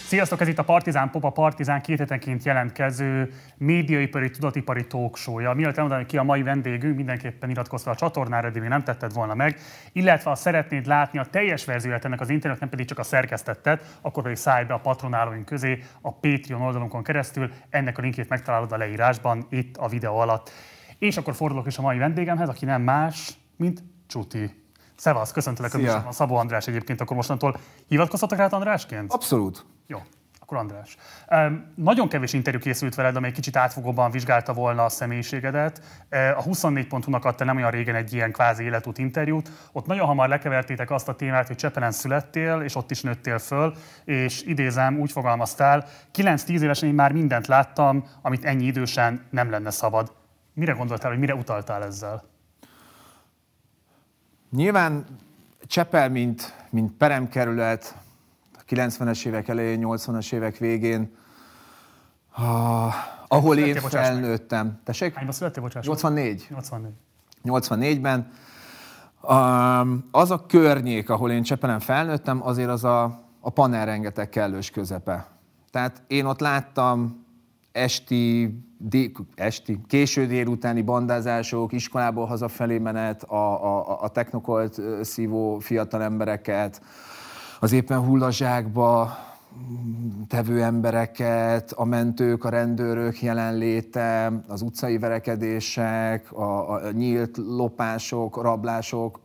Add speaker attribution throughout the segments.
Speaker 1: Sziasztok, ez itt a Partizán Pop, a Partizán két hetenként jelentkező médiaipari, tudatipari talkshow-ja. Mielőtt elmondanám, hogy ki a mai vendégünk, mindenképpen iratkozz a csatornára, de még nem tetted volna meg. Illetve, ha szeretnéd látni a teljes verzióját ennek az internet, nem pedig csak a szerkesztettet, akkor pedig szállj be a patronálóink közé a Patreon oldalunkon keresztül. Ennek a linkjét megtalálod a leírásban, itt a videó alatt. És akkor fordulok is a mai vendégemhez, aki nem más, mint Csuti. Szevasz, köszöntelek a műsorban. Szabó András egyébként, akkor mostantól hivatkozhatok rád Andrásként?
Speaker 2: Abszolút.
Speaker 1: Jó, akkor András. Nagyon kevés interjú készült veled, amely kicsit átfogóban vizsgálta volna a személyiségedet. A 24.hu-nak adta nem olyan régen egy ilyen kvázi életút interjút. Ott nagyon hamar lekevertétek azt a témát, hogy Csepelen születtél, és ott is nőttél föl, és idézem, úgy fogalmaztál, 9-10 évesen én már mindent láttam, amit ennyi idősen nem lenne szabad. Mire gondoltál, hogy mire utaltál ezzel?
Speaker 2: Nyilván Csepel, mint peremkerület, a 90-es évek elején, 80-as évek végén, ahol én felnőttem. Tessék?
Speaker 1: Hányban születtél, bocsáss?
Speaker 2: 84.
Speaker 1: 84-ben.
Speaker 2: Az a környék, ahol én Csepelen felnőttem, azért az a panel rengeteg kellős közepe. Tehát én ott láttam késő délutáni bandázások, iskolából hazafelé menet, a technokolt szívó fiatal embereket, az éppen hullazsákba tevő embereket, a mentők, a rendőrök jelenléte, az utcai verekedések, a nyílt lopások, rablások,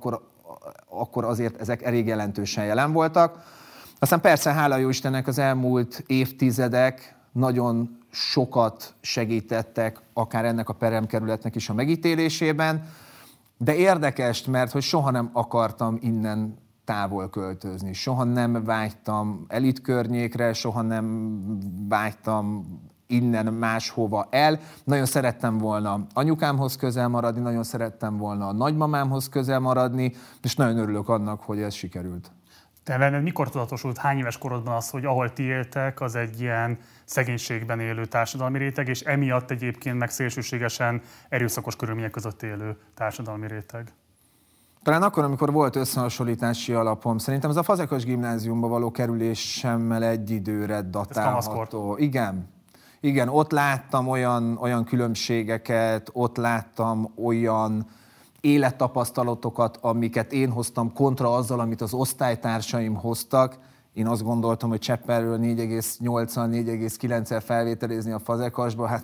Speaker 2: akkor azért ezek elég jelentősen jelen voltak. Aztán persze, hála jó Istennek, az elmúlt évtizedek nagyon sokat segítettek, akár ennek a peremkerületnek is a megítélésében, de érdekes, mert hogy soha nem akartam innen távol költözni, soha nem vágytam elitkörnyékre, soha nem vágytam innen máshova el. Nagyon szerettem volna anyukámhoz közel maradni, nagyon szerettem volna a nagymamámhoz közel maradni, és nagyon örülök annak, hogy ez sikerült.
Speaker 1: Te benned mikor tudatosult, hány éves korodban az, hogy ahol ti éltek, az egy ilyen szegénységben élő társadalmi réteg, és emiatt egyébként meg szélsőségesen erőszakos körülmények között élő társadalmi réteg?
Speaker 2: Talán akkor, amikor volt összehasonlítási alapom, szerintem ez a Fazekas gimnáziumba való kerülésemmel egy időre datálható. Igen, ott láttam olyan különbségeket, ott láttam olyan élettapasztalatokat, amiket én hoztam kontra azzal, amit az osztálytársaim hoztak. Én azt gondoltam, hogy Csepelről 4,8-al, 4,9-el felvételizni a Fazekasba, hát...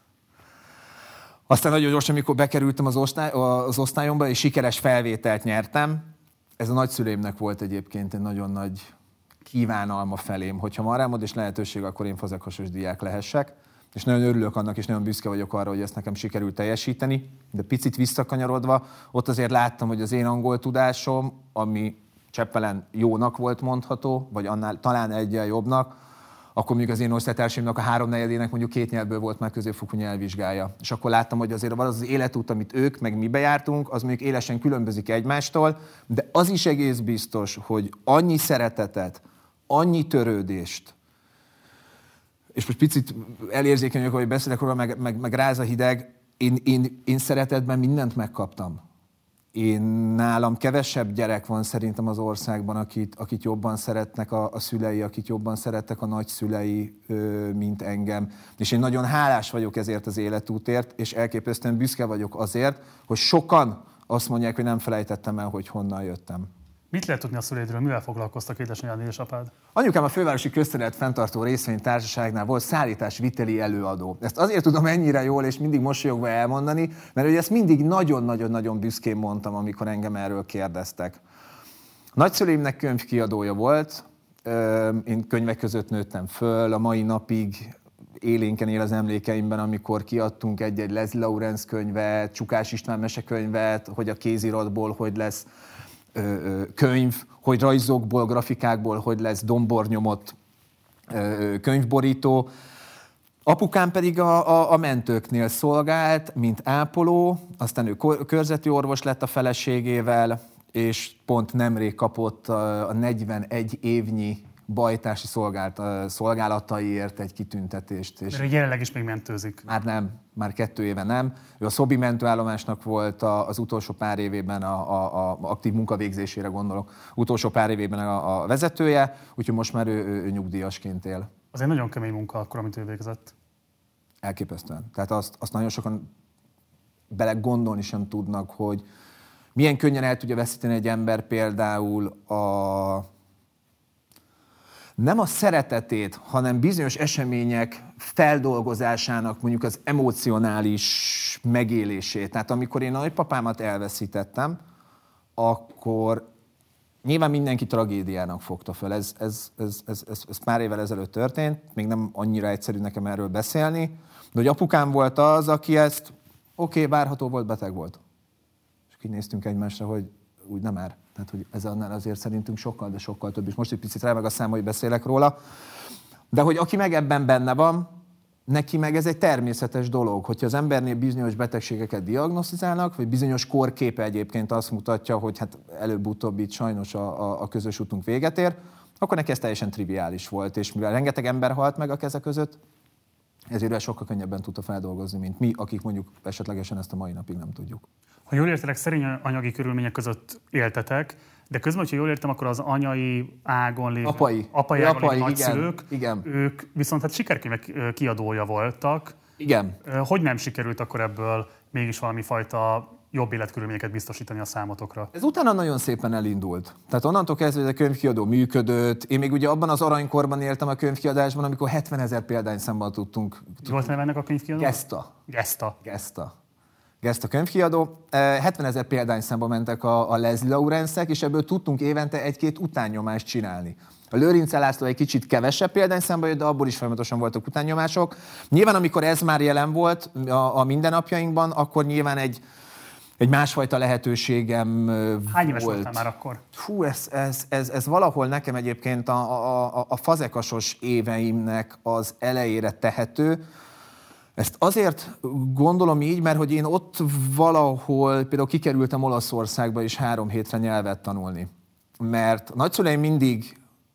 Speaker 2: Aztán nagyon gyorsan, amikor bekerültem az osztályomba, és sikeres felvételt nyertem, ez a nagyszüleimnek volt egyébként egy nagyon nagy kívánalma felém, hogyha van rám és lehetőség, akkor én fazekasos diák lehessek. És nagyon örülök annak, és nagyon büszke vagyok arra, hogy ezt nekem sikerült teljesíteni. De picit visszakanyarodva, ott azért láttam, hogy az én angol tudásom, ami Csepelen jónak volt mondható, vagy annál talán egyen jobbnak, akkor mondjuk az én osztálytársaimnak a 3/4-ének mondjuk 2 nyelvből volt már középfokú nyelvvizsgája. És akkor láttam, hogy azért az életút, amit ők, meg mi bejártunk, az mondjuk élesen különbözik egymástól, de az is egész biztos, hogy annyi szeretetet, annyi törődést, és most picit elérzékenyek, hogy beszélek róla, meg ráz a hideg, én szeretetben mindent megkaptam. Nálam kevesebb gyerek van szerintem az országban, akit jobban szeretnek a szülei, akit jobban szerettek a nagyszülei, mint engem. És én nagyon hálás vagyok ezért az életútért, és elképesztően büszke vagyok azért, hogy sokan azt mondják, hogy nem felejtettem el, hogy honnan jöttem.
Speaker 1: Mit lehet tudni a szüleidről? Mivel foglalkoztak édesanyád, édesapád?
Speaker 2: Anyukám a Fővárosi Közterület Fenntartó Részvénytársaságnál volt szállításviteli előadó. Ezt azért tudom ennyire jól és mindig mosolyogva elmondani, mert ugye ezt mindig nagyon-nagyon-nagyon büszkén mondtam, amikor engem erről kérdeztek. Nagyszüleimnek könyvkiadója volt, én könyvek között nőttem föl, a mai napig élénken él az emlékeimben, amikor kiadtunk egy Leslie Lawrence könyvet, Csukás István mesekönyvet, hogy a kéziratból hogy lesz könyv, hogy rajzokból, grafikákból, hogy lesz dombornyomott könyvborító. Apukám pedig a mentőknél szolgált, mint ápoló, aztán ő körzeti orvos lett a feleségével, és pont nemrég kapott a 41 évnyi bajtási szolgálataiért egy kitüntetést.
Speaker 1: És mert jelenleg is még mentőzik.
Speaker 2: Már nem, már 2 éve nem. Ő a Szobi mentőállomásnak volt az utolsó pár évében, a aktív munkavégzésére gondolok, utolsó pár évében a vezetője, úgyhogy most már ő nyugdíjasként él.
Speaker 1: Az egy nagyon kemény munka akkor, amit ő végzett.
Speaker 2: Elképesztően. Tehát azt nagyon sokan bele gondolni sem tudnak, hogy milyen könnyen el tudja veszíteni egy ember például nem a szeretetét, hanem bizonyos események feldolgozásának mondjuk az emocionális megélését. Tehát amikor én a nagypapámat elveszítettem, akkor nyilván mindenki tragédiának fogta fel. Ez pár évvel ezelőtt történt, még nem annyira egyszerű nekem erről beszélni, de hogy apukám volt az, aki ezt várható volt, beteg volt. És kinéztünk egymásra, hogy úgy nem már. Tehát, hogy ez annál azért szerintünk sokkal, de sokkal több. És most egy picit remeg a szám, hogy beszélek róla. De hogy aki meg ebben benne van, neki meg ez egy természetes dolog, hogyha az embernél bizonyos betegségeket diagnosztizálnak, vagy bizonyos korképe egyébként azt mutatja, hogy hát előbb-utóbb itt sajnos a közös utunk véget ér, akkor neki ez teljesen triviális volt. És mivel rengeteg ember halt meg a keze között, ezért sokkal könnyebben tudta feldolgozni, mint mi, akik mondjuk esetlegesen ezt a mai napig nem tudjuk.
Speaker 1: Ha jól értelek, szerény anyagi körülmények között éltetek, de közben, hogyha jól értem, akkor az anyai ágon lévő, apai ágon lévő nagyszülők,
Speaker 2: igen.
Speaker 1: Ők viszont hát sikerkönyvek kiadója voltak.
Speaker 2: Igen.
Speaker 1: Hogy nem sikerült akkor ebből mégis valami fajta jobb életkörülményeket biztosítani a számotokra?
Speaker 2: Ez utána nagyon szépen elindult. Tehát onnantól kezdve, hogy a könyvkiadó működött. Én még ugye abban az aranykorban éltem a könyvkiadásban, amikor 70 000 példányszámmal tudtunk.
Speaker 1: Volt neve ennek a könyvkiadó?
Speaker 2: Geszta könyvkiadó. 70 000 példányszámba mentek a Leslie Lawrence-ek, és ebből tudtunk évente 1-2 utánnyomást csinálni. A Lőrinc László egy kicsit kevesebb példányszámba jött, de abból is folyamatosan voltak utánnyomások. Nyilván, amikor ez már jelen volt a mindennapjainkban, akkor nyilván egy másfajta lehetőségem volt.
Speaker 1: Hány éves voltál már akkor?
Speaker 2: Hú, ez valahol nekem egyébként a fazekasos éveimnek az elejére tehető. Ezt azért gondolom így, mert hogy én ott valahol például kikerültem Olaszországba is 3 hétre nyelvet tanulni. Mert nagyszüleim mindig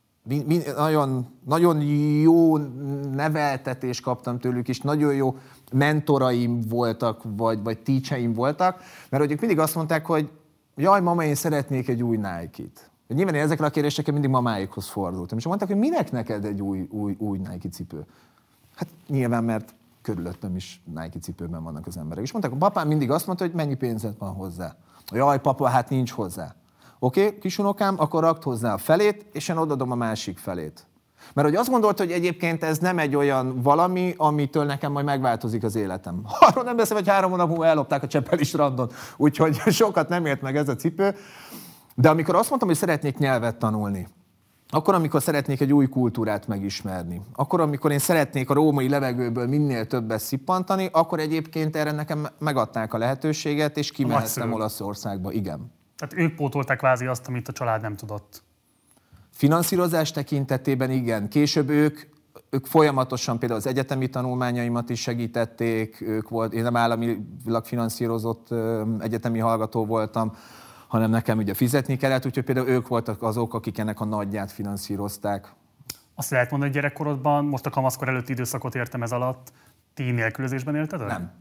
Speaker 2: nagyon jó neveltetést kaptam tőlük, és nagyon jó mentoraim voltak, vagy teacheim voltak, mert hogy ők mindig azt mondták, hogy jaj, mama, én szeretnék egy új Nike-t. Nyilván én ezekre a kérdésekkel mindig mamáikhoz fordultam. És mondták, hogy minek neked egy új Nike cipő? Hát nyilván, mert körülöttem is Nike cipőben vannak az emberek. És mondták, a papám mindig azt mondta, hogy mennyi pénzed van hozzá. Jaj, papa, hát nincs hozzá. Oké, kisunokám, akkor rakd hozzá a felét, és én odadom a másik felét. Mert hogy azt gondolta, hogy egyébként ez nem egy olyan valami, amitől nekem majd megváltozik az életem. Arról nem beszél, hogy 3 hónap múlva ellopták a Csepeli strandon, úgyhogy sokat nem ért meg ez a cipő. De amikor azt mondtam, hogy szeretnék nyelvet tanulni, akkor, amikor szeretnék egy új kultúrát megismerni, akkor, amikor én szeretnék a római levegőből minél többet szippantani, akkor egyébként erre nekem megadták a lehetőséget, és kimehettem Olaszországba. Igen.
Speaker 1: Tehát ők pótolták kvázi azt, amit a család nem tudott.
Speaker 2: Finanszírozás tekintetében igen. Később ők folyamatosan például az egyetemi tanulmányaimat is segítették. Én nem államilag finanszírozott egyetemi hallgató voltam, hanem nekem ugye fizetni kellett, úgyhogy például ők voltak azok, akik ennek a nagyját finanszírozták.
Speaker 1: Azt lehet mondani, hogy gyerekkorodban, most a kamaszkor előtti időszakot értem ez alatt, ti nélkülözésben élted?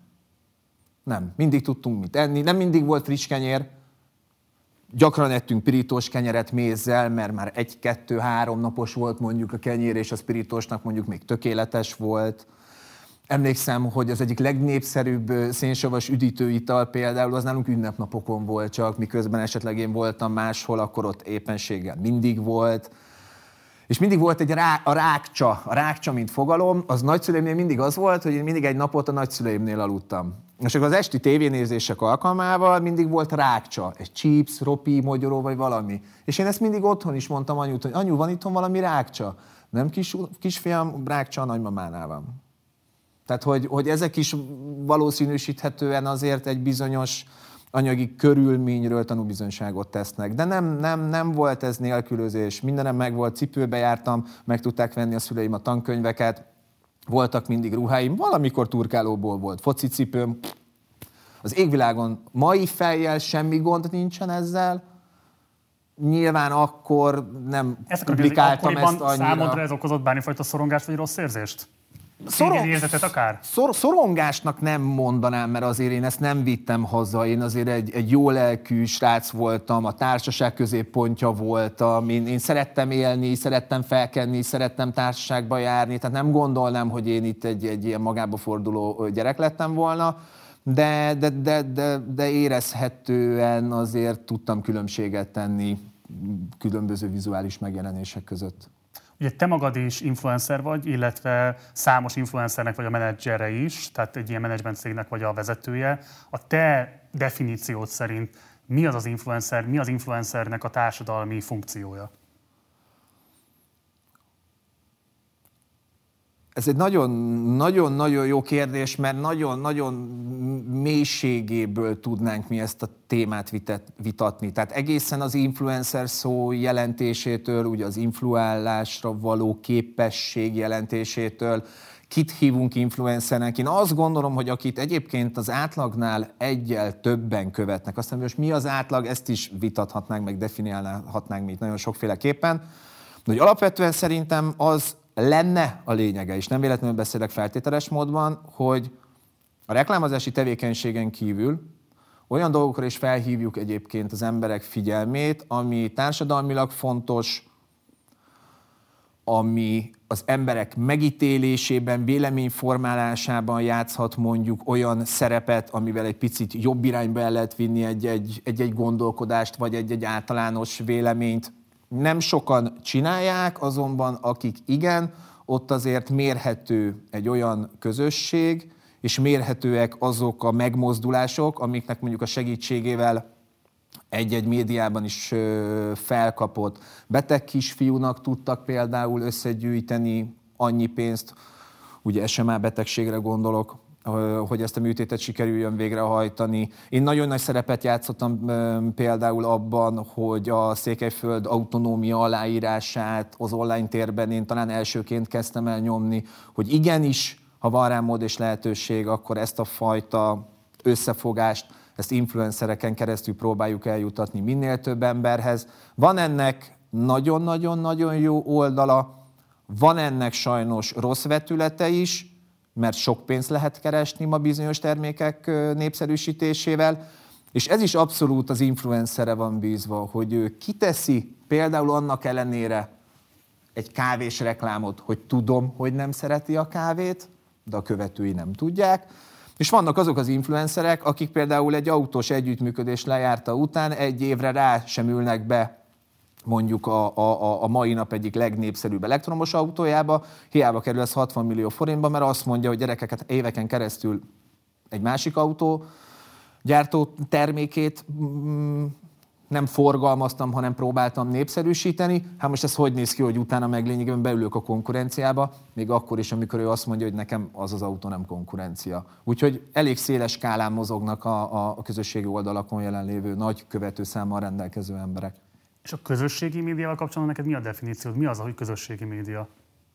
Speaker 2: Nem. Mindig tudtunk mit enni, nem mindig volt friss kenyér. Gyakran ettünk pirítós kenyeret mézzel, mert már 1-2-3 napos volt mondjuk a kenyér, és a pirítósnak mondjuk még tökéletes volt. Emlékszem, hogy az egyik legnépszerűbb szénsavas üdítőital például az nálunk ünnepnapokon volt csak, miközben esetleg én voltam máshol, akkor ott éppenséggel mindig volt. És mindig volt a rákcsa, mint fogalom, az nagyszüleimnél mindig az volt, hogy én mindig egy napot a nagyszüleimnél aludtam. És akkor az esti tévénézések alkalmával mindig volt rákcsa, egy chips, ropi, mogyoró vagy valami. És én ezt mindig otthon is mondtam anyút, hogy anyu, van itthon valami rákcsa? Nem kisfiam, rákcsa a nagymamánál van. Tehát, hogy ezek is valószínűsíthetően azért egy bizonyos anyagi körülményről tanúbizonyságot tesznek. De nem volt ez nélkülözés. Mindenem meg volt, cipőbe jártam, meg tudták venni a szüleim a tankönyveket, voltak mindig ruháim, valamikor turkálóból volt focicipőm. Az égvilágon mai fejjel semmi gond nincsen ezzel. nyilván akkor nem publikáltam ezt annyira.
Speaker 1: Számodra ez okozott bármifajta szorongást vagy rossz érzést? Érzetet akár?
Speaker 2: Szorongásnak nem mondanám, mert azért én ezt nem vittem haza. Én azért egy jó lelkű srác voltam, a társaság középpontja voltam. Én szerettem élni, szerettem felkenni, szerettem társaságba járni. Tehát nem gondolnám, hogy én itt egy ilyen magába forduló gyerek lettem volna. De érezhetően azért tudtam különbséget tenni különböző vizuális megjelenések között.
Speaker 1: Ugye te magad is influencer vagy, illetve számos influencernek vagy a menedzsere is, tehát egy ilyen menedzsment cégnek vagy a vezetője. A te definíciód szerint mi az influencer, mi az influencernek a társadalmi funkciója?
Speaker 2: Ez egy nagyon-nagyon jó kérdés, mert nagyon-nagyon mélységéből tudnánk mi ezt a témát vitatni. Tehát egészen az influencer szó jelentésétől, ugye az influálásra való képesség jelentésétől, kit hívunk influencernek. Én azt gondolom, hogy akit egyébként az átlagnál egyel többen követnek, aztán most mi az átlag, ezt is vitathatnánk, meg definiálhatnánk mi itt nagyon sokféleképpen. De hogy alapvetően szerintem az lenne a lényege, és nem véletlenül beszélek feltételes módban, hogy a reklámozási tevékenységen kívül olyan dolgokra is felhívjuk egyébként az emberek figyelmét, ami társadalmilag fontos, ami az emberek megítélésében, véleményformálásában játszhat mondjuk olyan szerepet, amivel egy picit jobb irányba el lehet vinni egy gondolkodást, vagy egy általános véleményt. Nem sokan csinálják, azonban akik igen, ott azért mérhető egy olyan közösség, és mérhetőek azok a megmozdulások, amiknek mondjuk a segítségével egy-egy médiában is felkapott beteg kisfiúnak tudtak például összegyűjteni annyi pénzt, ugye SMA betegségre gondolok, hogy ezt a műtétet sikerüljön végrehajtani. Én nagyon nagy szerepet játszottam például abban, hogy a Székelyföld autonómia aláírását az online térben én talán elsőként kezdtem el nyomni, hogy igenis, ha van rá mód és lehetőség, akkor ezt a fajta összefogást, ezt influencereken keresztül próbáljuk eljutatni minél több emberhez. Van ennek nagyon-nagyon-nagyon jó oldala, van ennek sajnos rossz vetülete is, mert sok pénzt lehet keresni ma bizonyos termékek népszerűsítésével, és ez is abszolút az influencere van bízva, hogy ő kiteszi például annak ellenére egy kávés reklámot, hogy tudom, hogy nem szereti a kávét, de a követői nem tudják, és vannak azok az influencerek, akik például egy autós együttműködés lejárta után egy évre rá sem ülnek be mondjuk a mai nap egyik legnépszerűbb elektromos autójába, hiába kerül ez 60 millió forintba, mert azt mondja, hogy gyerekeket éveken keresztül egy másik autó gyártó termékét nem forgalmaztam, hanem próbáltam népszerűsíteni. Hát most ez hogy néz ki, hogy utána meg lényegében beülök a konkurenciába, még akkor is, amikor ő azt mondja, hogy nekem az autó nem konkurencia. Úgyhogy elég széles skálán mozognak a közösségi oldalakon jelenlévő nagy követőszámmal rendelkező emberek.
Speaker 1: És a közösségi médiával kapcsolatban neked mi a definíciód? Mi az, hogy közösségi média?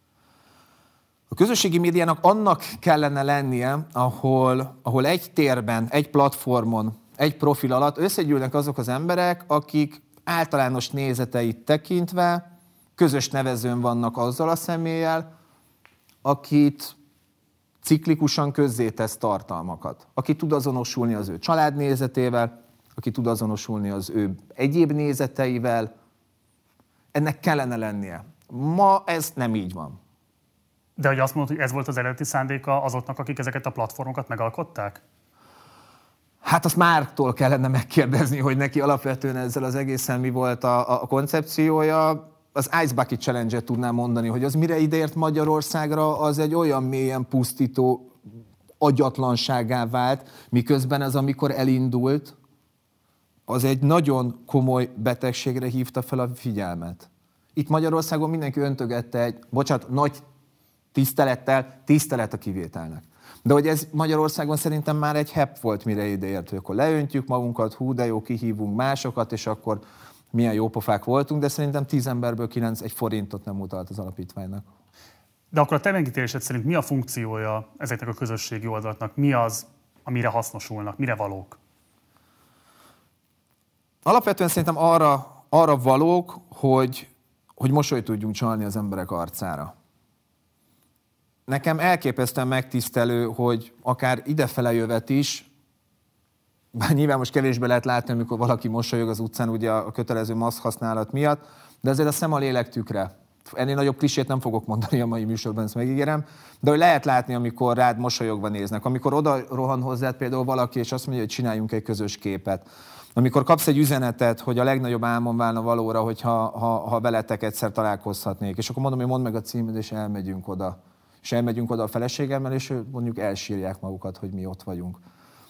Speaker 2: A közösségi médiának annak kellene lennie, ahol egy térben, egy platformon, egy profil alatt összegyűlnek azok az emberek, akik általános nézeteit tekintve közös nevezőn vannak azzal a személlyel, akit ciklikusan közzétesz tartalmakat. Aki tud azonosulni az ő családnézetével, aki tud azonosulni az ő egyéb nézeteivel. Ennek kellene lennie. Ma ez nem így van.
Speaker 1: De hogy azt mondod, hogy ez volt az eredeti szándéka azoknak, akik ezeket a platformokat megalkották?
Speaker 2: Hát azt Márktól kellene megkérdezni, hogy neki alapvetően ezzel az egészen mi volt a koncepciója. Az Ice Bucket Challenge-et tudnám mondani, hogy az mire ideért Magyarországra, az egy olyan mélyen pusztító agyatlanságá vált, miközben ez, amikor elindult, az egy nagyon komoly betegségre hívta fel a figyelmet. Itt Magyarországon mindenki öntögette nagy tisztelet a kivételnek. De hogy ez Magyarországon szerintem már egy hepp volt, mire ideért, hogy akkor leöntjük magunkat, hú de jó, kihívunk másokat, és akkor milyen jópofák voltunk, de szerintem 10 emberből 9 egy forintot nem utalt az alapítványnak.
Speaker 1: De akkor a te megítélésed szerint mi a funkciója ezeknek a közösségi oldalaknak? Mi az, amire hasznosulnak, mire valók?
Speaker 2: Alapvetően szerintem arra arra valók, hogy mosolyt tudjunk csalni az emberek arcára. Nekem elképesztően megtisztelő, hogy akár idefele jövet is, bár nyilván most kevésbé lehet látni, amikor valaki mosolyog az utcán ugye a kötelező maszk használat miatt, de azért a szem a lélek tükre. Ennél nagyobb klisét nem fogok mondani a mai műsorban, ezt megígérem, de hogy lehet látni, amikor rád mosolyogva néznek, amikor oda rohan hozzád például valaki, és azt mondja, hogy csináljunk egy közös képet. Amikor kapsz egy üzenetet, hogy a legnagyobb álmom válna valóra, hogyha veletek egyszer találkozhatnék, és akkor mondom, hogy mondd meg a címet, és elmegyünk oda. És elmegyünk oda a feleségemmel, és mondjuk elsírják magukat, hogy mi ott vagyunk.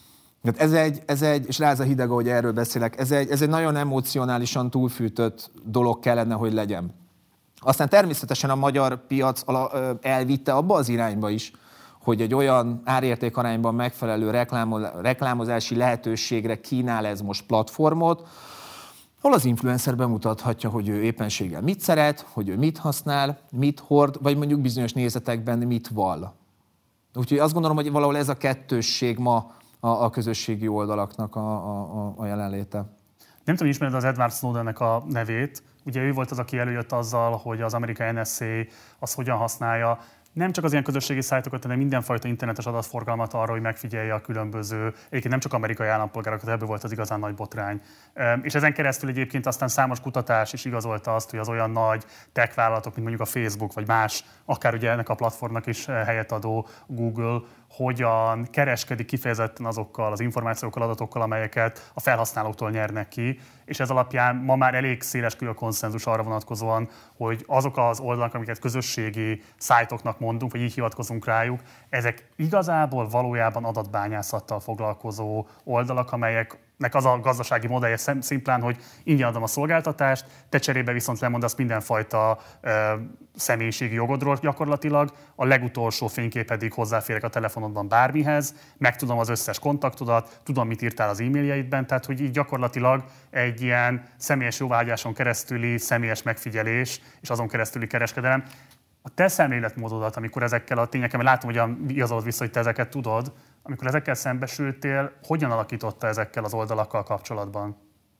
Speaker 2: Ez egy, és ráz a hideg, hogy erről beszélek, ez egy nagyon emocionálisan túlfűtött dolog kellene, hogy legyen. Aztán természetesen a magyar piac elvitte abba az irányba is, hogy egy olyan árértékarányban megfelelő reklámozási lehetőségre kínál ez most platformot, ahol az influencer bemutathatja, hogy ő éppenséggel mit szeret, hogy ő mit használ, mit hord, vagy mondjuk bizonyos nézetekben mit vall. Úgyhogy azt gondolom, hogy valahol ez a kettősség ma a közösségi oldalaknak a jelenléte.
Speaker 1: Nem tudom, ismered az Edward Snowdennek a nevét. Ugye ő volt az, aki előjött azzal, hogy az amerikai NSA az hogyan használja nem csak az ilyen közösségi szájtokat, hanem mindenfajta internetes adatforgalmat arra, hogy megfigyelje a különböző, egyébként nem csak amerikai állampolgárokat, ebből volt az igazán nagy botrány. És ezen keresztül egyébként aztán számos kutatás is igazolta azt, hogy az olyan nagy tech vállalatok, mint mondjuk a Facebook, vagy más, akár ugye ennek a platformnak is helyet adó Google, hogyan kereskedik kifejezetten azokkal az információkkal, adatokkal, amelyeket a felhasználóktól nyernek ki, és ez alapján ma már elég széleskörű a konszenzus arra vonatkozóan, hogy azok az oldalak, amiket közösségi szájtoknak mondunk, vagy így hivatkozunk rájuk, ezek igazából valójában adatbányászattal foglalkozó oldalak, amelyeknek az a gazdasági modellje szimplán, hogy ingyen adom a szolgáltatást, te cserébe viszont lemondasz mindenfajta személyiségi jogodról gyakorlatilag, a legutolsó fénykép pedig hozzáférek a telefonodban bármihez, megtudom az összes kontaktodat, tudom, mit írtál az e-mailjeidben, tehát hogy így gyakorlatilag egy ilyen személyes jóváhagyáson keresztüli személyes megfigyelés és azon keresztüli kereskedelem. A te szemléletmódodat, amikor ezekkel a tényekkel, mert látom, hogy igazolod vissza, hogy te ezeket tudod, amikor ezekkel szembesültél, hogyan alakította ezekkel az oldalakkal kapcsolatban?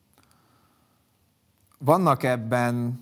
Speaker 2: Vannak ebben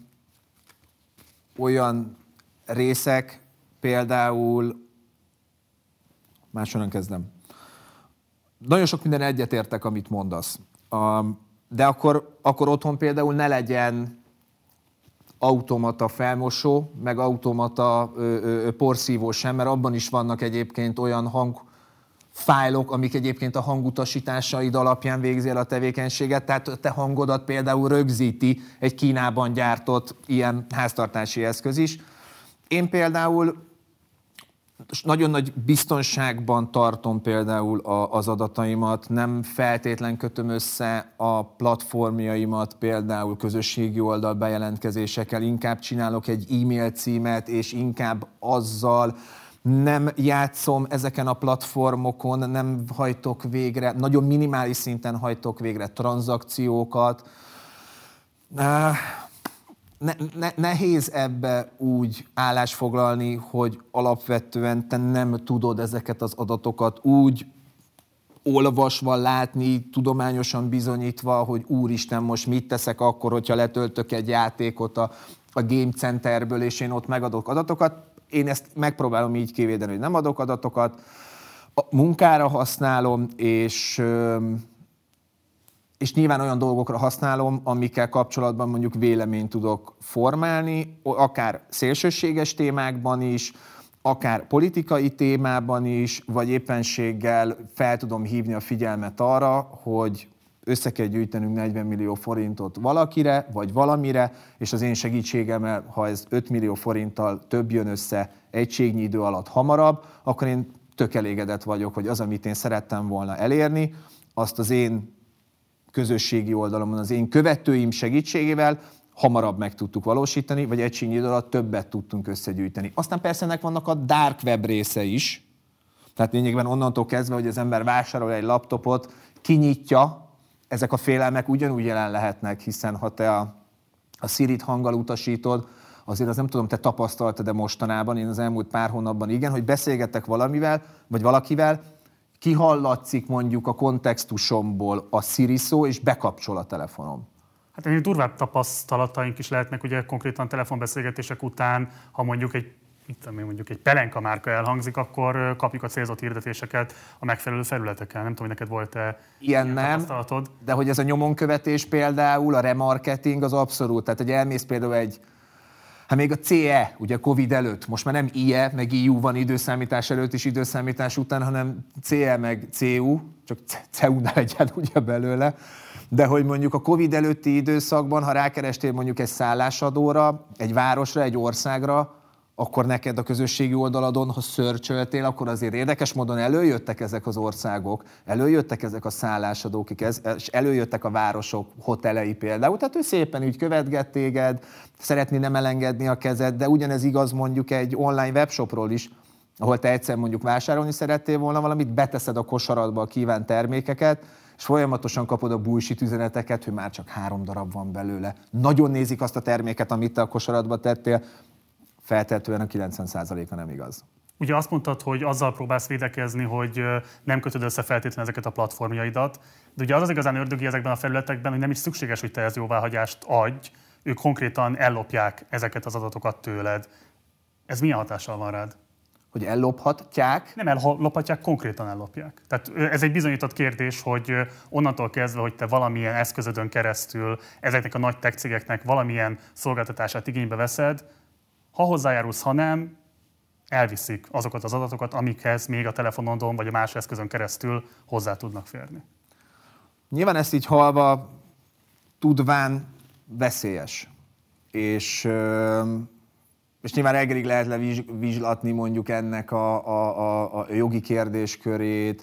Speaker 2: olyan részek, például, máshonnan kezdem. Nagyon sok minden egyetértek, amit mondasz. De akkor otthon például ne legyen automata felmosó, meg automata porszívó sem, mert abban is vannak egyébként olyan hangfájlok, amik egyébként a hangutasításaid alapján végzél a tevékenységet, tehát a te hangodat például rögzíti egy Kínában gyártott ilyen háztartási eszköz is. Én például nagyon nagy biztonságban tartom például az adataimat, nem feltétlen kötöm össze a platformjaimat például közösségi oldal bejelentkezésekkel, inkább csinálok egy e-mail címet, és inkább azzal nem játszom ezeken a platformokon, nem hajtok végre, nagyon minimális szinten hajtok végre tranzakciókat. Nehéz ebbe úgy állásfoglalni, hogy alapvetően te nem tudod ezeket az adatokat úgy olvasva látni, tudományosan bizonyítva, hogy úristen, most mit teszek akkor, hogyha letöltök egy játékot a Game Centerből, és én ott megadok adatokat. Én ezt megpróbálom így kivédeni, hogy nem adok adatokat. A munkára használom, és nyilván olyan dolgokra használom, amikkel kapcsolatban mondjuk véleményt tudok formálni, akár szélsőséges témákban is, akár politikai témában is, vagy éppenséggel fel tudom hívni a figyelmet arra, hogy össze kell gyűjtenünk 40 millió forintot valakire, vagy valamire, és az én segítségemmel, ha ez 5 millió forinttal több jön össze egységnyi idő alatt hamarabb, akkor én tök elégedett vagyok, hogy az, amit én szerettem volna elérni, azt az én közösségi oldalon, az én követőim segítségével hamarabb meg tudtuk valósítani, vagy egységnyi idő alatt többet tudtunk összegyűjteni. Aztán persze ennek vannak a dark web része is, tehát lényegben onnantól kezdve, hogy az ember vásárol egy laptopot, kinyitja, ezek a félelmek ugyanúgy jelen lehetnek, hiszen ha te a Sirit hanggal utasítod, azért az nem tudom, te tapasztaltad-e mostanában, én az elmúlt pár hónapban igen, hogy beszélgettek valamivel, vagy valakivel, kihallatszik mondjuk a kontextusomból a Siri szó, és bekapcsol a telefonom.
Speaker 1: Hát ennél durvább tapasztalataink is lehetnek, ugye konkrétan telefonbeszélgetések után, ha mondjuk egy Pelenka márka elhangzik, akkor kapjuk a célzott hirdetéseket a megfelelő felületeken. Nem tudom, hogy neked volt-e
Speaker 2: ilyen tapasztalatod? De hogy ez a nyomonkövetés például, a remarketing az abszolút. Tehát, hogy elmész például hát még a CE, ugye Covid előtt, most már nem IE, meg IU van időszámítás előtt és időszámítás után, hanem CE meg CU, csak CEU ne legyen ugye belőle. De hogy mondjuk a Covid előtti időszakban, ha rákerestél mondjuk egy szállásadóra, egy városra, egy országra, akkor neked a közösségi oldaladon, ha searcholtél, akkor azért érdekes módon előjöttek ezek az országok, előjöttek ezek a szállásadók, és előjöttek a városok hotelei például. Tehát ő szépen úgy követget téged, szeretné nem elengedni a kezed, de ugyanez igaz mondjuk egy online webshopról is, ahol te egyszer mondjuk vásárolni szerettél volna valamit, beteszed a kosaradba a kívánt termékeket, és folyamatosan kapod a bullshit üzeneteket, hogy már csak 3 darab van belőle. Nagyon nézik azt a terméket, amit te a kosaradba tettél, feltehetően a 90%-a nem igaz.
Speaker 1: Ugye azt mondtad, hogy azzal próbálsz védekezni, hogy nem kötöd össze feltétlenül ezeket a platformjaidat, de ugye az igazán ördögi ezekben a felületekben, hogy nem is szükséges, hogy te ez jóváhagyást adj, ők konkrétan ellopják ezeket az adatokat tőled. Ez milyen hatással van rád?
Speaker 2: Hogy ellophatják?
Speaker 1: Nem ellophatják, konkrétan ellopják. Tehát ez egy bizonyított kérdés, hogy onnantól kezdve, hogy te valamilyen eszközödön keresztül ezeknek a nagy tech cégeknek valamilyen szolgáltatását igénybe veszed, ha hozzájárulsz, ha nem, elviszik azokat az adatokat, amikhez még a telefonodon vagy a más eszközön keresztül hozzá tudnak férni.
Speaker 2: Nyilván ezt így halva tudván veszélyes. És nyilván reggelig lehet levizslatni mondjuk ennek a jogi kérdéskörét,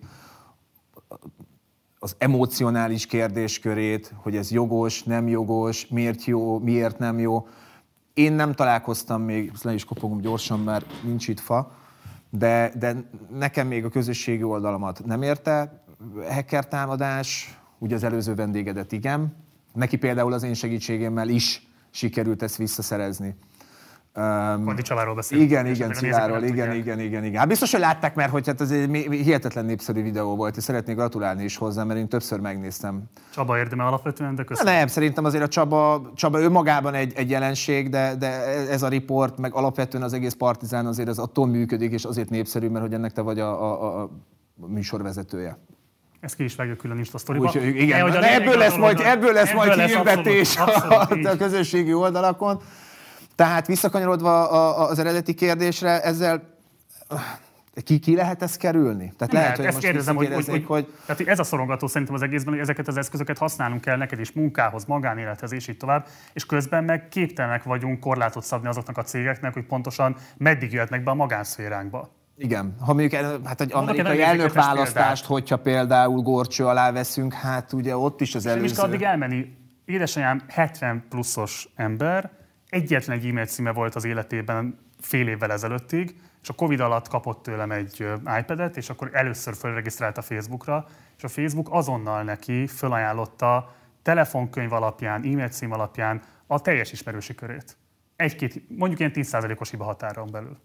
Speaker 2: az emocionális kérdéskörét, hogy ez jogos, nem jogos, miért jó, miért nem jó. Én nem találkoztam még, le is kopogom gyorsan, mert nincs itt fa, de nekem még a közösségi oldalamat nem érte hacker támadás, ugye az előző vendégedet igen. Neki például az én segítségemmel is sikerült ezt visszaszerezni.
Speaker 1: Kondi Csaváról beszélünk.
Speaker 2: Igen, Civáról, igen. Hát biztos, hogy látták, mert hogy hát ez egy hihetetlen népszerű videó volt, és szeretnék gratulálni is hozzá, mert én többször megnéztem.
Speaker 1: Csaba érdemel alapvetően, de köszönöm.
Speaker 2: Nem, szerintem azért a Csaba önmagában egy jelenség, de ez a riport, meg alapvetően az egész Partizán azért az attól működik, és azért népszerű, mert hogy ennek te vagy a műsorvezetője.
Speaker 1: Ezt ki is vágja külön Insta sztoriba.
Speaker 2: Igen, de ebből lesz majd hirdetés a közösségi oldalakon. Tehát visszakanyarodva az eredeti kérdésre, ezzel ki lehet ezt kerülni? Tehát lehet, hogy
Speaker 1: ezt
Speaker 2: most
Speaker 1: kérdezem, hogy ez a szorongató szerintem az egészben, hogy ezeket az eszközöket használnunk kell neked is munkához, magánélethez és így tovább, és közben meg képtelenek vagyunk korlátot szabni azoknak a cégeknek, hogy pontosan meddig jöhetnek be a magánszféránkba.
Speaker 2: Igen, ha mondjuk hát egy amerikai elnökválasztást, hogyha például górcső alá veszünk, hát ugye ott is az előző...
Speaker 1: És addig elmenni, édesanyám 70 pluszos ember, egyetlen egy e-mail címe volt az életében fél évvel ezelőttig, és a Covid alatt kapott tőlem egy iPad-et, és akkor először felregisztrált a Facebookra, és a Facebook azonnal neki felajánlotta telefonkönyv alapján, e-mail cím alapján a teljes ismerősi körét. Mondjuk ilyen 10%-os hiba határon belül.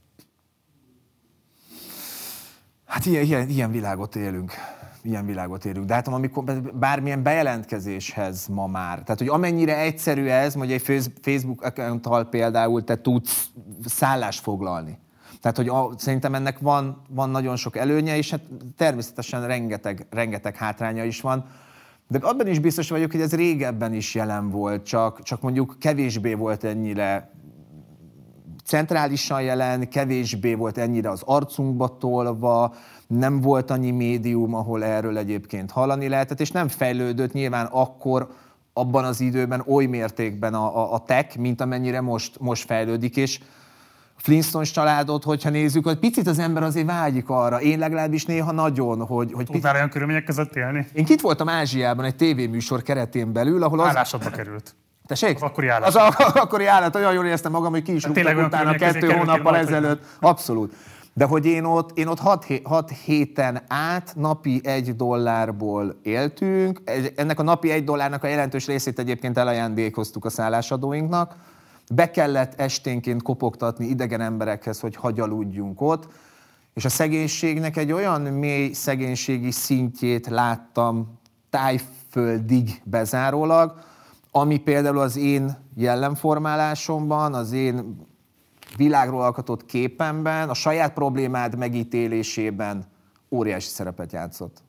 Speaker 2: Hát ilyen világot élünk. De hát amikor bármilyen bejelentkezéshez ma már, tehát hogy amennyire egyszerű ez, hogy egy Facebook accounttal például te tudsz szállást foglalni. Tehát, hogy szerintem ennek van nagyon sok előnye, és hát természetesen rengeteg hátránya is van. De abban is biztos vagyok, hogy ez régebben is jelen volt, csak mondjuk kevésbé volt ennyire centrálisan jelen, kevésbé volt ennyire az arcunkba tolva, nem volt annyi médium, ahol erről egyébként hallani lehetett, és nem fejlődött nyilván akkor, abban az időben oly mértékben a tech, mint amennyire most fejlődik, és Flintstones családot, hogyha nézzük, hogy picit az ember azért vágyik arra, én legalábbis néha nagyon, hogy
Speaker 1: tudnál olyan körülmények között élni?
Speaker 2: Én kint voltam Ázsiában egy tévéműsor keretén belül, ahol
Speaker 1: állásodba került.
Speaker 2: Tessék?
Speaker 1: Az akkori állat.
Speaker 2: Az akkori állat, olyan jól éreztem magam, hogy ki is rúgtak utána 2 hónappal ezelőtt. Abszolút. De hogy én ott 6 héten át napi $1 éltünk. Ennek a napi $1 a jelentős részét egyébként elajándékoztuk a szállásadóinknak. Be kellett esténként kopogtatni idegen emberekhez, hogy hagy aludjunk ott. És a szegénységnek egy olyan mély szegénységi szintjét láttam tájföldig bezárólag, ami például az én jellemformálásomban, az én világról alkotott képemben, a saját problémád megítélésében óriási szerepet játszott.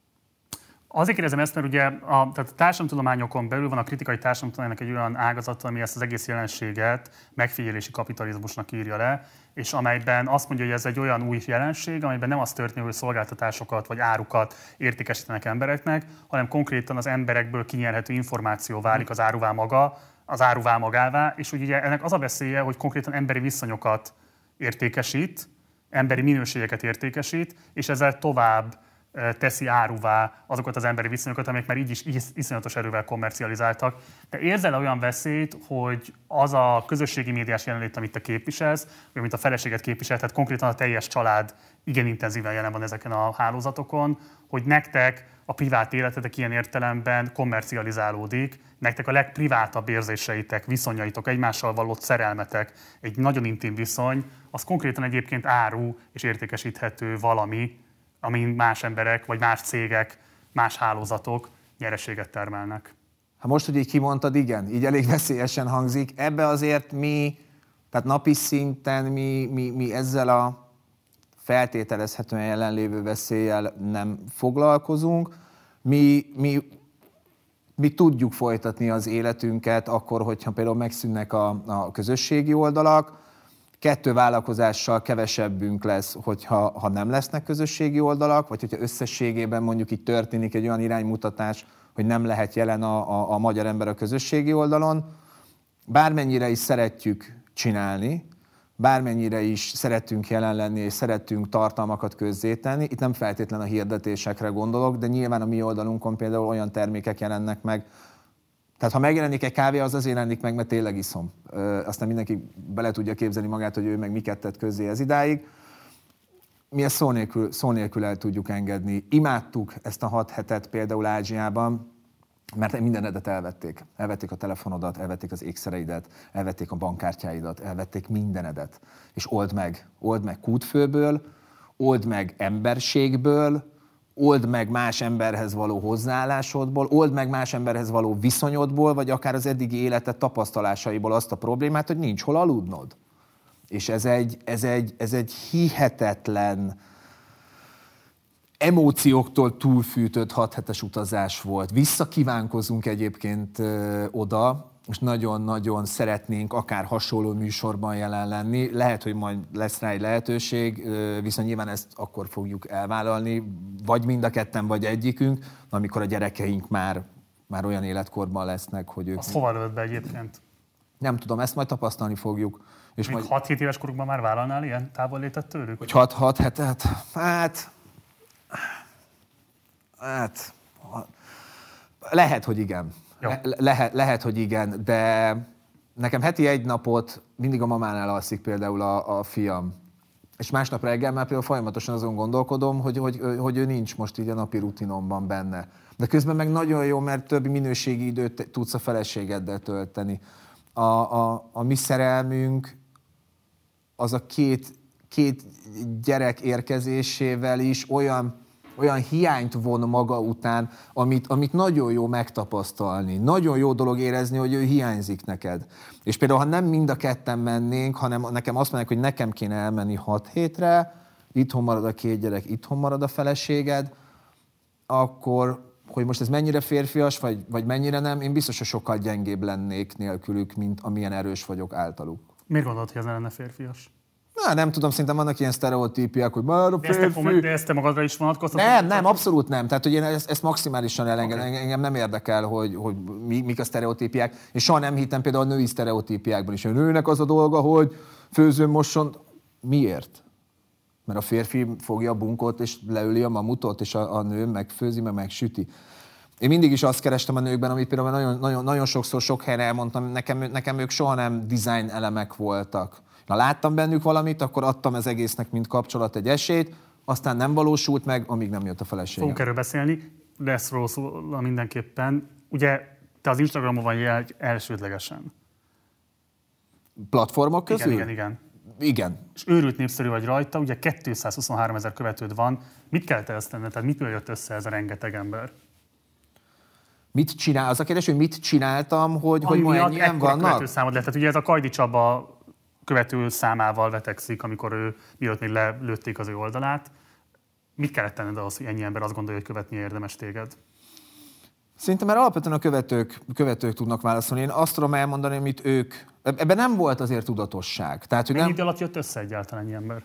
Speaker 1: Azért kérdezem ezt, mert ugye tehát a társadalomtudományokon belül van a kritikai társadalomtudománynak egy olyan ágazata, ami ezt az egész jelenséget megfigyelési kapitalizmusnak írja le, és amelyben azt mondja, hogy ez egy olyan új jelenség, amelyben nem az történik, hogy szolgáltatásokat vagy árukat értékesítenek embereknek, hanem konkrétan az emberekből kinyerhető információ válik az áruvá magává, és ugye ennek az a veszélye, hogy konkrétan emberi viszonyokat értékesít, emberi minőségeket értékesít, és ezzel tovább teszi áruvá azokat az emberi viszonyokat, amelyek már így is iszonyatos erővel kommercializáltak. Te érzel olyan veszélyt, hogy az a közösségi médiás jelenlét, amit te képviselsz, vagy amit a feleséget képvisel, tehát konkrétan a teljes család igen intenzíven jelen van ezeken a hálózatokon, hogy nektek a privát életetek ilyen értelemben kommercializálódik, nektek a legprivátabb érzéseitek, viszonyaitok, egymással való szerelmetek, egy nagyon intim viszony, az konkrétan egyébként áru és értékesíthető valami, amin más emberek, vagy más cégek, más hálózatok nyereséget termelnek.
Speaker 2: Ha most, hogy így kimondtad, igen, így elég veszélyesen hangzik. Ebbe azért mi, tehát napi szinten mi ezzel a feltételezhetően jelenlévő veszéllyel nem foglalkozunk. Mi tudjuk folytatni az életünket akkor, hogyha például megszűnnek a közösségi oldalak. 2 vállalkozással kevesebbünk lesz, ha nem lesznek közösségi oldalak, vagy hogyha összességében mondjuk itt történik egy olyan iránymutatás, hogy nem lehet jelen a magyar ember a közösségi oldalon. Bármennyire is szeretjük csinálni, bármennyire is szeretünk jelen lenni, és szeretünk tartalmakat közzétenni, itt nem feltétlen a hirdetésekre gondolok, de nyilván a mi oldalunkon például olyan termékek jelennek meg. Tehát ha megjelenik egy kávé, az azért jelenik meg, mert tényleg iszom. Aztán mindenki bele tudja képzelni magát, hogy ő meg miket tett közzé ez idáig. Mi ezt szó nélkül el tudjuk engedni. Imádtuk ezt a 6 hetet például Ázsiában, mert mindenedet elvették. Elvették a telefonodat, elvették az ékszereidet, elvették a bankkártyáidat, elvették mindenedet. És old meg kútfőből, old meg emberségből, old meg más emberhez való hozzáállásodból, old meg más emberhez való viszonyodból, vagy akár az eddigi életed tapasztalásaiból azt a problémát, hogy nincs hol aludnod. És ez egy hihetetlen emócióktól túlfűtött 6 hetes utazás volt. Visszakívánkozunk egyébként oda, és nagyon-nagyon szeretnénk akár hasonló műsorban jelen lenni. Lehet, hogy majd lesz rá egy lehetőség, viszont nyilván ezt akkor fogjuk elvállalni, vagy mind a ketten, vagy egyikünk, amikor a gyerekeink már olyan életkorban lesznek, hogy ők...
Speaker 1: Azt hova lőtt be egyébként?
Speaker 2: Nem tudom, ezt majd tapasztalni fogjuk. És
Speaker 1: még
Speaker 2: majd...
Speaker 1: 6-7 éves korukban már vállalnál ilyen távollétet tőlük?
Speaker 2: Hogy 6 hetet? Hát... Lehet, hogy igen. Lehet, hogy igen, de nekem heti 1 napot mindig a mamánál alszik például a fiam. És másnap reggel már például folyamatosan azon gondolkodom, hogy ő nincs most így a napi rutinomban benne. De közben meg nagyon jó, mert több minőségi időt tudsz a feleségeddel tölteni. A mi szerelmünk az a két gyerek érkezésével is olyan hiányt von maga után, amit nagyon jó megtapasztalni. Nagyon jó dolog érezni, hogy ő hiányzik neked. És például, ha nem mind a ketten mennénk, hanem nekem azt mondják, hogy nekem kéne elmenni 6 hétre, itthon marad a 2 gyerek, itthon marad a feleséged, akkor, hogy most ez mennyire férfias, vagy mennyire nem, én biztos, hogy sokkal gyengébb lennék nélkülük, mint amilyen erős vagyok általuk.
Speaker 1: Miért gondolod, hogy ez lenne férfias?
Speaker 2: Nem tudom, szerintem vannak ilyen sztereotípiák, hogy már a férfi...
Speaker 1: De ezt te magadra is vonatkoztatod?
Speaker 2: Nem, abszolút nem. Tehát, hogy én ezt maximálisan elengedem. Okay. Engem nem érdekel, hogy mik a sztereotípiák. És soha nem hittem például a női sztereotípiákban is. A nőnek az a dolga, hogy főzőn mosson. Miért? Mert a férfi fogja a bunkót, és leüli a mamutot, és a nő megfőzi, meg megsüti. Én mindig is azt kerestem a nőkben, amit például nagyon sokszor, sok helyen elmondtam, nekem ők soha nem design elemek voltak. Ha láttam bennük valamit, akkor adtam az egésznek, mint kapcsolat egy esélyt, aztán nem valósult meg, amíg nem jött a feleségem.
Speaker 1: Fogunk erről beszélni, de ezt szól mindenképpen. Ugye te az Instagramon vagy elsődlegesen.
Speaker 2: Platformok közül? Igen.
Speaker 1: És őrült népszerű vagy rajta, ugye 223 000 követőd van. Mit kellett ezt tenni? Tehát mitől jött össze ez a rengeteg ember?
Speaker 2: Mit csinál? Az a kérdés, hogy mit csináltam, hogy ma ennyien vannak?
Speaker 1: Követőszámod lett. Tehát ugye ez a Kajdi Csaba követő számával vetekszik, amikor mielőtt még lelőtték az ő oldalát. Mit kellett tenned ahhoz, hogy ennyi ember azt gondolja, hogy követni érdemes téged?
Speaker 2: Szerintem már alapvetően a követők tudnak válaszolni. Én azt tudom elmondani, amit ők... Ebben nem volt azért tudatosság. Tehát, hogy
Speaker 1: mennyi idő alatt jött össze egyáltalán ennyi ember?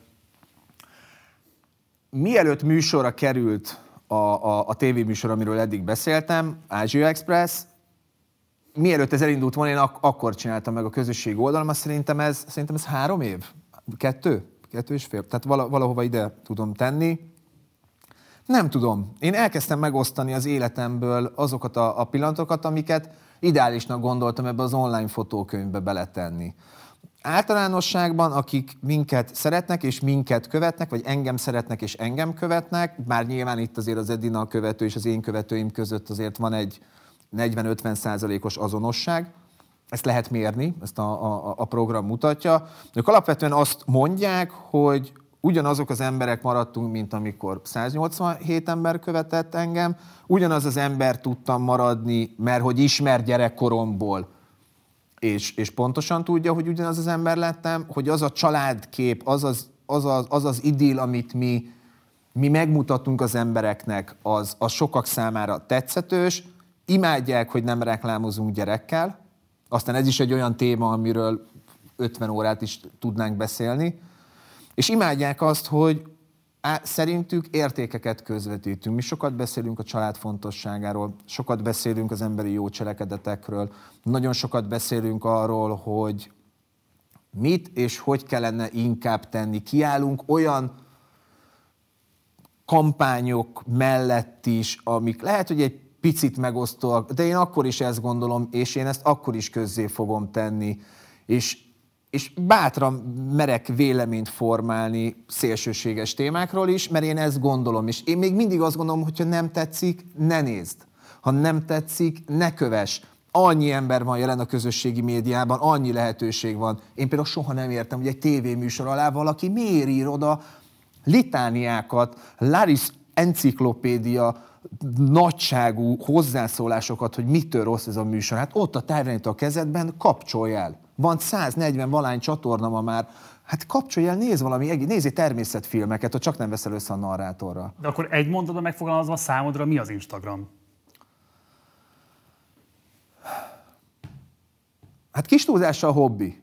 Speaker 2: Mielőtt műsorra került a tévéműsor, amiről eddig beszéltem, Ázsia Express, mielőtt ez elindult volna, én akkor csináltam meg a közösség oldalamat, szerintem ez 3 év? 2 és fél. Tehát valahova ide tudom tenni. Nem tudom. Én elkezdtem megosztani az életemből azokat a pillanatokat, amiket ideálisnak gondoltam ebbe az online fotókönyvbe beletenni. Általánosságban, akik minket szeretnek és minket követnek, vagy engem szeretnek és engem követnek, bár nyilván itt azért az Edina követő és az én követőim között azért van egy 40-50%-os azonosság, ezt lehet mérni, ezt a program mutatja. Ők alapvetően azt mondják, hogy ugyanazok az emberek maradtunk, mint amikor 187 ember követett engem, ugyanaz az ember tudtam maradni, mert hogy ismer gyerekkoromból, és pontosan tudja, hogy ugyanaz az ember lettem, hogy az a családkép, az az idill, amit mi megmutatunk az embereknek, az sokak számára tetszetős, imádják, hogy nem reklámozunk gyerekkel, aztán ez is egy olyan téma, amiről 50 órát is tudnánk beszélni, és imádják azt, hogy szerintük értékeket közvetítünk. Mi sokat beszélünk a család fontosságáról, sokat beszélünk az emberi jó cselekedetekről, nagyon sokat beszélünk arról, hogy mit és hogy kellene inkább tenni. Kiállunk olyan kampányok mellett is, amik lehet, hogy egy picit megosztóak, de én akkor is ezt gondolom, és én ezt akkor is közzé fogom tenni, és bátran merek véleményt formálni szélsőséges témákról is, mert én ezt gondolom, és én még mindig azt gondolom, hogyha nem tetszik, ne nézd. Ha nem tetszik, ne kövess. Annyi ember van jelen a közösségi médiában, annyi lehetőség van. Én például soha nem értem, hogy egy tévéműsor alá valaki miért ír oda litániákat, Laris enciklopédia nagyságú hozzászólásokat, hogy mitől rossz ez a műsor. Hát ott a távirányító a kezedben, kapcsolj el. Van 140 valány csatorna ma már. Hát kapcsolj el, nézz egy természetfilmeket, ha csak nem veszel össze a narrátorral.
Speaker 1: De akkor egy mondatban megfogalmazva számodra mi az Instagram?
Speaker 2: Hát kis túlzással hobbi.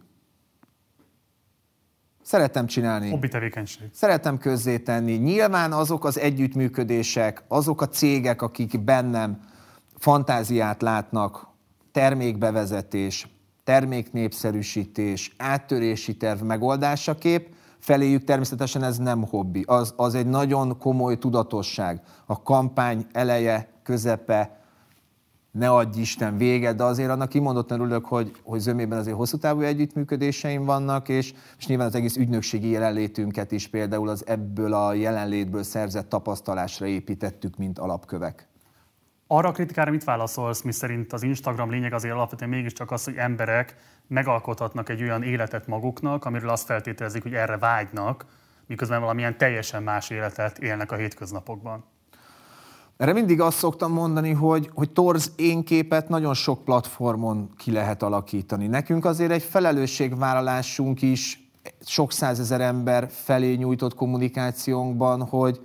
Speaker 2: Szeretem csinálni.
Speaker 1: Hobbi tevékenység.
Speaker 2: Szeretem közzétenni. Nyilván azok az együttműködések, azok a cégek, akik bennem fantáziát látnak, termékbevezetés, terméknépszerűsítés, áttörési terv, megoldásakép, feléjük természetesen ez nem hobbi. Az egy nagyon komoly tudatosság. A kampány eleje, közepe, ne adj Isten vége, de azért annak kimondottan örülök, hogy zömében azért hosszú távú együttműködéseim vannak, és nyilván az egész ügynökségi jelenlétünket is például az ebből a jelenlétből szerzett tapasztalásra építettük, mint alapkövek.
Speaker 1: Arra a kritikára mit válaszolsz, miszerint az Instagram lényeg azért alapvetően mégiscsak az, hogy emberek megalkothatnak egy olyan életet maguknak, amiről azt feltételezik, hogy erre vágynak, miközben valamilyen teljesen más életet élnek a hétköznapokban?
Speaker 2: Erre mindig azt szoktam mondani, hogy torz én képet nagyon sok platformon ki lehet alakítani. Nekünk azért egy felelősségvállalásunk is sok százezer ember felé nyújtott kommunikációnkban,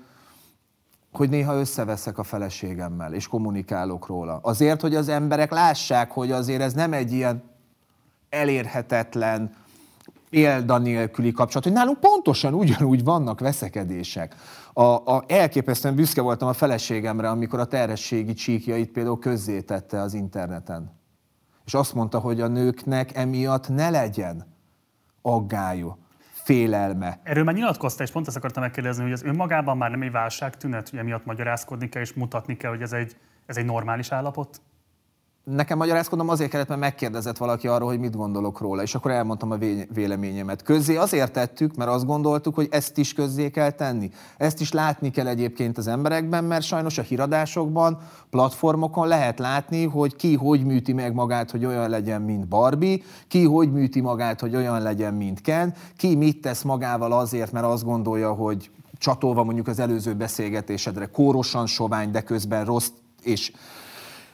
Speaker 2: hogy néha összeveszek a feleségemmel, és kommunikálok róla. Azért, hogy az emberek lássák, hogy azért ez nem egy ilyen elérhetetlen, példa nélküli kapcsolat, hogy nálunk pontosan ugyanúgy vannak veszekedések. Elképesztően büszke voltam a feleségemre, amikor a terhességi csíkjait például közzétette az interneten. És azt mondta, hogy a nőknek emiatt ne legyen aggályuk, félelme.
Speaker 1: Erről már nyilatkozta, és pont ezt akartam megkérdezni, hogy az önmagában már nem egy válságtünet, hogy emiatt magyarázkodni kell, és mutatni kell, hogy ez egy normális állapot?
Speaker 2: Nekem magyarázkodnom azért kellett, mert megkérdezett valaki arról, hogy mit gondolok róla, és akkor elmondtam a véleményemet. Közzé azért tettük, mert azt gondoltuk, hogy ezt is közzé kell tenni. Ezt is látni kell egyébként az emberekben, mert sajnos a híradásokban, platformokon lehet látni, hogy ki hogy műti meg magát, hogy olyan legyen, mint Barbie, ki hogy műti magát, hogy olyan legyen, mint Ken, ki mit tesz magával azért, mert azt gondolja, hogy csatolva mondjuk az előző beszélgetésedre kórosan sovány, de közben rossz és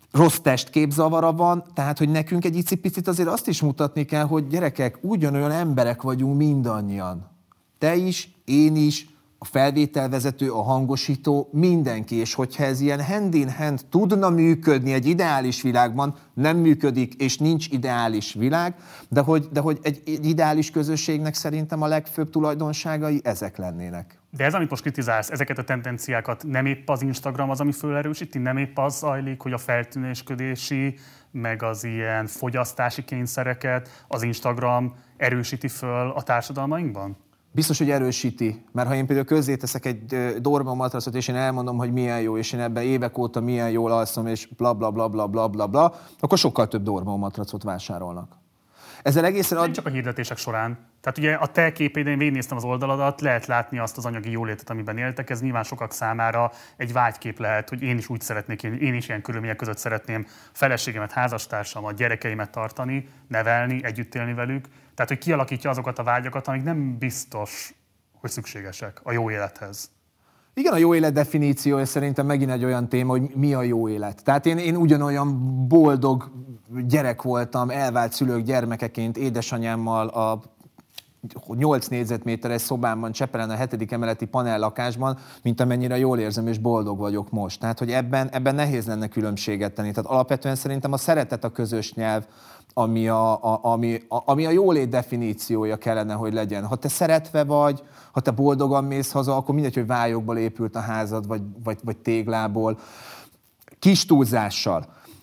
Speaker 2: rossz testképzavara van, tehát hogy nekünk egy icipicit azért azt is mutatni kell, hogy gyerekek, ugyanolyan emberek vagyunk mindannyian. Te is, én is, a felvételvezető, a hangosító, mindenki, és hogyha ez ilyen hand in hand tudna működni egy ideális világban, nem működik, és nincs ideális világ, de hogy egy ideális közösségnek szerintem a legfőbb tulajdonságai ezek lennének.
Speaker 1: De ez, amit most kritizálsz, ezeket a tendenciákat nem épp az Instagram az, ami fölerősíti, nem épp az zajlik, hogy a feltűnésködési, meg az ilyen fogyasztási kényszereket az Instagram erősíti föl a társadalmainkban?
Speaker 2: Biztos, hogy erősíti, mert ha én például közzéteszek egy Dorma matracot, és én elmondom, hogy milyen jó, és én ebben évek óta milyen jól alszom, és bla bla bla bla bla bla bla, akkor sokkal több Dorma matracot vásárolnak. Ezzel egészen...
Speaker 1: Nem csak a hirdetések során. Tehát ugye a te képeidén végignéztem az oldaladat, lehet látni azt az anyagi jólétet, amiben éltek. Ez nyilván sokak számára egy vágykép lehet, hogy én is úgy szeretnék, én is ilyen körülmények között szeretném feleségemet, házastársamat, gyerekeimet tartani, nevelni, együtt élni velük. Tehát, hogy kialakítja azokat a vágyakat, amik nem biztos, hogy szükségesek a jó élethez.
Speaker 2: Igen, a jó élet definíciója szerintem megint egy olyan téma, hogy mi a jó élet. Tehát én ugyanolyan boldog gyerek voltam, elvált szülők gyermekeként, édesanyámmal a 8 négyzetméteres szobámban, Csepelen a 7. emeleti panellakásban, mint amennyire jól érzem és boldog vagyok most. Tehát, hogy ebben nehéz lenne különbséget tenni. Tehát alapvetően szerintem a szeretet a közös nyelv, ami a jólét definíciója kellene, hogy legyen. Ha te szeretve vagy, ha te boldogan mész haza, akkor mindegy, hogy vályokból épült a házad, vagy téglából. Kis túlzással.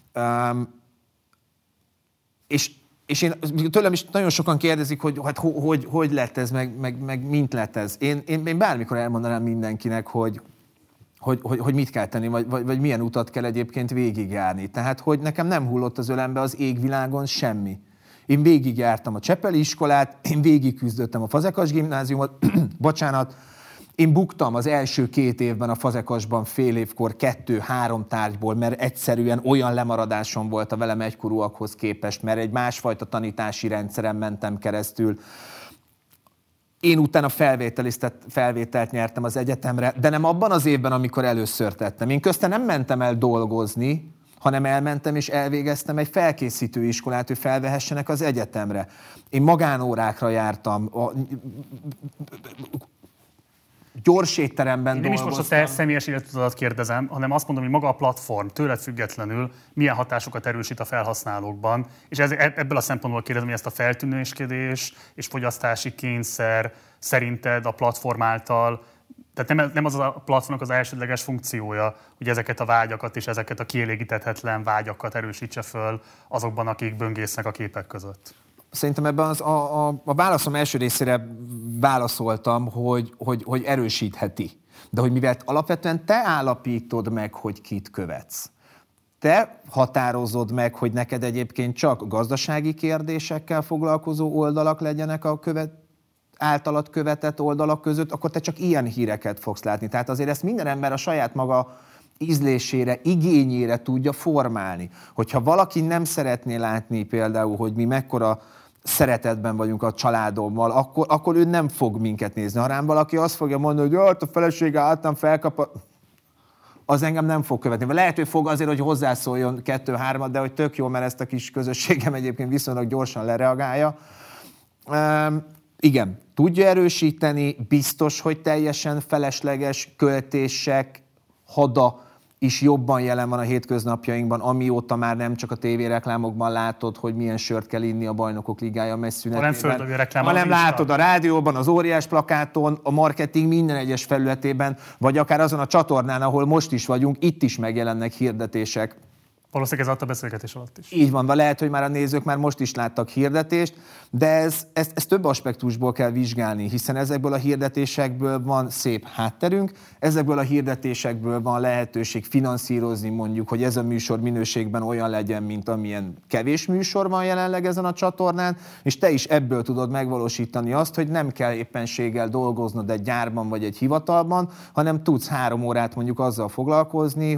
Speaker 2: És én, tőlem is nagyon sokan kérdezik, hogy lett ez, meg mint lett ez. Én bármikor elmondanám mindenkinek, hogy mit kell tenni, vagy milyen utat kell egyébként végigjárni. Tehát, hogy nekem nem hullott az ölembe az égvilágon semmi. Én végigjártam a Csepeli iskolát, én végigküzdöttem a Fazekas gimnáziumot, bocsánat, én buktam az első 2 évben a Fazekasban fél évkor 2-3 tárgyból, mert egyszerűen olyan lemaradásom volt a velem egykorúakhoz képest, mert egy másfajta tanítási rendszeren mentem keresztül. Én utána felvételt nyertem az egyetemre, de nem abban az évben, amikor először tettem. Én közten nem mentem el dolgozni, hanem elmentem és elvégeztem egy felkészítő iskolát, hogy felvehessenek az egyetemre. Én magánórákra jártam, gyors étteremben dolgoztam.
Speaker 1: Nem is most a te személyes életutat kérdezem, hanem azt mondom, hogy maga a platform tőled függetlenül milyen hatásokat erősít a felhasználókban. És ebből a szempontból kérdezem, hogy ezt a feltűnéskedés és fogyasztási kényszer szerinted a platform által, tehát nem az a platformnak az elsődleges funkciója, hogy ezeket a vágyakat és ezeket a kielégíthetetlen vágyakat erősítse föl azokban, akik böngésznek a képek között.
Speaker 2: Szerintem ebben a válaszom első részére válaszoltam, hogy erősítheti. De hogy mivel alapvetően te állapítod meg, hogy kit követsz. Te határozod meg, hogy neked egyébként csak gazdasági kérdésekkel foglalkozó oldalak legyenek a általad követett oldalak között, akkor te csak ilyen híreket fogsz látni. Tehát azért ezt minden ember a saját maga ízlésére, igényére tudja formálni. Hogyha valaki nem szeretné látni például, hogy mi mekkora szeretetben vagyunk a családommal, akkor ő nem fog minket nézni. Ha rám valaki azt fogja mondani, hogy a felesége általán felkap, az engem nem fog követni. Lehet, hogy fog azért, hogy hozzászóljon 2-3, de hogy tök jó, mert ezt a kis közösségem egyébként viszonylag gyorsan lereagálja. Igen, tudja erősíteni, biztos, hogy teljesen felesleges költések hada is jobban jelen van a hétköznapjainkban, amióta már nem csak a tévéreklámokban látod, hogy milyen sört kell inni a Bajnokok Ligája messzünetében, hanem látod a rádióban, az óriás plakáton, a marketing minden egyes felületében, vagy akár azon a csatornán, ahol most is vagyunk, itt is megjelennek hirdetések.
Speaker 1: Valószínűleg ez alatt a beszélgetés alatt is.
Speaker 2: Így van, de lehet, hogy már a nézők már most is láttak hirdetést, de ezt több aspektusból kell vizsgálni, hiszen ezekből a hirdetésekből van szép hátterünk, ezekből a hirdetésekből van lehetőség finanszírozni mondjuk, hogy ez a műsor minőségben olyan legyen, mint amilyen kevés műsor van jelenleg ezen a csatornán, és te is ebből tudod megvalósítani azt, hogy nem kell éppenséggel dolgoznod egy gyárban vagy egy hivatalban, hanem tudsz 3 órát mondjuk azzal foglalkozni,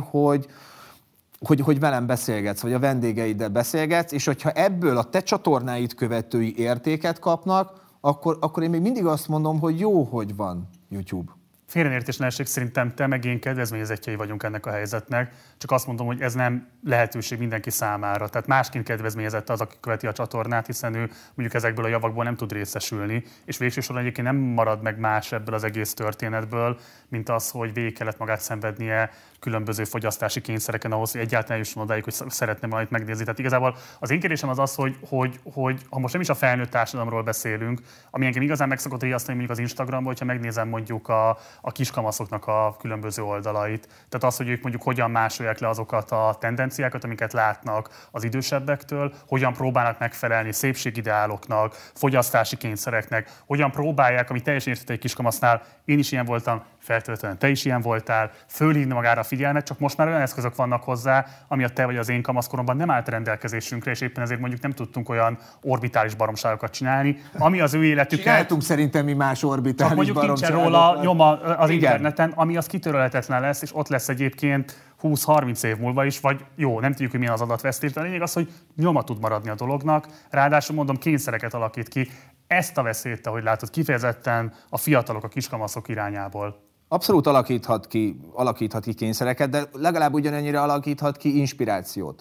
Speaker 2: hogy velem beszélgetsz, vagy a vendégeiddel beszélgetsz, és hogyha ebből a te csatornáid követői értéket kapnak, akkor én még mindig azt mondom, hogy jó, hogy van YouTube.
Speaker 1: Félreértés ne essék, szerintem te meg én kedvezményezettjei vagyunk ennek a helyzetnek, csak azt mondom, hogy ez nem lehetőség mindenki számára. Tehát másként kedvezményezett az, aki követi a csatornát, hiszen ő mondjuk ezekből a javakból nem tud részesülni, és végső soron egyébként nem marad meg más ebből az egész történetből, mint az, hogy végig kellett magát szenvednie különböző fogyasztási kényszereken ahhoz, hogy egyáltalán jusson odáig, hogy szeretne majd megnézni. Tehát igazából az én kérdésem az, hogy ha most nem is a felnőtt társadalomról beszélünk, ami engem igazán meg szokott riasztani mondjuk az Instagramon, hogyha megnézem mondjuk a kiskamaszoknak a különböző oldalait. Tehát az, hogy ők mondjuk hogyan másolják le azokat a tendenciákat, amiket látnak az idősebbektől, hogyan próbálnak megfelelni szépségideáloknak, fogyasztási kényszereknek, hogyan próbálják, ami teljesen érthető egy kiskamasznál, én is ilyen voltam, feltétlenül te is ilyen voltál, fölhívni magára a figyelmet, csak most már olyan eszközök vannak hozzá, ami a te vagy az én kamaszkoromban nem állt rendelkezésünkre, és éppen ezért mondjuk nem tudtunk olyan orbitális baromságokat csinálni, ami az ő életüket...
Speaker 2: Csináltunk szerintem mi más orbitális
Speaker 1: baromságokat. Csak mondjuk nincsen róla nyoma az interneten, ami az kitörölhetetlen lesz, és ott lesz egyébként 20-30 év múlva is, vagy jó, nem tudjuk, hogy milyen az adatvesztés, de a lényeg az, hogy nyoma tud maradni a dolognak, ráadásul mondom, kényszereket alakít ki. Ezt a veszélyt, ahogy látod, kifejezetten a fiatalok, a kiskamaszok irányából.
Speaker 2: Abszolút alakíthat ki kényszereket, de legalább ugyanennyire alakíthat ki inspirációt.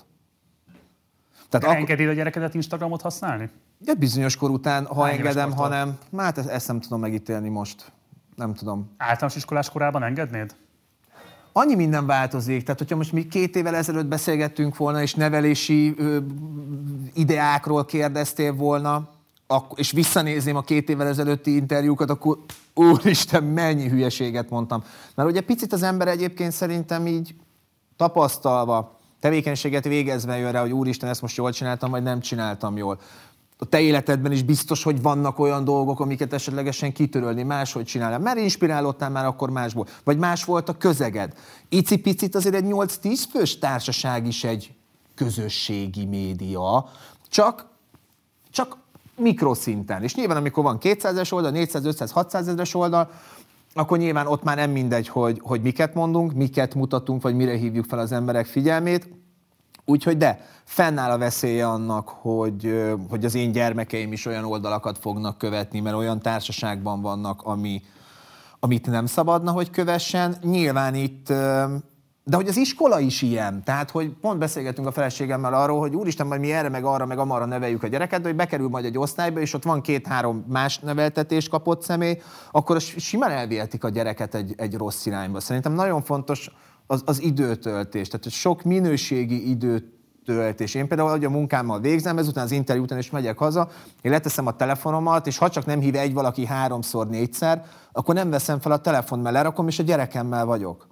Speaker 1: Tehát engedél a gyerekedet Instagramot használni?
Speaker 2: De bizonyos kor után, ha engedem, hanem... Hát ezt nem tudom megítélni most. Nem tudom.
Speaker 1: Általános iskolás korában engednéd?
Speaker 2: Annyi minden változik. Tehát, hogyha most mi 2 évvel ezelőtt beszélgettünk volna, és nevelési ideákról kérdeztél volna, és visszanézném a 2 évvel ezelőtti interjúkat, akkor úristen, mennyi hülyeséget mondtam. Mert ugye picit az ember egyébként szerintem így tapasztalva, tevékenységet végezve jön rá, hogy úristen, ezt most jól csináltam, vagy nem csináltam jól. A te életedben is biztos, hogy vannak olyan dolgok, amiket esetlegesen kitörölni, máshogy csinálni. Mert inspirálódtál már akkor másból. Vagy más volt a közeged. Icipicit azért egy 8-10 fős társaság is egy közösségi média, csak mikroszinten. És nyilván, amikor van 200-es oldal, 400, 500, 600 ezres oldal, akkor nyilván ott már nem mindegy, hogy miket mondunk, miket mutatunk, vagy mire hívjuk fel az emberek figyelmét. Úgyhogy de, fennáll a veszélye annak, hogy az én gyermekeim is olyan oldalakat fognak követni, mert olyan társaságban vannak, amit nem szabadna, hogy kövessen. Nyilván itt... De hogy az iskola is ilyen, tehát hogy pont beszélgetünk a feleségemmel arról, hogy úristen, majd mi erre, meg arra, meg amarra neveljük a gyereket, de hogy bekerül majd egy osztályba, és ott van 2-3 más neveltetést kapott személy, akkor simán elvihetik a gyereket egy rossz irányba. Szerintem nagyon fontos az időtöltés, tehát sok minőségi időtöltés. Én például, hogy a munkámmal végzem, ezután az interjú után is megyek haza, én leteszem a telefonomat, és ha csak nem hív egy valaki 3-szor, 4-szer, akkor nem veszem fel a telefont, mert lerakom, és a gyerekemmel vagyok.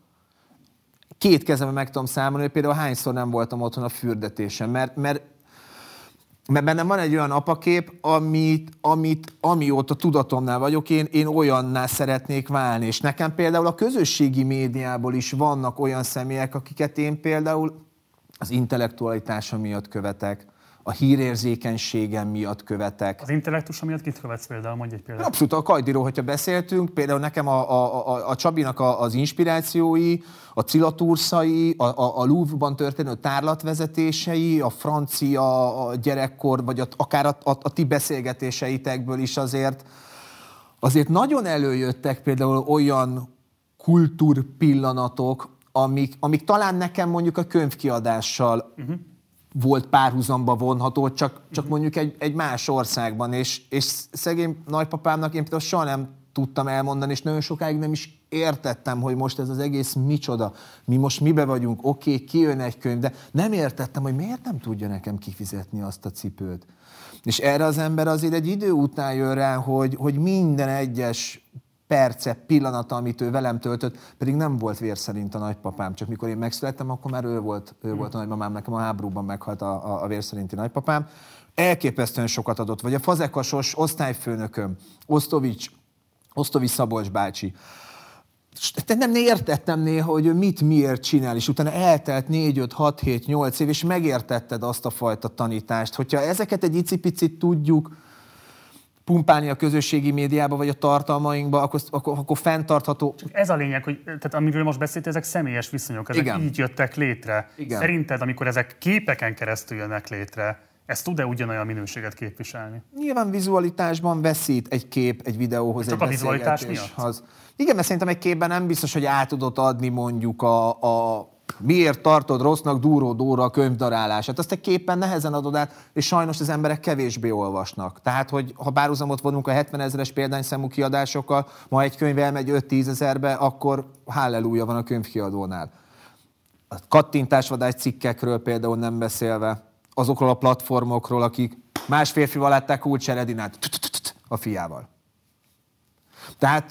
Speaker 2: 2 kezemben meg tudom számolni, hogy például hányszor nem voltam otthon a fürdetésen, mert bennem van egy olyan apakép, amióta tudatomnál vagyok, én olyanná szeretnék válni. És nekem például a közösségi médiából is vannak olyan személyek, akiket én például az intellektualitása miatt követek, a hírérzékenységem miatt követek.
Speaker 1: Az intellektusa miatt kit követsz például? Mondj egy példát.
Speaker 2: Abszolút a Kajdiról, hogyha beszéltünk, például nekem a Csabinak az inspirációi, a cilatúrszai, a Louvre-ban történő tárlatvezetései, a francia gyerekkor, vagy akár a ti beszélgetéseitekből is azért nagyon előjöttek például olyan kultúrpillanatok, amik talán nekem mondjuk a könyvkiadással volt párhuzamba vonható, csak mondjuk egy más országban, és szegény nagypapámnak én például soha nem tudtam elmondani, és nagyon sokáig nem is értettem, hogy most ez az egész micsoda. Mi most mibe vagyunk, oké, kijön egy könyv, de nem értettem, hogy miért nem tudja nekem kifizetni azt a cipőt. És erre az ember azért egy idő után jön rá, hogy minden egyes perce, pillanata, amit ő velem töltött, pedig nem volt vér szerint a nagypapám. Csak mikor én megszülettem, akkor már ő volt a nagymamám, nekem a háborúban meghalt a vér szerinti nagypapám. Elképesztően sokat adott. Vagy a fazekasos osztályfőnököm, Osztovics Szabolcs bácsi. Nem értettem néha, hogy ő miért csinál, és utána eltelt 4, 5, 6, 7, 8 év, és megértetted azt a fajta tanítást. Hogyha ezeket egy icipicit tudjuk pumpálni a közösségi médiába, vagy a tartalmainkba, akkor fenntartható.
Speaker 1: Csak ez a lényeg, hogy tehát amiről most beszélt, ezek személyes viszonyok, ezek így jöttek létre.
Speaker 2: Igen.
Speaker 1: Szerinted, amikor ezek képeken keresztül jönnek létre, Ez tud-e ugyanolyan minőséget képviselni?
Speaker 2: Nyilván vizualitásban veszít egy kép, egy videóhoz,
Speaker 1: csak
Speaker 2: egy
Speaker 1: a vizualitás
Speaker 2: beszélgetéshez. Igen, mert szerintem egy képben nem biztos, hogy át tudod adni mondjuk a miért tartod rossznak Dúró Dóra a könyvdarálását. Azt egy képen nehezen adod át, és sajnos az emberek kevésbé olvasnak. Tehát, hogy ha párhuzamot vonunk a 70 000-es példányszámú kiadásokkal, ma egy könyv elmegy 5-10 ezerbe, akkor halleluja van a könyvkiadónál. A kattintásvadász cikkekről például nem beszélve, azokról a platformokról, akik más férfival látták Kulcsár Edinát a fiával. Tehát...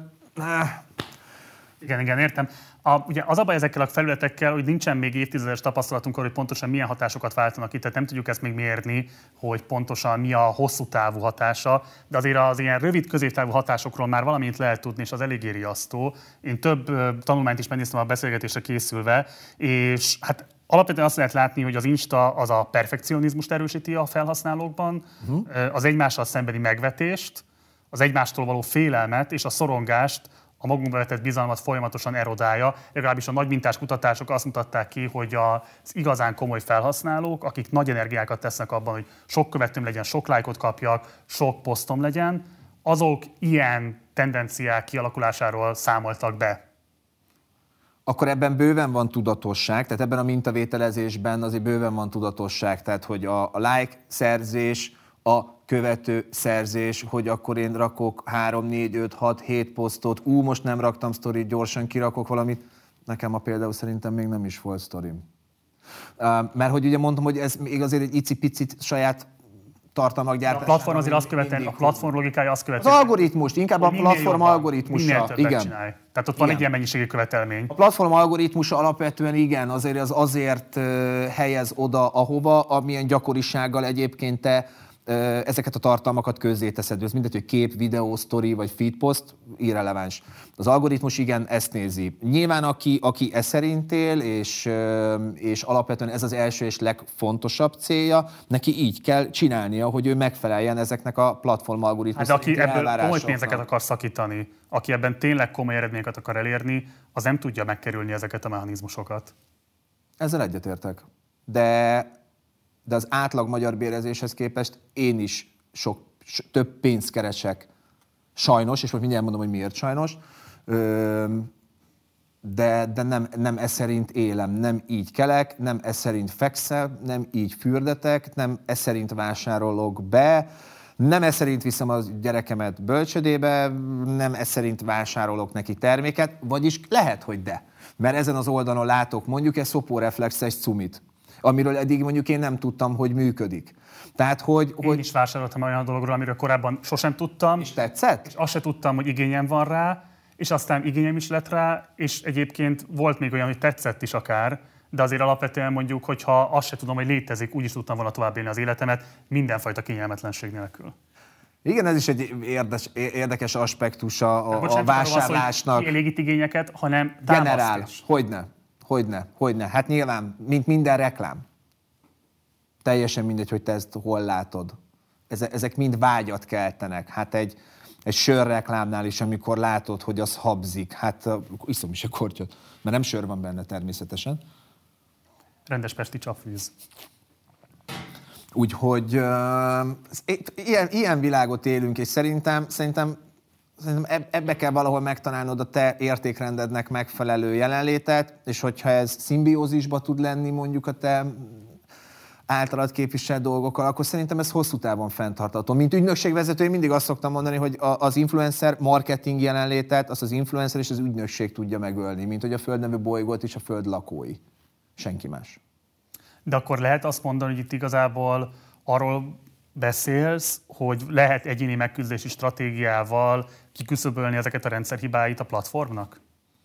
Speaker 1: Igen, értem. Ugye az a baj ezekkel a felületekkel, hogy nincsen még évtizedes tapasztalatunk arra, hogy pontosan milyen hatásokat váltanak itt, tehát nem tudjuk ezt még mérni, hogy pontosan mi a hosszú távú hatása, de azért az ilyen rövid középtávú hatásokról már valamit lehet tudni, és az eléggé riasztó. Én több tanulmányt is megnéztem a beszélgetésre készülve, és hát alapvetően azt lehet látni, hogy az Insta az a perfekcionizmust erősíti a felhasználókban, az egymással szembeni megvetést, az egymástól való félelmet és a szorongást, a magunkba vetett bizalmat folyamatosan erodálja. Legalábbis a nagymintás kutatások azt mutatták ki, hogy az igazán komoly felhasználók, akik nagy energiákat tesznek abban, hogy sok követőm legyen, sok lájkot kapjak, sok posztom legyen, azok ilyen tendenciák kialakulásáról számoltak be.
Speaker 2: Akkor ebben bőven van tudatosság, tehát ebben a mintavételezésben azért bőven van tudatosság, tehát hogy a like szerzés, a követő szerzés, hogy akkor én rakok 3, 4, 5, 6, 7 posztot, most nem raktam sztorit, gyorsan kirakok valamit. Nekem a például szerintem még nem is volt sztorim. Mert hogy ugye mondtam, hogy ez még azért egy icipicit saját tartalmak gyártására.
Speaker 1: A platform azért azt követően, a platform logikája azt követően.
Speaker 2: Az algoritmust, inkább a platform algoritmusa.
Speaker 1: Igen. Csinálj. Tehát ott van egy ilyen mennyiségi követelmény.
Speaker 2: A platform algoritmusa alapvetően igen, azért helyez oda, ahova, amilyen gyakorisággal egyébként te ezeket a tartalmakat közzéteszed. Ez mindegy, hogy kép, videó, sztori vagy feedpost, irreleváns. Az algoritmus igen, ezt nézi. Nyilván aki ez szerint él, és alapvetően ez az első és legfontosabb célja, neki így kell csinálnia, hogy ő megfeleljen ezeknek a platform algoritmus.
Speaker 1: Hát aki ebből komoly pénzeket akar szakítani, aki ebben tényleg komoly eredményeket akar elérni, az nem tudja megkerülni ezeket a mechanizmusokat.
Speaker 2: Ezzel egyetértek. De az átlag magyar bérezéshez képest én is több pénzt keresek. Sajnos, és most mindjárt mondom, hogy miért sajnos, de nem ez szerint élem, nem így kelek, nem ez szerint fekszel, nem így fürdetek, nem ez szerint vásárolok be, nem ez szerint viszem a gyerekemet bölcsödébe, nem ez szerint vásárolok neki terméket, vagyis lehet, hogy de. Mert ezen az oldalon látok mondjuk egy szopóreflexes cumit, amiről eddig mondjuk én nem tudtam, hogy működik. Tehát,
Speaker 1: én is vásároltam olyan dologról, amiről korábban sosem tudtam.
Speaker 2: És tetszett?
Speaker 1: És azt se tudtam, hogy igényem van rá, és aztán igényem is lett rá, és egyébként volt még olyan, hogy tetszett is akár, de azért alapvetően mondjuk, hogyha azt se tudom, hogy létezik, úgy is tudtam volna tovább élni az életemet, mindenfajta kényelmetlenség nélkül.
Speaker 2: Igen, ez is egy érdekes aspektus a vásárlásnak.
Speaker 1: Nem kielégít igényeket, hanem
Speaker 2: generál. Hogyne. Hát nyilván, mint minden reklám. Teljesen mindegy, hogy te ezt hol látod. Ezek mind vágyat keltenek. Hát egy sörreklámnál is, amikor látod, hogy az habzik, hát iszom is a kortyot, mert nem sör van benne természetesen.
Speaker 1: Rendes pesti csapvíz.
Speaker 2: Úgyhogy ilyen világot élünk, és szerintem ebbe kell valahol megtalálnod a te értékrendednek megfelelő jelenlétet, és hogyha ez szimbiózisba tud lenni mondjuk a te általad képviselt dolgokkal, akkor szerintem ez hosszú távon fenntartható. Mint ügynökségvezető, én mindig azt szoktam mondani, hogy az influencer marketing jelenlétet, azt az influencer és az ügynökség tudja megölni, mint hogy a földnevű bolygót és a föld lakói. Senki más.
Speaker 1: De akkor lehet azt mondani, hogy itt igazából arról beszélsz, hogy lehet egyéni megküzdési stratégiával kiküszöbölni ezeket a rendszerhibáit a platformnak?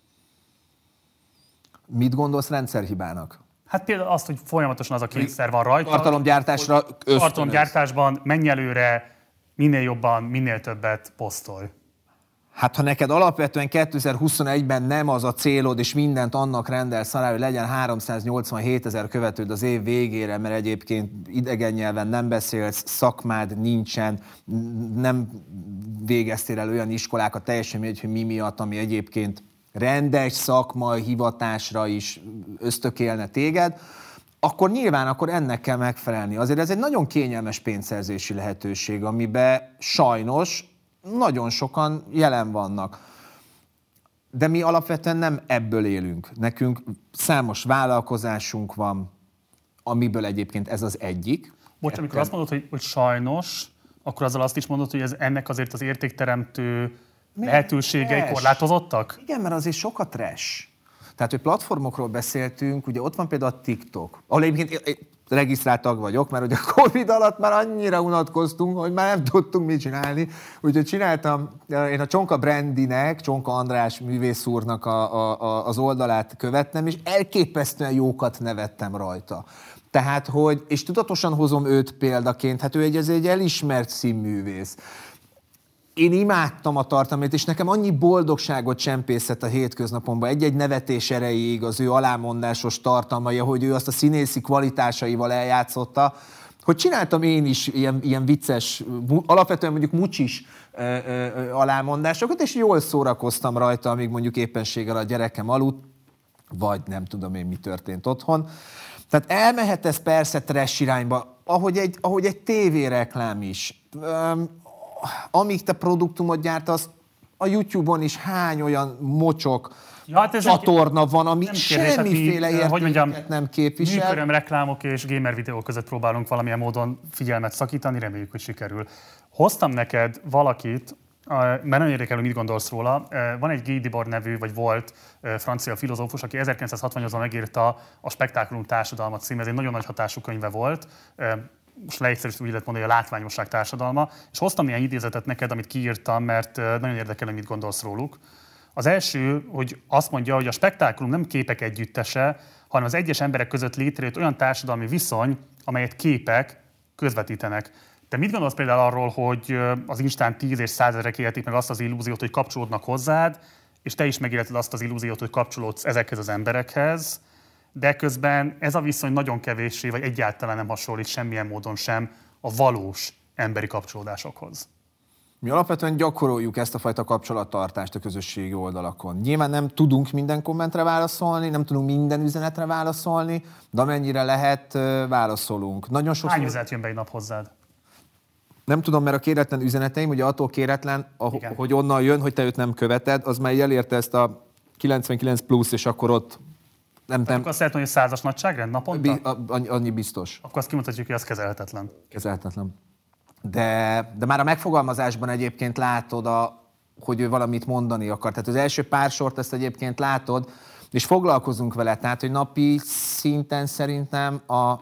Speaker 2: Mit gondolsz rendszerhibának?
Speaker 1: Hát például azt, hogy folyamatosan az a kényszer van rajta.
Speaker 2: Tartalomgyártásra ösztönöz.
Speaker 1: Tartalomgyártásban menj előre, minél jobban, minél többet posztolj.
Speaker 2: Hát ha neked alapvetően 2021-ben nem az a célod, és mindent annak rendelsz alá, hogy legyen 387 000 követőd az év végére, mert egyébként idegen nyelven nem beszélsz, szakmád nincsen, nem végeztél el olyan iskolákat, teljesen mindegy, hogy mi miatt, ami egyébként rendes szakmai hivatásra is ösztökélne téged, akkor nyilván akkor ennek kell megfelelni. Azért ez egy nagyon kényelmes pénzszerzési lehetőség, amiben sajnos nagyon sokan jelen vannak. De mi alapvetően nem ebből élünk. Nekünk számos vállalkozásunk van, amiből egyébként ez az egyik.
Speaker 1: Bocs, amikor azt mondod, hogy sajnos, akkor azzal azt is mondod, hogy ennek azért az értékteremtő lehetőségei korlátozottak?
Speaker 2: Igen, mert azért sok a trash. Tehát, hogy platformokról beszéltünk, ugye ott van például a TikTok, ahol egyébként regisztrált tag vagyok, mert ugye a Covid alatt már annyira unatkoztunk, hogy már nem tudtunk mit csinálni. Úgyhogy csináltam, én a Csonka Brandinek, Csonka András művész úrnak az oldalát követtem, és elképesztően jókat nevettem rajta. Tehát, hogy, és tudatosan hozom őt példaként, hát ő egy elismert színművész. Én imádtam a tartalmát, és nekem annyi boldogságot csempészett a hétköznapomban, egy-egy nevetés erejéig az ő alámondásos tartalmai, hogy ő azt a színészi kvalitásaival eljátszotta, hogy csináltam én is ilyen vicces, alapvetően mondjuk mucsis alámondásokat, és jól szórakoztam rajta, amíg mondjuk éppenséggel a gyerekem aludt, vagy nem tudom én, mi történt otthon. Tehát elmehet ez persze trash irányba, ahogy egy tévéreklám is. Amíg te produktumot gyártasz, a YouTube-on is hány olyan mocsok csatorna van, ami semmiféle értéket nem képvisel.
Speaker 1: Műköröm reklámok és gamer videók között próbálunk valamilyen módon figyelmet szakítani, reméljük, hogy sikerül. Hoztam neked valakit, mert nagyon érdekel, hogy mit gondolsz róla. Van egy Guy Debord nevű, vagy volt francia filozófus, aki 1968-ban megírta a Spektákulum társadalmat című, ez egy nagyon nagy hatású könyve volt. Most leegyszerűsítve úgy lehet mondani, hogy a látványosság társadalma, és hoztam ilyen idézetet neked, amit kiírtam, mert nagyon érdekel, hogy mit gondolsz róluk. Az első, hogy azt mondja, hogy a spektákulum nem képek együttese, hanem az egyes emberek között létrejött olyan társadalmi viszony, amelyet képek közvetítenek. Te mit gondolsz például arról, hogy az Instán 10 és 100 ezerek élték meg azt az illúziót, hogy kapcsolódnak hozzád, és te is megélted azt az illúziót, hogy kapcsolódsz ezekhez az emberekhez, de közben ez a viszony nagyon kevéssé, vagy egyáltalán nem hasonlít semmilyen módon sem a valós emberi kapcsolódásokhoz.
Speaker 2: Mi alapvetően gyakoroljuk ezt a fajta kapcsolattartást a közösségi oldalakon. Nyilván nem tudunk minden kommentre válaszolni, nem tudunk minden üzenetre válaszolni, de amennyire lehet, válaszolunk. Nagyon sokszor...
Speaker 1: Hány üzenet jön be egy nap hozzád?
Speaker 2: Nem tudom, mert a kéretlen üzeneteim, ugye attól kéretlen, hogy onnan jön, hogy te őt nem követed, az már elérte ezt a 99 plusz, és akkor ott nem.
Speaker 1: Akkor azt lehet, hogy 100-as nagyságrend naponta?
Speaker 2: Annyi biztos.
Speaker 1: Akkor azt kimutatjuk, hogy az kezelhetetlen.
Speaker 2: Kezelhetetlen. De már a megfogalmazásban egyébként látod, hogy ő valamit mondani akar. Tehát az első pár sort ezt egyébként látod, és foglalkozunk vele. Tehát, hogy napi szinten szerintem a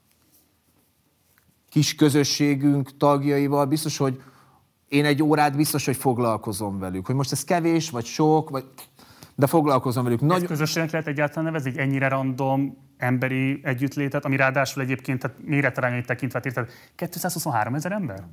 Speaker 2: kis közösségünk tagjaival biztos, hogy én egy órát biztos, hogy foglalkozom velük. Hogy most ez kevés, vagy sok, de foglalkozom velük.
Speaker 1: Ezt közösségnek lehet egyáltalán nevezni, egy ennyire random emberi együttlétet, ami ráadásul egyébként tehát méretarányait tekintve, érted, 223 000 ember?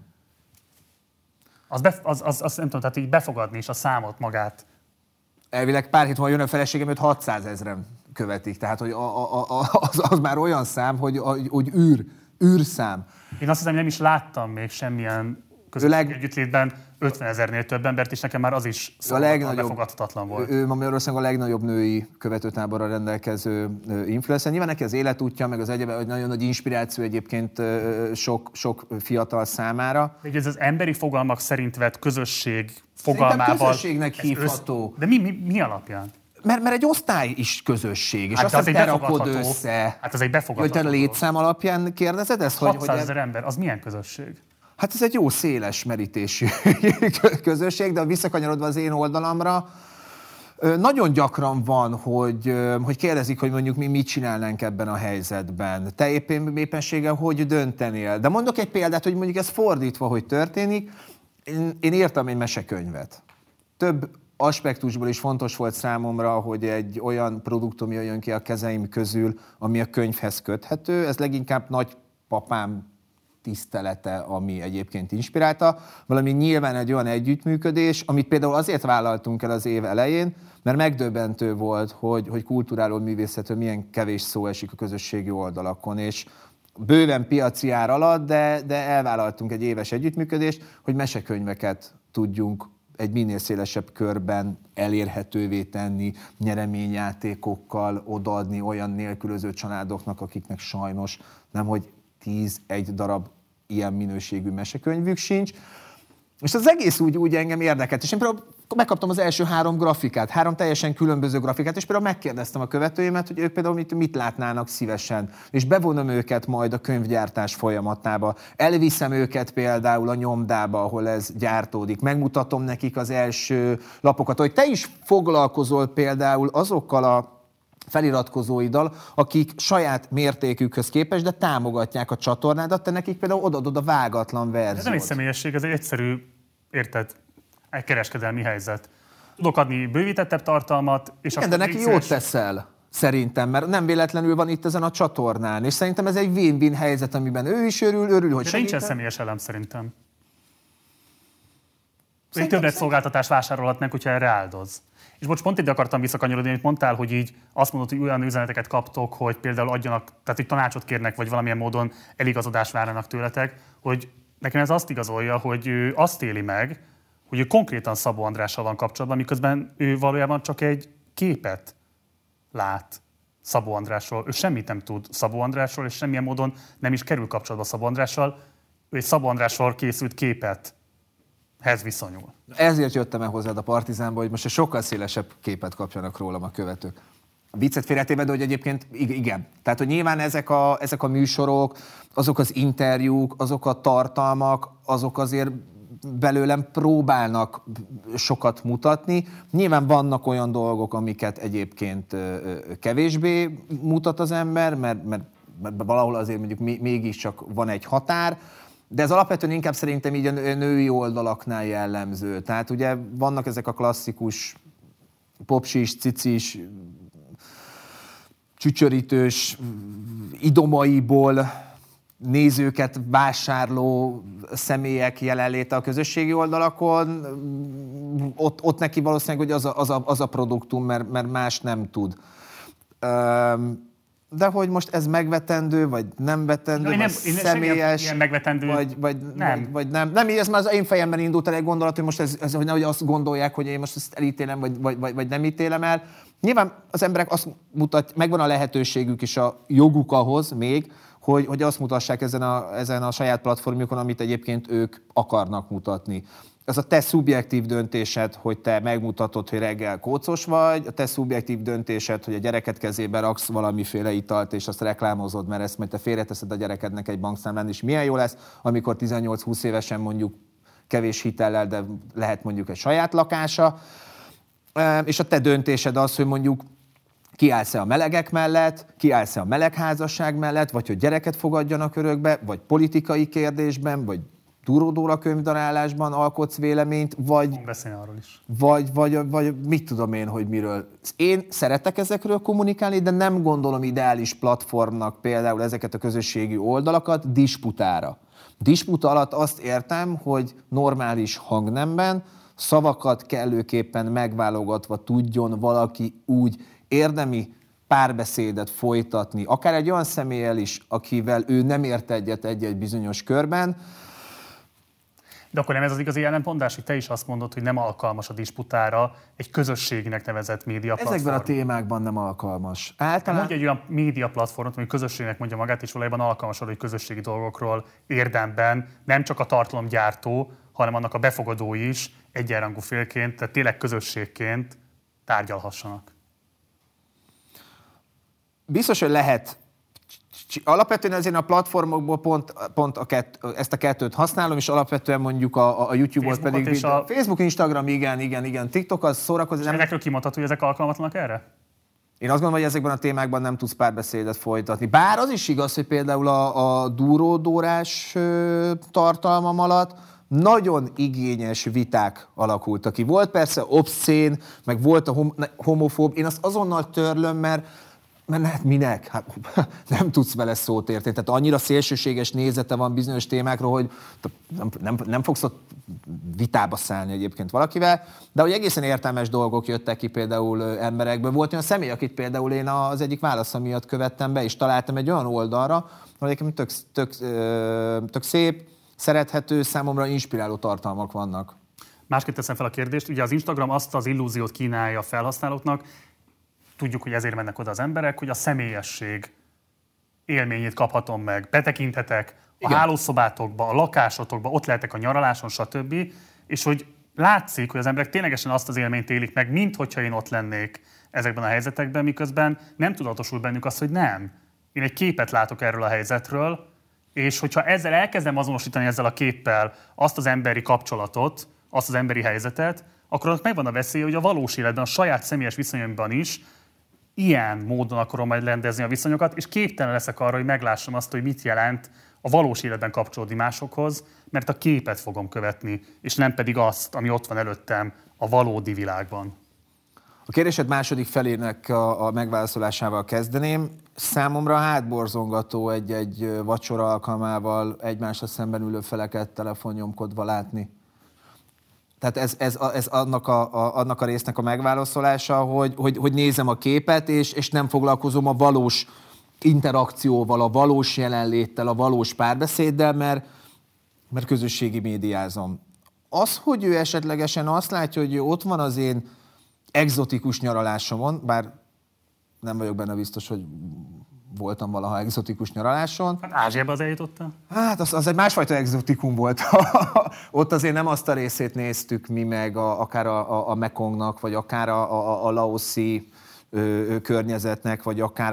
Speaker 1: Azt nem tudom, tehát így befogadni is a számot magát.
Speaker 2: Elvileg pár hét múlva jön a feleségem, őt 600 000-en követik. Tehát hogy az már olyan szám, hogy űrszám.
Speaker 1: Én azt hiszem, nem is láttam még semmilyen közösségi együttlétben 50 000-nél több embert, és nekem már az is befogadhatatlan volt.
Speaker 2: Ő ma Magyarországon a legnagyobb női követőtáborra rendelkező influencer. Nyilván neki az életútja, meg az egyébben, hogy nagyon nagy inspiráció egyébként sok fiatal számára.
Speaker 1: De ez az emberi fogalmak szerint vett közösség fogalmával...
Speaker 2: Szerintem közösségnek hívható.
Speaker 1: De mi alapján?
Speaker 2: Mert egy osztály is közösség, és
Speaker 1: hát
Speaker 2: azt te rakod össze.
Speaker 1: Hát ez egy befogadható.
Speaker 2: Hogy te a létszám alapján kérdezed ezt?
Speaker 1: 600 000 ember, az milyen közösség?
Speaker 2: Hát ez egy jó széles merítésű közösség, de visszakanyarodva az én oldalamra, nagyon gyakran van, hogy kérdezik, hogy mondjuk mi mit csinálnánk ebben a helyzetben. Te éppenséggel hogy döntenél? De mondok egy példát, hogy mondjuk ez fordítva, hogy történik. Én írtam egy mesekönyvet. Több aspektusból is fontos volt számomra, hogy egy olyan produktum jöjjön ki a kezeim közül, ami a könyvhez köthető. Ez leginkább nagypapám tisztelete, ami egyébként inspirálta, valami nyilván egy olyan együttműködés, amit például azért vállaltunk el az év elején, mert megdöbbentő volt, hogy kulturáló művészetről milyen kevés szó esik a közösségi oldalakon, és bőven piaci ár alatt, de elvállaltunk egy éves együttműködést, hogy mesekönyveket tudjunk egy minél szélesebb körben elérhetővé tenni, nyereményjátékokkal odaadni olyan nélkülöző családoknak, akiknek sajnos nemhogy 11 darab ilyen minőségű mesekönyvük sincs. És az egész úgy engem érdekelt, és én például megkaptam az első 3 grafikát, 3 teljesen különböző grafikát, és például megkérdeztem a követőimet, hogy ők például mit látnának szívesen, és bevonom őket majd a könyvgyártás folyamatába, elviszem őket például a nyomdába, ahol ez gyártódik, megmutatom nekik az első lapokat, hogy te is foglalkozol például azokkal a feliratkozóiddal, akik saját mértékükhöz képest, de támogatják a csatornádat, te nekik például odaadod a vágatlan verziót.
Speaker 1: Ez nem egy személyesség, ez egy egyszerű, érted, egy kereskedelmi helyzet. Tudok adni bővítettebb tartalmat, és
Speaker 2: igen, de neki jót teszel, szerintem, mert nem véletlenül van itt ezen a csatornán, és szerintem ez egy win-win helyzet, amiben ő is örül, hogy
Speaker 1: de nincsen személyes elem szerintem. Egy többletszolgáltatást vásárolhatnánk, hogyha erre áldoz. És bocs, pont ide akartam visszakanyarodni, amit mondtál, hogy így azt mondod, hogy olyan üzeneteket kaptok, hogy például adjanak, tehát hogy tanácsot kérnek, vagy valamilyen módon eligazodást várnak tőletek, hogy nekem ez azt igazolja, hogy ő azt éli meg, hogy ő konkrétan Szabó Andrással van kapcsolatban, miközben ő valójában csak egy képet lát Szabó Andrásról. Ő semmit nem tud Szabó Andrásról, és semmilyen módon nem is kerül kapcsolatba Szabó Andrással. Ő egy Szabó Andrásról készült képethez viszonyul.
Speaker 2: Ezért jöttem el hozzád a Partizánba, hogy most egy sokkal szélesebb képet kapjanak rólam a követők. A viccet félretéve, de hogy egyébként igen. Tehát, hogy nyilván ezek a műsorok, azok az interjúk, azok a tartalmak, azok azért belőlem próbálnak sokat mutatni. Nyilván vannak olyan dolgok, amiket egyébként kevésbé mutat az ember, mert valahol azért mondjuk mégiscsak van egy határ, de ez alapvetően inkább szerintem így a női oldalaknál jellemző. Tehát ugye vannak ezek a klasszikus popsis, cicis, csücsörítős, idomaiból nézőket vásárló személyek jelenléte a közösségi oldalakon, ott neki valószínűleg hogy az a produktum, mert más nem tud. De hogy most ez megvetendő, vagy nem vetendő, vagy személyes,
Speaker 1: ilyen megvetendő.
Speaker 2: Vagy nem. Nem, ez már az én fejemben indult el egy gondolat, hogy most ez hogy nehogy azt gondolják, hogy én most ezt elítélem, vagy nem ítélem el. Nyilván az emberek azt mutatják, megvan a lehetőségük és a joguk ahhoz még, hogy azt mutassák ezen a saját platformjukon, amit egyébként ők akarnak mutatni. Ez a te szubjektív döntésed, hogy te megmutatod, hogy reggel kócos vagy, a te szubjektív döntésed, hogy a gyereket kezébe raksz valamiféle italt, és azt reklámozod, mert ezt majd te félreteszed a gyerekednek egy bankszámlán, és milyen jó lesz, amikor 18-20 évesen mondjuk kevés hitellel, de lehet mondjuk egy saját lakása. És a te döntésed az, hogy mondjuk kiállsz-e a melegek mellett, kiállsz-e a melegházasság mellett, vagy hogy gyereket fogadjanak örökbe, vagy politikai kérdésben, vagy Túródóra könyvdarálásban alkotsz véleményt, vagy mit tudom én, hogy miről. Én szeretek ezekről kommunikálni, de nem gondolom ideális platformnak például ezeket a közösségi oldalakat disputára. Disputa alatt azt értem, hogy normális hangnemben, szavakat kellőképpen megválogatva tudjon valaki úgy érdemi párbeszédet folytatni, akár egy olyan személlyel is, akivel ő nem ért egyet egy bizonyos körben.
Speaker 1: De akkor nem ez az igazi ellenpondás, hogy te is azt mondod, hogy nem alkalmas a disputára egy közösségnek nevezett médiaplatform.
Speaker 2: Ezekben a témákban nem alkalmas.
Speaker 1: Mondja egy olyan médiaplatformot, ami közösségnek mondja magát, és valójában alkalmas arra, hogy közösségi dolgokról érdemben nem csak a tartalomgyártó, hanem annak a befogadói is egyenrangú félként, tehát tényleg közösségként tárgyalhassanak.
Speaker 2: Biztos, hogy lehet. Alapvetően ezért a platformokból pont ezt a kettőt használom, és alapvetően mondjuk a YouTube-ot pedig... Facebook, Instagram, igen, TikTok az szórakozó.
Speaker 1: És ezekről kimondható, hogy ezek alkalmatlanak erre?
Speaker 2: Én azt gondolom, hogy ezekben a témákban nem tudsz párbeszédet folytatni. Bár az is igaz, hogy például a Dúródórás tartalmam alatt nagyon igényes viták alakultak ki. Volt persze obszcén, meg volt a homofób. Én azt azonnal törlöm, mert hát minek? Hát, nem tudsz vele szót érteni. Tehát annyira szélsőséges nézete van bizonyos témákról, hogy nem fogsz ott vitába szállni egyébként valakivel, de hogy egészen értelmes dolgok jöttek ki például emberekből. Volt olyan személy, akit például én az egyik válaszom miatt követtem be, és találtam egy olyan oldalra, ahol tök szép, szerethető, számomra inspiráló tartalmak vannak.
Speaker 1: Másképp teszem fel a kérdést, ugye az Instagram azt az illúziót kínálja a felhasználóknak, tudjuk, hogy ezért mennek oda az emberek, hogy a személyesség élményét kaphatom meg, betekinthetek a hálószobátokba, a lakásotokba, ott lehetek a nyaraláson, stb. És hogy látszik, hogy az emberek ténylegesen azt az élményt élik meg, mint hogyha én ott lennék ezekben a helyzetekben, miközben nem tudatosul bennük az, hogy nem. Én egy képet látok erről a helyzetről, és hogyha ezzel elkezdem azonosítani ezzel a képpel azt az emberi kapcsolatot, azt az emberi helyzetet, akkor ott megvan a veszély, hogy a valós életben, a saját személyes viszonyomban is ilyen módon akarom majd rendezni a viszonyokat, és képtelen leszek arra, hogy meglássam azt, hogy mit jelent a valós életben kapcsolódni másokhoz, mert a képet fogom követni, és nem pedig azt, ami ott van előttem a valódi világban.
Speaker 2: A kérdésed második felének a megválaszolásával kezdeném. Számomra hátborzongató egy vacsora alkalmával egymásra szemben ülő feleket telefonnyomkodva látni. Tehát ez annak a résznek a megválaszolása, hogy nézem a képet, és nem foglalkozom a valós interakcióval, a valós jelenléttel, a valós párbeszéddel, mert közösségi médiázom. Az, hogy ő esetlegesen azt látja, hogy ott van az én egzotikus nyaralásomon, bár nem vagyok benne biztos, hogy voltam valaha egzotikus nyaraláson.
Speaker 1: Hát Ázsiában az eljutottál?
Speaker 2: Hát az egy másfajta egzotikum volt. Ott azért nem azt a részét néztük mi meg, akár a Mekongnak, vagy akár a laoszi környezetnek, vagy akár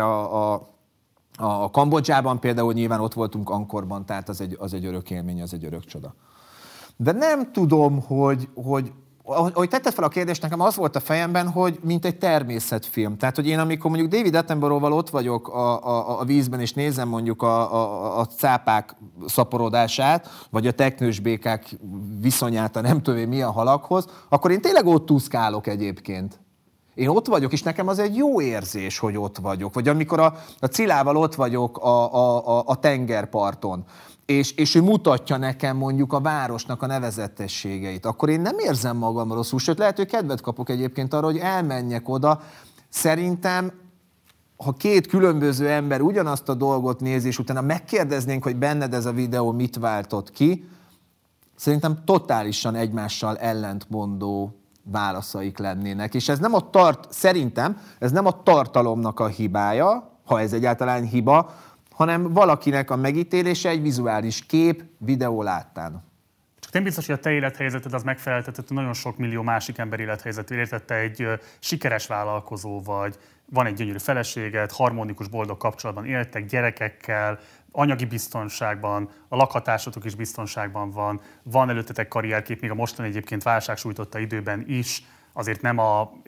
Speaker 2: a Kambodzsában például nyilván ott voltunk Angkorban, tehát az egy örök élmény, az egy örök csoda. De nem tudom, hogy ahogy tetted fel a kérdést, nekem az volt a fejemben, hogy mint egy természetfilm. Tehát, hogy én amikor mondjuk David Attenborough-val ott vagyok a vízben, és nézem mondjuk a cápák szaporodását, vagy a teknősbékák viszonyát a nem tudom én milyen halakhoz, akkor én tényleg ott túszkálok egyébként. Én ott vagyok, és nekem az egy jó érzés, hogy ott vagyok. Vagy amikor a Cilával ott vagyok a tengerparton, és ő mutatja nekem mondjuk a városnak a nevezetességeit, akkor én nem érzem magam rosszul, sőt lehet, hogy kedvet kapok egyébként arra, hogy elmenjek oda. Szerintem, ha két különböző ember ugyanazt a dolgot nézi, és utána megkérdeznénk, hogy benned ez a videó mit váltott ki, szerintem totálisan egymással ellentmondó válaszaik lennének. És ez nem szerintem ez nem a tartalomnak a hibája, ha ez egyáltalán hiba, hanem valakinek a megítélése egy vizuális kép, videó láttán.
Speaker 1: Csak nem biztos, hogy a te élethelyzeted az megfeleltetett nagyon sok millió másik ember élethelyzetére. Értette egy sikeres vállalkozó vagy, van egy gyönyörű feleséged, harmonikus, boldog kapcsolatban éltek, gyerekekkel, anyagi biztonságban, a lakhatásotok is biztonságban van előttetek karrierkép, még a mostani egyébként válság sújtotta időben is, azért nem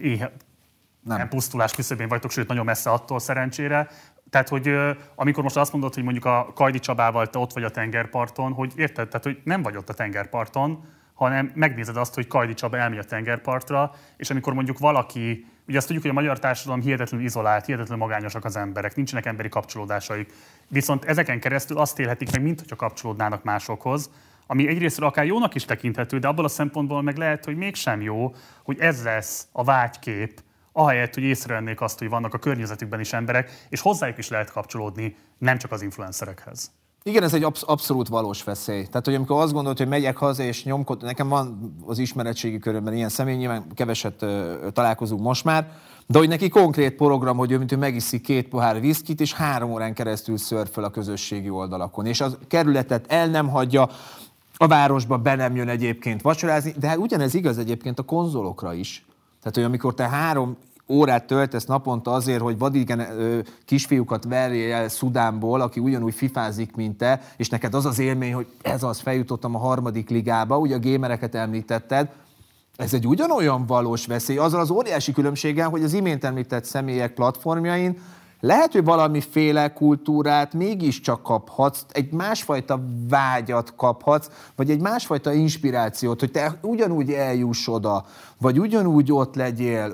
Speaker 1: nem pusztulás küszöbén vagytok, sőt nagyon messze attól szerencsére. Tehát, hogy amikor most azt mondod, hogy mondjuk a Kajdi Csabával te ott vagy a tengerparton, hogy érted? Tehát, hogy nem vagy ott a tengerparton, hanem megnézed azt, hogy Kajdi Csaba elmegy a tengerpartra, és amikor mondjuk valaki, ugye azt tudjuk, hogy a magyar társadalom hihetetlenül izolált, hihetetlenül magányosak az emberek, nincsenek emberi kapcsolódásaik, viszont ezeken keresztül azt élhetik meg, mint hogyha kapcsolódnának másokhoz, ami egyrésztről akár jónak is tekinthető, de abból a szempontból meg lehet, hogy mégsem jó, hogy ez lesz a vágykép, ahelyett, hogy észrevennék azt, hogy vannak a környezetükben is emberek, és hozzájuk is lehet kapcsolódni, nem csak az influencerekhez.
Speaker 2: Igen, ez egy abszolút valós veszély. Tehát, hogy amikor azt gondolod, hogy megyek haza és nyomkod, nekem van az ismeretségi körömben ilyen személy, nyilván keveset találkozunk most már, de hogy neki konkrét program, hogy ő megiszik 2 pohár viszkit, és 3 órán keresztül szörföl a közösségi oldalakon. És a kerületet el nem hagyja, a városba be nem jön egyébként vacsorázni, de hát ugyanez igaz egyébként a konzolokra is. Tehát, hogy amikor te 3 órát töltesz naponta azért, hogy vadigen kisfiúkat verjél el Szudánból, aki ugyanúgy fifázik, mint te, és neked az az élmény, hogy feljutottam a 3. ligába, ugye a gémereket említetted, ez egy ugyanolyan valós veszély, azzal az óriási különbséggel, hogy az imént említett személyek platformjain lehet, hogy valamiféle kultúrát mégiscsak kaphatsz, egy másfajta vágyat kaphatsz, vagy egy másfajta inspirációt, hogy te ugyanúgy eljuss oda, vagy ugyanúgy ott legyél,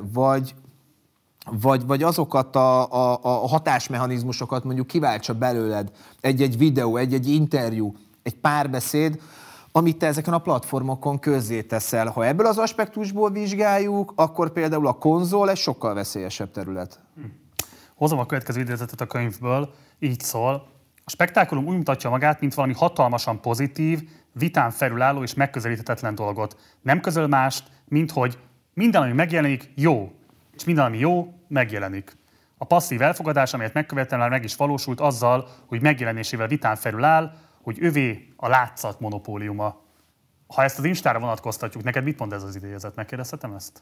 Speaker 2: vagy azokat a hatásmechanizmusokat mondjuk kiváltsa belőled egy videó, egy interjú, egy párbeszéd, amit te ezeken a platformokon közzéteszel. Ha ebből az aspektusból vizsgáljuk, akkor például a konzol egy sokkal veszélyesebb terület.
Speaker 1: Hozom a következő idézetet a könyvből, így szól. A spektákulum úgy mutatja magát, mint valami hatalmasan pozitív, vitán felülálló és megközelíthetetlen dolgot. Nem közöl mást, mint hogy minden, ami megjelenik, jó, és minden, ami jó, megjelenik. A passzív elfogadás, amelyet megkövetelően meg is valósult azzal, hogy megjelenésével vitán felüláll, hogy övé a látszat monopóliuma. Ha ezt az Instára vonatkoztatjuk, neked mit mond ez az idézet? Megkérdezhetem ezt?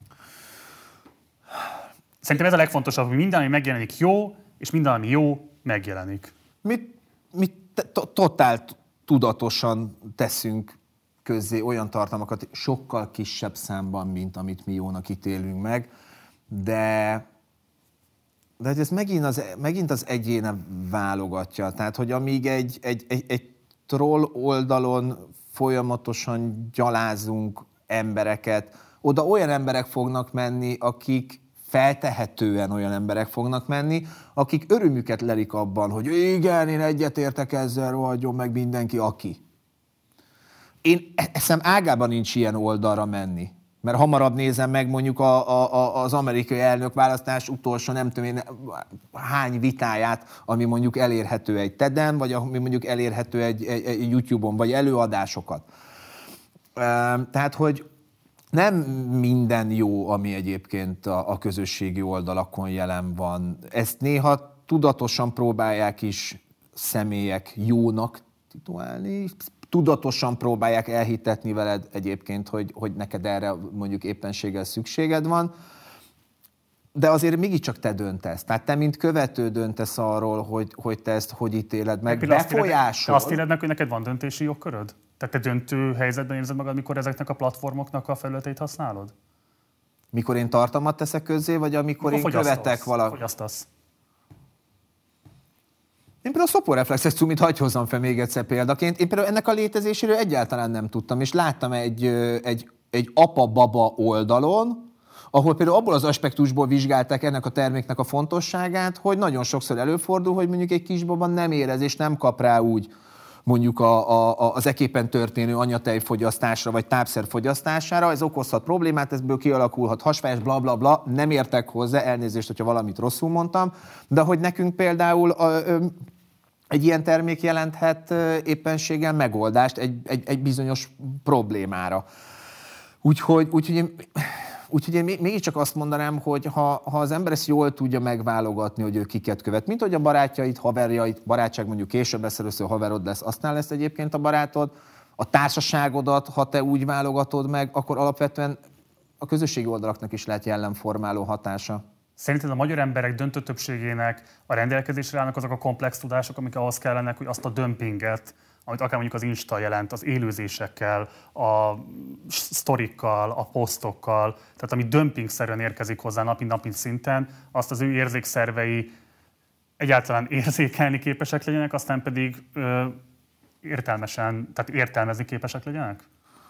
Speaker 1: Szerintem ez a legfontosabb, hogy minden, ami megjelenik, jó, és minden, ami jó, megjelenik.
Speaker 2: Mi totál tudatosan teszünk közzé olyan tartalmakat, sokkal kisebb számban, mint amit mi jónak ítélünk meg, de ez megint az egyéne válogatja. Tehát, hogy amíg egy troll oldalon folyamatosan gyalázunk embereket, oda olyan emberek fognak menni, akik feltehetően olyan emberek fognak menni, akik örömüket lelik abban, hogy igen, én egyetértek ezzel, rohadjon meg mindenki, aki. Én eszem ágában nincs ilyen oldalra menni. Mert hamarabb nézem meg mondjuk az amerikai elnökválasztás utolsó nem tudom én hány vitáját, ami mondjuk elérhető egy TED-en, vagy ami mondjuk elérhető egy YouTube-on, vagy előadásokat. Tehát, hogy nem minden jó, ami egyébként a közösségi oldalakon jelen van. Ezt néha tudatosan próbálják is személyek jónak titulálni, tudatosan próbálják elhitetni veled egyébként, hogy neked erre mondjuk éppenséggel szükséged van, de azért mégiscsak te döntesz. Tehát te, mint követő döntesz arról, hogy te ezt hogy ítéled meg, befolyásol.
Speaker 1: Azt éled meg, hogy neked van döntési jogköröd? Tehát te döntő helyzetben érzed magad, amikor ezeknek a platformoknak a felületeit használod?
Speaker 2: Mikor én tartalmat teszek közzé, vagy amikor én követek valamit?
Speaker 1: Fogyasztasz.
Speaker 2: Én például a szoporeflexes cumit hagy hozzam fel még egyszer példaként. Én például ennek a létezéséről egyáltalán nem tudtam, és láttam egy apa-baba oldalon, ahol például abból az aspektusból vizsgálták ennek a terméknek a fontosságát, hogy nagyon sokszor előfordul, hogy mondjuk egy kisbaba nem érez és nem kap rá úgy mondjuk az eképpen történő anyatejfogyasztásra vagy tápszerfogyasztására, ez okozhat problémát, ebből kialakulhat hasfájás, bla bla bla, nem értek hozzá, elnézést, hogyha valamit rosszul mondtam, de hogy nekünk például egy ilyen termék jelenthet éppenséggel megoldást egy bizonyos problémára. Úgyhogy én mégiscsak azt mondanám, hogy ha az ember ezt jól tudja megválogatni, hogy ő kiket követ, mint hogy a barátjait, haverjait, barátság mondjuk később lesz, először haverod lesz, aztán lesz egyébként a barátod, a társaságodat, ha te úgy válogatod meg, akkor alapvetően a közösségi oldalaknak is lehet jellemformáló hatása.
Speaker 1: Szerinted a magyar emberek döntő többségének a rendelkezésre állnak azok a komplex tudások, amik ahhoz kellenek, hogy azt a dömpinget, amit akár mondjuk az Insta jelent, az élőzésekkel, a sztorikkal, a posztokkal, tehát ami dömpingszerűen érkezik hozzá napi szinten, azt az ő érzékszervei egyáltalán érzékelni képesek legyenek, aztán pedig értelmezni képesek legyenek?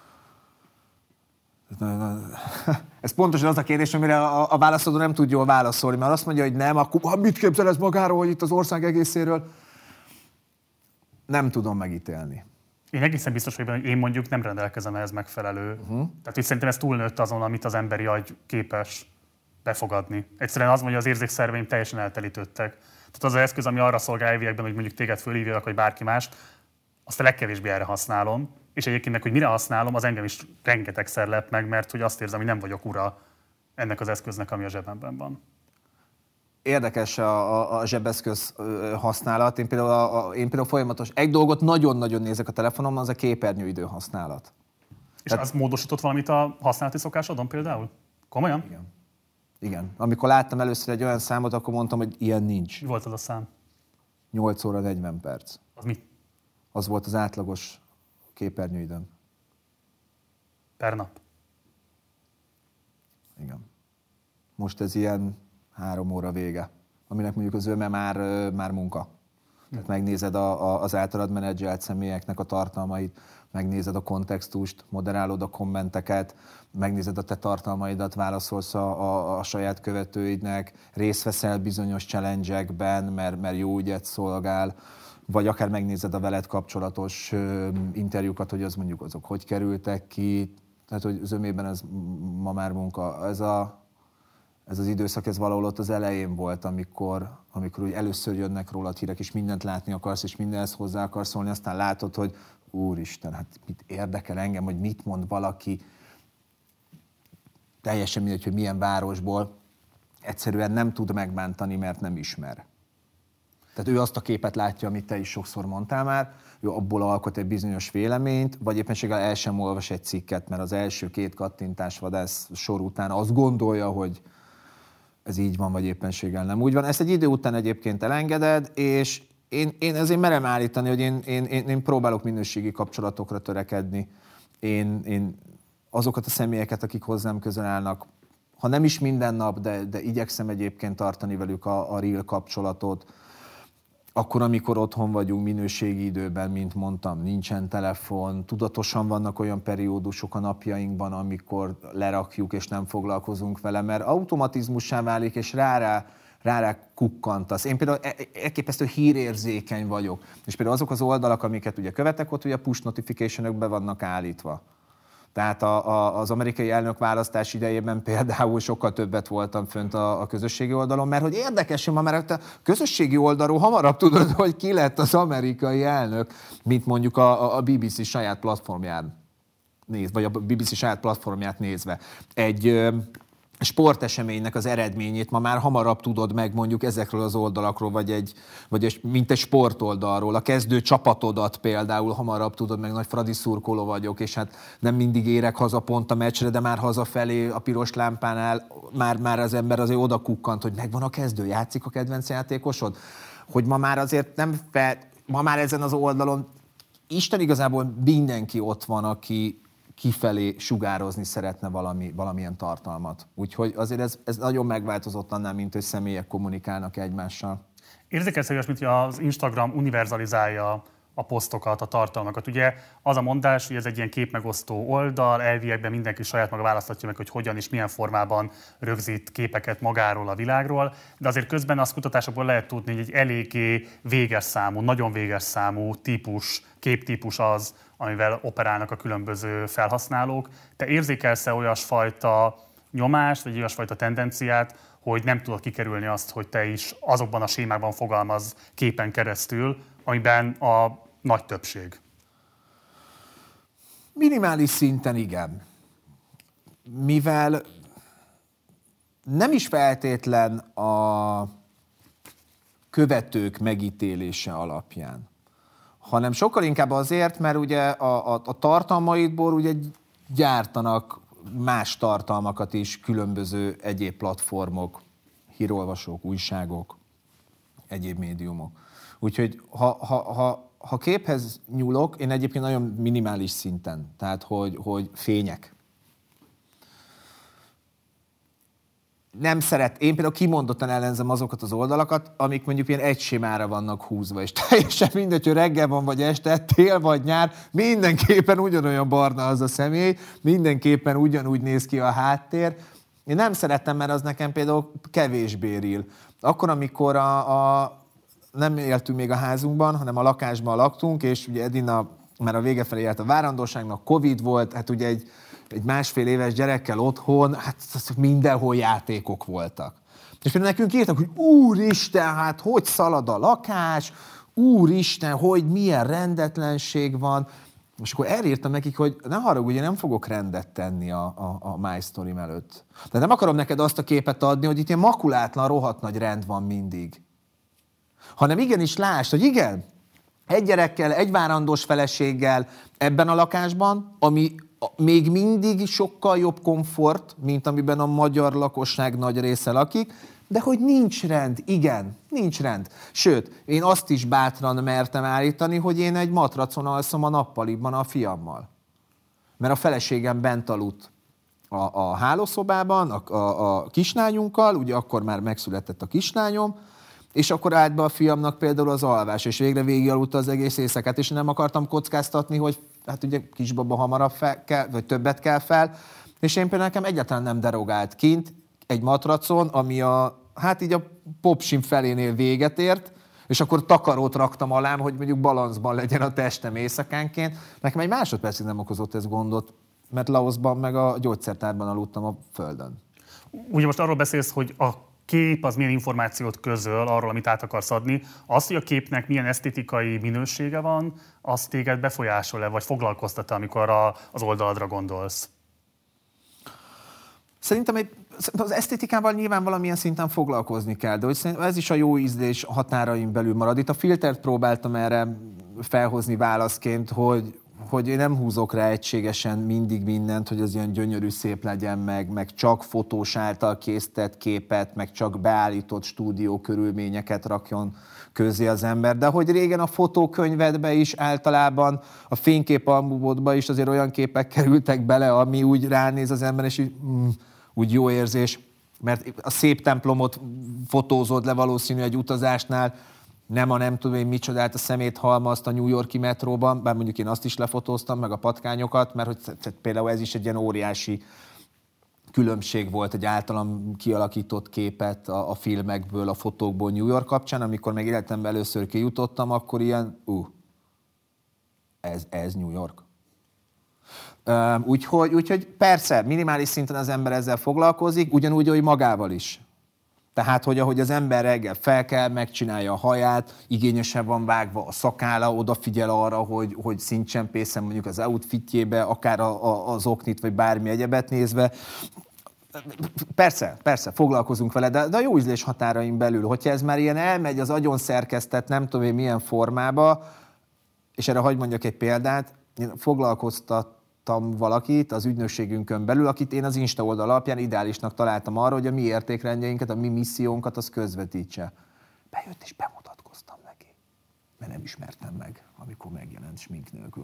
Speaker 2: Ez pontosan az a kérdés, amire a válaszadó nem tud jól válaszolni, mert azt mondja, hogy nem, akkor mit képzelsz magáról, hogy itt az ország egészéről? Nem tudom megítélni.
Speaker 1: Én egészen biztos vagyok benne, hogy én mondjuk nem rendelkezem ehhez megfelelő. Tehát hogy szerintem ez túlnőtt azon, amit az emberi agy képes befogadni. Egyszerűen az mondja, hogy az érzékszerveim teljesen eltelítődtek. Tehát az az eszköz, ami arra szolgál elviekben, hogy mondjuk téged fölhívjalak, vagy bárki mást, azt a legkevésbé erre használom. És egyébként, hogy mire használom, az engem is rengetegszer lep meg, mert hogy azt érzem, hogy nem vagyok ura ennek az eszköznek, ami a zsebemben van.
Speaker 2: Érdekes a zsebeszköz használat. Én például folyamatos egy dolgot nagyon-nagyon nézek a telefonomon, az a képernyőidő használat.
Speaker 1: És az módosított valamit a használati szokásodon például? Komolyan?
Speaker 2: Igen. Amikor láttam először egy olyan számot, akkor mondtam, hogy ilyen nincs.
Speaker 1: Mi volt az a szám?
Speaker 2: 8 óra 40 perc.
Speaker 1: Az mi?
Speaker 2: Az volt az átlagos képernyőidőm.
Speaker 1: Per nap?
Speaker 2: Igen. Most ez ilyen 3 óra vége, aminek mondjuk az zöme már munka. Tehát megnézed az általad menedzselt személyeknek a tartalmait, megnézed a kontextust, moderálod a kommenteket, megnézed a te tartalmaidat, válaszolsz a saját követőidnek, részt veszel bizonyos challenge-ekben, mert jó ügyet szolgál, vagy akár megnézed a veled kapcsolatos interjúkat, hogy az mondjuk azok hogy kerültek ki. Tehát, hogy zömében ez ma már munka. ez az időszak, ez valahol ott az elején volt, amikor úgy először jönnek rólad hírek, és mindent látni akarsz, és mindenhez hozzá akarsz szólni, aztán látod, hogy úristen, hát mit érdekel engem, hogy mit mond valaki, teljesen mindegy, hogy milyen városból, egyszerűen nem tud megbántani, mert nem ismer. Tehát ő azt a képet látja, amit te is sokszor mondtál már, ő abból alkot egy bizonyos véleményt, vagy éppenséggel el sem olvas egy cikket, mert az első 2 kattintás vadász sor után azt gondolja, hogy ez így van, vagy éppenséggel nem úgy van. Ezt egy idő után egyébként elengeded, és én ezért merem állítani, hogy én próbálok minőségi kapcsolatokra törekedni. Én azokat a személyeket, akik hozzám közel állnak, ha nem is minden nap, de igyekszem egyébként tartani velük a real kapcsolatot. Akkor, amikor otthon vagyunk minőségi időben, mint mondtam, nincsen telefon, tudatosan vannak olyan periódusok a napjainkban, amikor lerakjuk és nem foglalkozunk vele, mert automatizmussá válik, és rá kukkantasz. Én például elképesztő hírérzékeny vagyok. És például azok az oldalak, amiket ugye követek, ott ugye push notification-ök be vannak állítva. Tehát az amerikai elnökválasztás idejében például sokkal többet voltam fönt a közösségi oldalon, mert hogy érdekes, hogy ma már a közösségi oldalról hamarabb tudod, hogy ki lett az amerikai elnök, mint mondjuk a BBC saját platformján nézve, vagy a BBC saját platformját nézve. Egy sporteseménynek az eredményét ma már hamarabb tudod meg mondjuk ezekről az oldalakról, mint egy sportoldalról. A kezdő csapatodat például hamarabb tudod meg, nagy Fradi szurkoló vagyok, és hát nem mindig érek haza pont a meccsre, de már hazafelé a piros lámpánál már az ember azért oda kukkant, hogy megvan a kezdő, játszik a kedvenc játékosod. Hogy ma már azért ma már ezen az oldalon Isten igazából mindenki ott van, aki kifelé sugározni szeretne valamilyen tartalmat. Úgyhogy azért ez nagyon megváltozott annál, mint hogy személyek kommunikálnak egymással.
Speaker 1: Érzékelsz olyasmit, hogy az Instagram univerzalizálja a posztokat, a tartalmakat. Ugye az a mondás, hogy ez egy ilyen képmegosztó oldal, elviekben mindenki saját maga választhatja meg, hogy hogyan és milyen formában rögzít képeket magáról, a világról, de azért közben az kutatásokból lehet tudni, hogy egy eléggé véges számú, nagyon véges számú képtípus az, amivel operálnak a különböző felhasználók. Te érzékelsz-e olyasfajta nyomást, vagy olyasfajta tendenciát, hogy nem tudod kikerülni azt, hogy te is azokban a sémákban fogalmazz képen keresztül, amiben a nagy többség?
Speaker 2: Minimális szinten igen. Mivel nem is feltétlen a követők megítélése alapján, hanem sokkal inkább azért, mert ugye a tartalmaidból ugye gyártanak más tartalmakat is különböző egyéb platformok, hírolvasók, újságok, egyéb médiumok. Úgyhogy ha képhez nyúlok, én egyébként nagyon minimális szinten, tehát hogy fények. Én például kimondottan ellenzem azokat az oldalakat, amik mondjuk ilyen egy sémára vannak húzva, és teljesen mindegy, hogy reggel van vagy este, tél vagy nyár, mindenképpen ugyanolyan barna az a személy, mindenképpen ugyanúgy néz ki a háttér. Én nem szeretem, mert az nekem például kevésbé real. Akkor, amikor nem éltünk még a házunkban, hanem a lakásban laktunk, és ugye Edina már a vége felé járt a várandóságnak, Covid volt, hát ugye egy 1,5 éves gyerekkel otthon, hát mindenhol játékok voltak. És például nekünk írtak, hogy úristen, hát hogy szalad a lakás, úristen, hogy milyen rendetlenség van. És akkor elírtam nekik, hogy ne haragudj, én nem fogok rendet tenni a My Story-m előtt. De nem akarom neked azt a képet adni, hogy itt ilyen makulátlan, rohadt nagy rend van mindig. Hanem igenis lásd, hogy igen, egy gyerekkel, egy várandós feleséggel ebben a lakásban, ami még mindig sokkal jobb komfort, mint amiben a magyar lakosság nagy része lakik, de hogy nincs rend, igen, nincs rend. Sőt, én azt is bátran mertem állítani, hogy én egy matracon alszom a nappaliban a fiammal. Mert a feleségem bent aludt a hálószobában, a kislányunkkal, ugye akkor már megszületett a kislányom, és akkor állt be a fiamnak például az alvás, és végre végigaludta az egész éjszakát, és nem akartam kockáztatni, hogy hát ugye kisbaba hamarabb vagy többet kell fel, és én például nekem egyáltalán nem derogált kint egy matracon, ami hát így a popsim felénél véget ért, és akkor takarót raktam alám, hogy mondjuk balanszban legyen a testem éjszakánként. Nekem egy másodpercig nem okozott ez gondot, mert Laoszban meg a gyógyszertárban aludtam a földön.
Speaker 1: Ugye most arról beszélsz, hogy a kép az milyen információt közöl arról, amit át akarsz adni. Az, hogy a képnek milyen esztétikai minősége van, az téged befolyásol-e, vagy foglalkoztat-e, amikor az oldaladra gondolsz?
Speaker 2: Szerintem az esztétikával nyilván valamilyen szinten foglalkozni kell, de hogy szerintem ez is a jó ízlés határain belül marad. Itt a filtert próbáltam erre felhozni válaszként, hogy én nem húzok rá egységesen mindig mindent, hogy az ilyen gyönyörű, szép legyen, meg csak fotós által készített képet, meg csak beállított stúdió körülményeket rakjon közé az ember. De hogy régen a fotókönyvedbe is általában, a fényképalbumodba is azért olyan képek kerültek bele, ami úgy ránéz az ember, és így, úgy jó érzés, mert a szép templomot fotózod le valószínű egy utazásnál, nem tudom én micsodát, a szeméthalmazt a New York-i metróban, bár mondjuk én azt is lefotóztam, meg a patkányokat, mert hogy például ez is egy ilyen óriási különbség volt, egy általam kialakított képet a filmekből, a fotókból New York kapcsán, amikor meg életemben először kijutottam, akkor ilyen, ez New York. Úgyhogy persze, minimális szinten az ember ezzel foglalkozik, ugyanúgy, hogy magával is. Tehát, hogy ahogy az ember reggel felkel, megcsinálja a haját, igényesen van vágva a szakálla, odafigyel arra, hogy szintcsempészen mondjuk az outfitjébe, akár az oknit, vagy bármi egyebet nézve. Persze, foglalkozunk vele, de a jó ízlés határain belül, hogyha ez már ilyen elmegy az agyon szerkesztett, nem tudom én milyen formába, és erre hadd mondjak egy példát, én foglalkoztattam valakit az ügynökségünkön belül, akit én az Insta oldal alapján ideálisnak találtam arra, hogy a mi értékrendjeinket, a mi missziónkat az közvetítse. Bejött és bemutatkoztam neki, mert nem ismertem meg, amikor megjelent smink nélkül.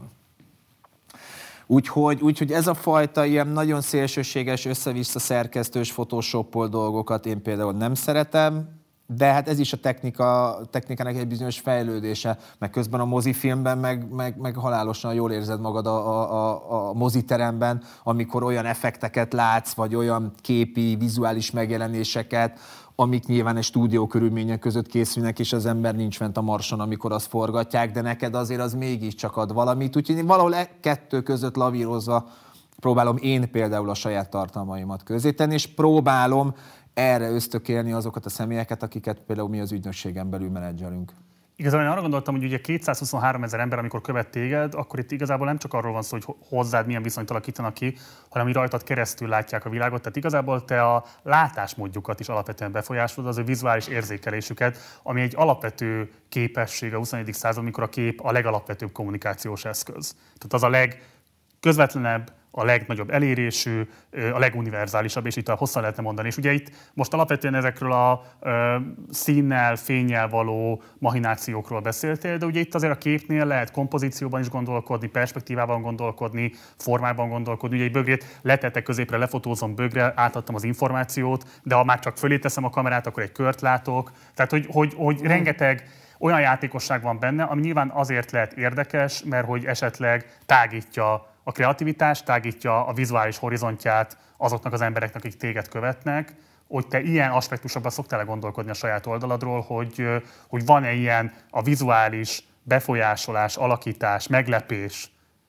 Speaker 2: Úgyhogy ez a fajta ilyen nagyon szélsőséges, össze-vissza szerkesztős, photoshop dolgokat én például nem szeretem, de hát ez is a technikának egy bizonyos fejlődése, meg közben a mozifilmben meg halálosan jól érzed magad a moziteremben, amikor olyan effekteket látsz, vagy olyan képi, vizuális megjelenéseket, amik nyilván egy stúdió körülmények között készülnek, és az ember nincs fent a Marson, amikor azt forgatják, de neked azért az mégiscsak ad valamit. Úgyhogy én valahol kettő között lavírozva próbálom én például a saját tartalmaimat közzétenni, és próbálom erre ösztökélni azokat a személyeket, akiket például mi az ügynökségen belül menedzselünk.
Speaker 1: Igazából én arra gondoltam, hogy ugye 223 000 ember, amikor követ téged, akkor itt igazából nem csak arról van szó, hogy hozzád milyen viszonyt alakítanak ki, hanem hogy rajtad keresztül látják a világot. Tehát igazából te a látásmódjukat is alapvetően befolyásolod, az ő vizuális érzékelésüket, ami egy alapvető képesség a 21. század, amikor a kép a legalapvetőbb kommunikációs eszköz. Tehát az a legközvetlenebb, a legnagyobb elérésű, a leguniverzálisabb, és itt a hosszan lehetne mondani. És ugye itt most alapvetően ezekről a színnel, fénnyel való mahinációkról beszéltél, de ugye itt azért a képnél lehet kompozícióban is gondolkodni, perspektívában gondolkodni, formában gondolkodni. Ugye egy bögrét letettek középre, lefotózom bögre, átadtam az információt, de ha már csak fölé teszem a kamerát, akkor egy kört látok. Tehát, hogy rengeteg olyan játékosság van benne, ami nyilván azért lehet érdekes, mert hogy esetleg tágítja a kreativitást, tágítja a vizuális horizontját azoknak az embereknek, akik téged követnek, hogy te ilyen aspektusokban szoktál gondolkodni a saját oldaladról, hogy van-e ilyen a vizuális befolyásolás, alakítás, meglepés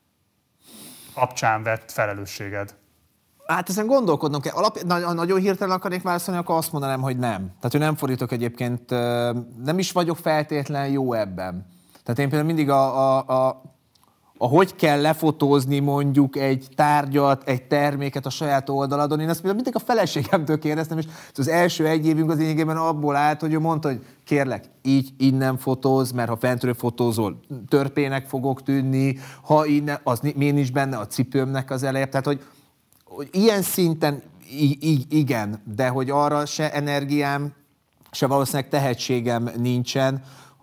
Speaker 1: kapcsán vett felelősséged?
Speaker 2: Hát ezen gondolkodnom kell. Nagyon hirtelen akarnék válaszolni, akkor azt mondanám, hogy nem. Tehát, hogy nem fordítok egyébként, nem is vagyok feltétlen jó ebben. Tehát én például mindig hogy kell lefotózni mondjuk egy tárgyat, egy terméket a saját oldaladon. Én ezt például mindig a feleségemtől kérdeztem, és az első egy évünk az lényegében abból állt, hogy ő mondta, hogy kérlek, így innen fotóz, mert ha fentről fotózol, törpének fogok tűnni, ha innen, az miért is benne a cipőmnek az eleje. Tehát, hogy ilyen szinten igen, de hogy arra se energiám, se valószínűleg tehetségem nincsen,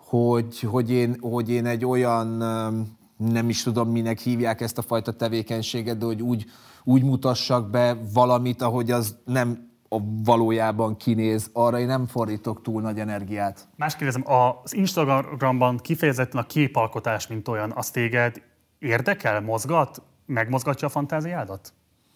Speaker 2: hogy én egy olyan, nem is tudom, minek hívják ezt a fajta tevékenységet, de hogy úgy mutassak be valamit, ahogy az nem valójában kinéz, arra én nem fordítok túl nagy energiát.
Speaker 1: Más kérdezem, az Instagramban kifejezetten a képalkotás, mint olyan, az téged érdekel, mozgat, megmozgatja a fantáziádat?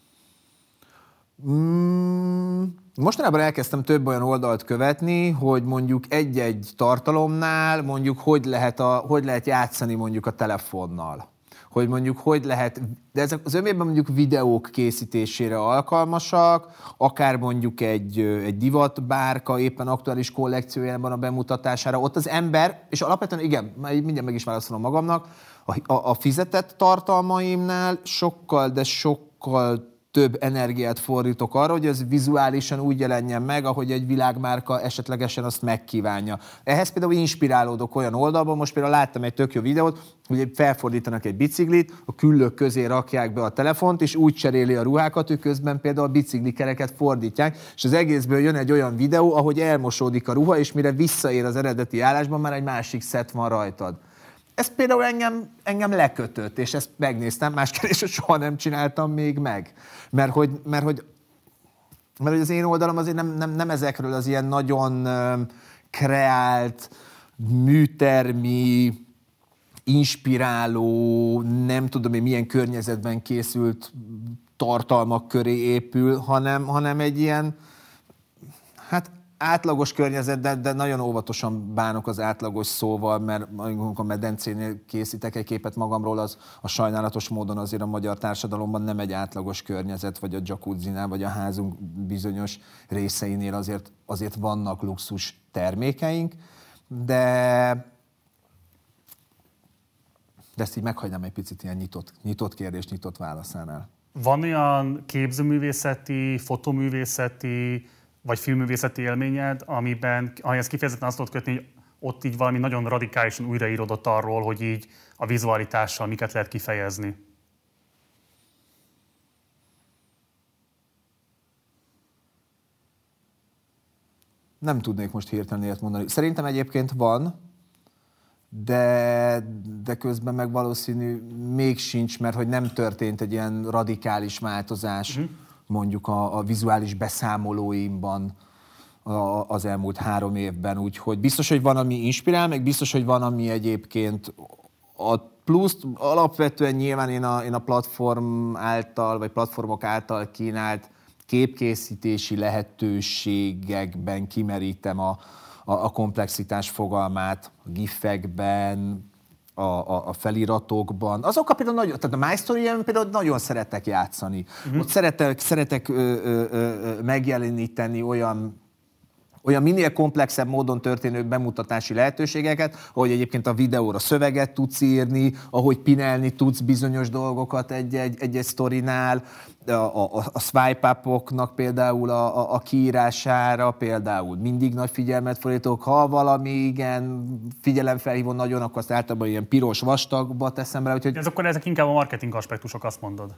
Speaker 2: Mostanában elkezdtem több olyan oldalt követni, hogy mondjuk egy-egy tartalomnál mondjuk hogy lehet játszani mondjuk a telefonnal. hogy mondjuk hogy lehet, de ezek az önmében mondjuk videók készítésére alkalmasak, akár mondjuk egy divatbárka éppen aktuális kollekciójában a bemutatására, ott az ember, és alapvetően igen, mindjárt meg is válaszolom magamnak, a fizetett tartalmaimnál sokkal, de sokkal több energiát fordítok arra, hogy ez vizuálisan úgy jelenjen meg, ahogy egy világmárka esetlegesen azt megkívánja. Ehhez például inspirálódok olyan oldalban, most például láttam egy tök jó videót, hogy felfordítanak egy biciklit, a küllők közé rakják be a telefont, és úgy cseréli a ruhákat, ők közben például a biciklikereket fordítják, és az egészből jön egy olyan videó, ahogy elmosódik a ruha, és mire visszaér az eredeti állásban, már egy másik szett van rajtad. Ez például engem lekötött, és ezt megnéztem, más kérdés, hogy soha nem csináltam még meg. Mert hogy az én oldalam azért nem ezekről az ilyen nagyon kreált, műtermi, inspiráló, nem tudom én milyen környezetben készült tartalmak köré épül, hanem egy ilyen, hát átlagos környezet, de nagyon óvatosan bánok az átlagos szóval, mert amikor a medencénél készítek egy képet magamról, az a sajnálatos módon azért a magyar társadalomban nem egy átlagos környezet, vagy a jacuzzinál, vagy a házunk bizonyos részeinél azért vannak luxus termékeink, de ezt így meghagynám egy picit ilyen nyitott kérdés, nyitott válaszánál.
Speaker 1: Van olyan képzőművészeti, fotoművészeti, vagy filmművészeti élményed, amihez kifejezetten azt tudod kötni, hogy ott így valami nagyon radikálisan újraírodott arról, hogy így a vizualitással miket lehet kifejezni?
Speaker 2: Nem tudnék most hirtelen ilyet mondani. Szerintem egyébként van, de közben meg valószínű még sincs, mert hogy nem történt egy ilyen radikális változás, mondjuk a vizuális beszámolóimban az elmúlt 3 évben, úgyhogy biztos, hogy van, ami inspirál, meg biztos, hogy van, ami egyébként ad pluszt. Alapvetően nyilván én a platform által, vagy platformok által kínált képkészítési lehetőségekben kimerítem a komplexitás fogalmát, a gifekben, a feliratokban. Azokkal például nagyon, tehát a My Story-en például nagyon szeretek játszani. Ott szeretek megjeleníteni olyan minél komplexebb módon történő bemutatási lehetőségeket, ahogy egyébként a videóra szöveget tudsz írni, ahogy pinelni tudsz bizonyos dolgokat egy sztorinál, a swipe-upoknak például a kiírására, például mindig nagy figyelmet fordítok, ha valami igen figyelemfelhívó nagyon, akkor azt általában ilyen piros vastagba teszem rá. Úgyhogy...
Speaker 1: Ezek inkább a marketing aspektusok, azt mondod?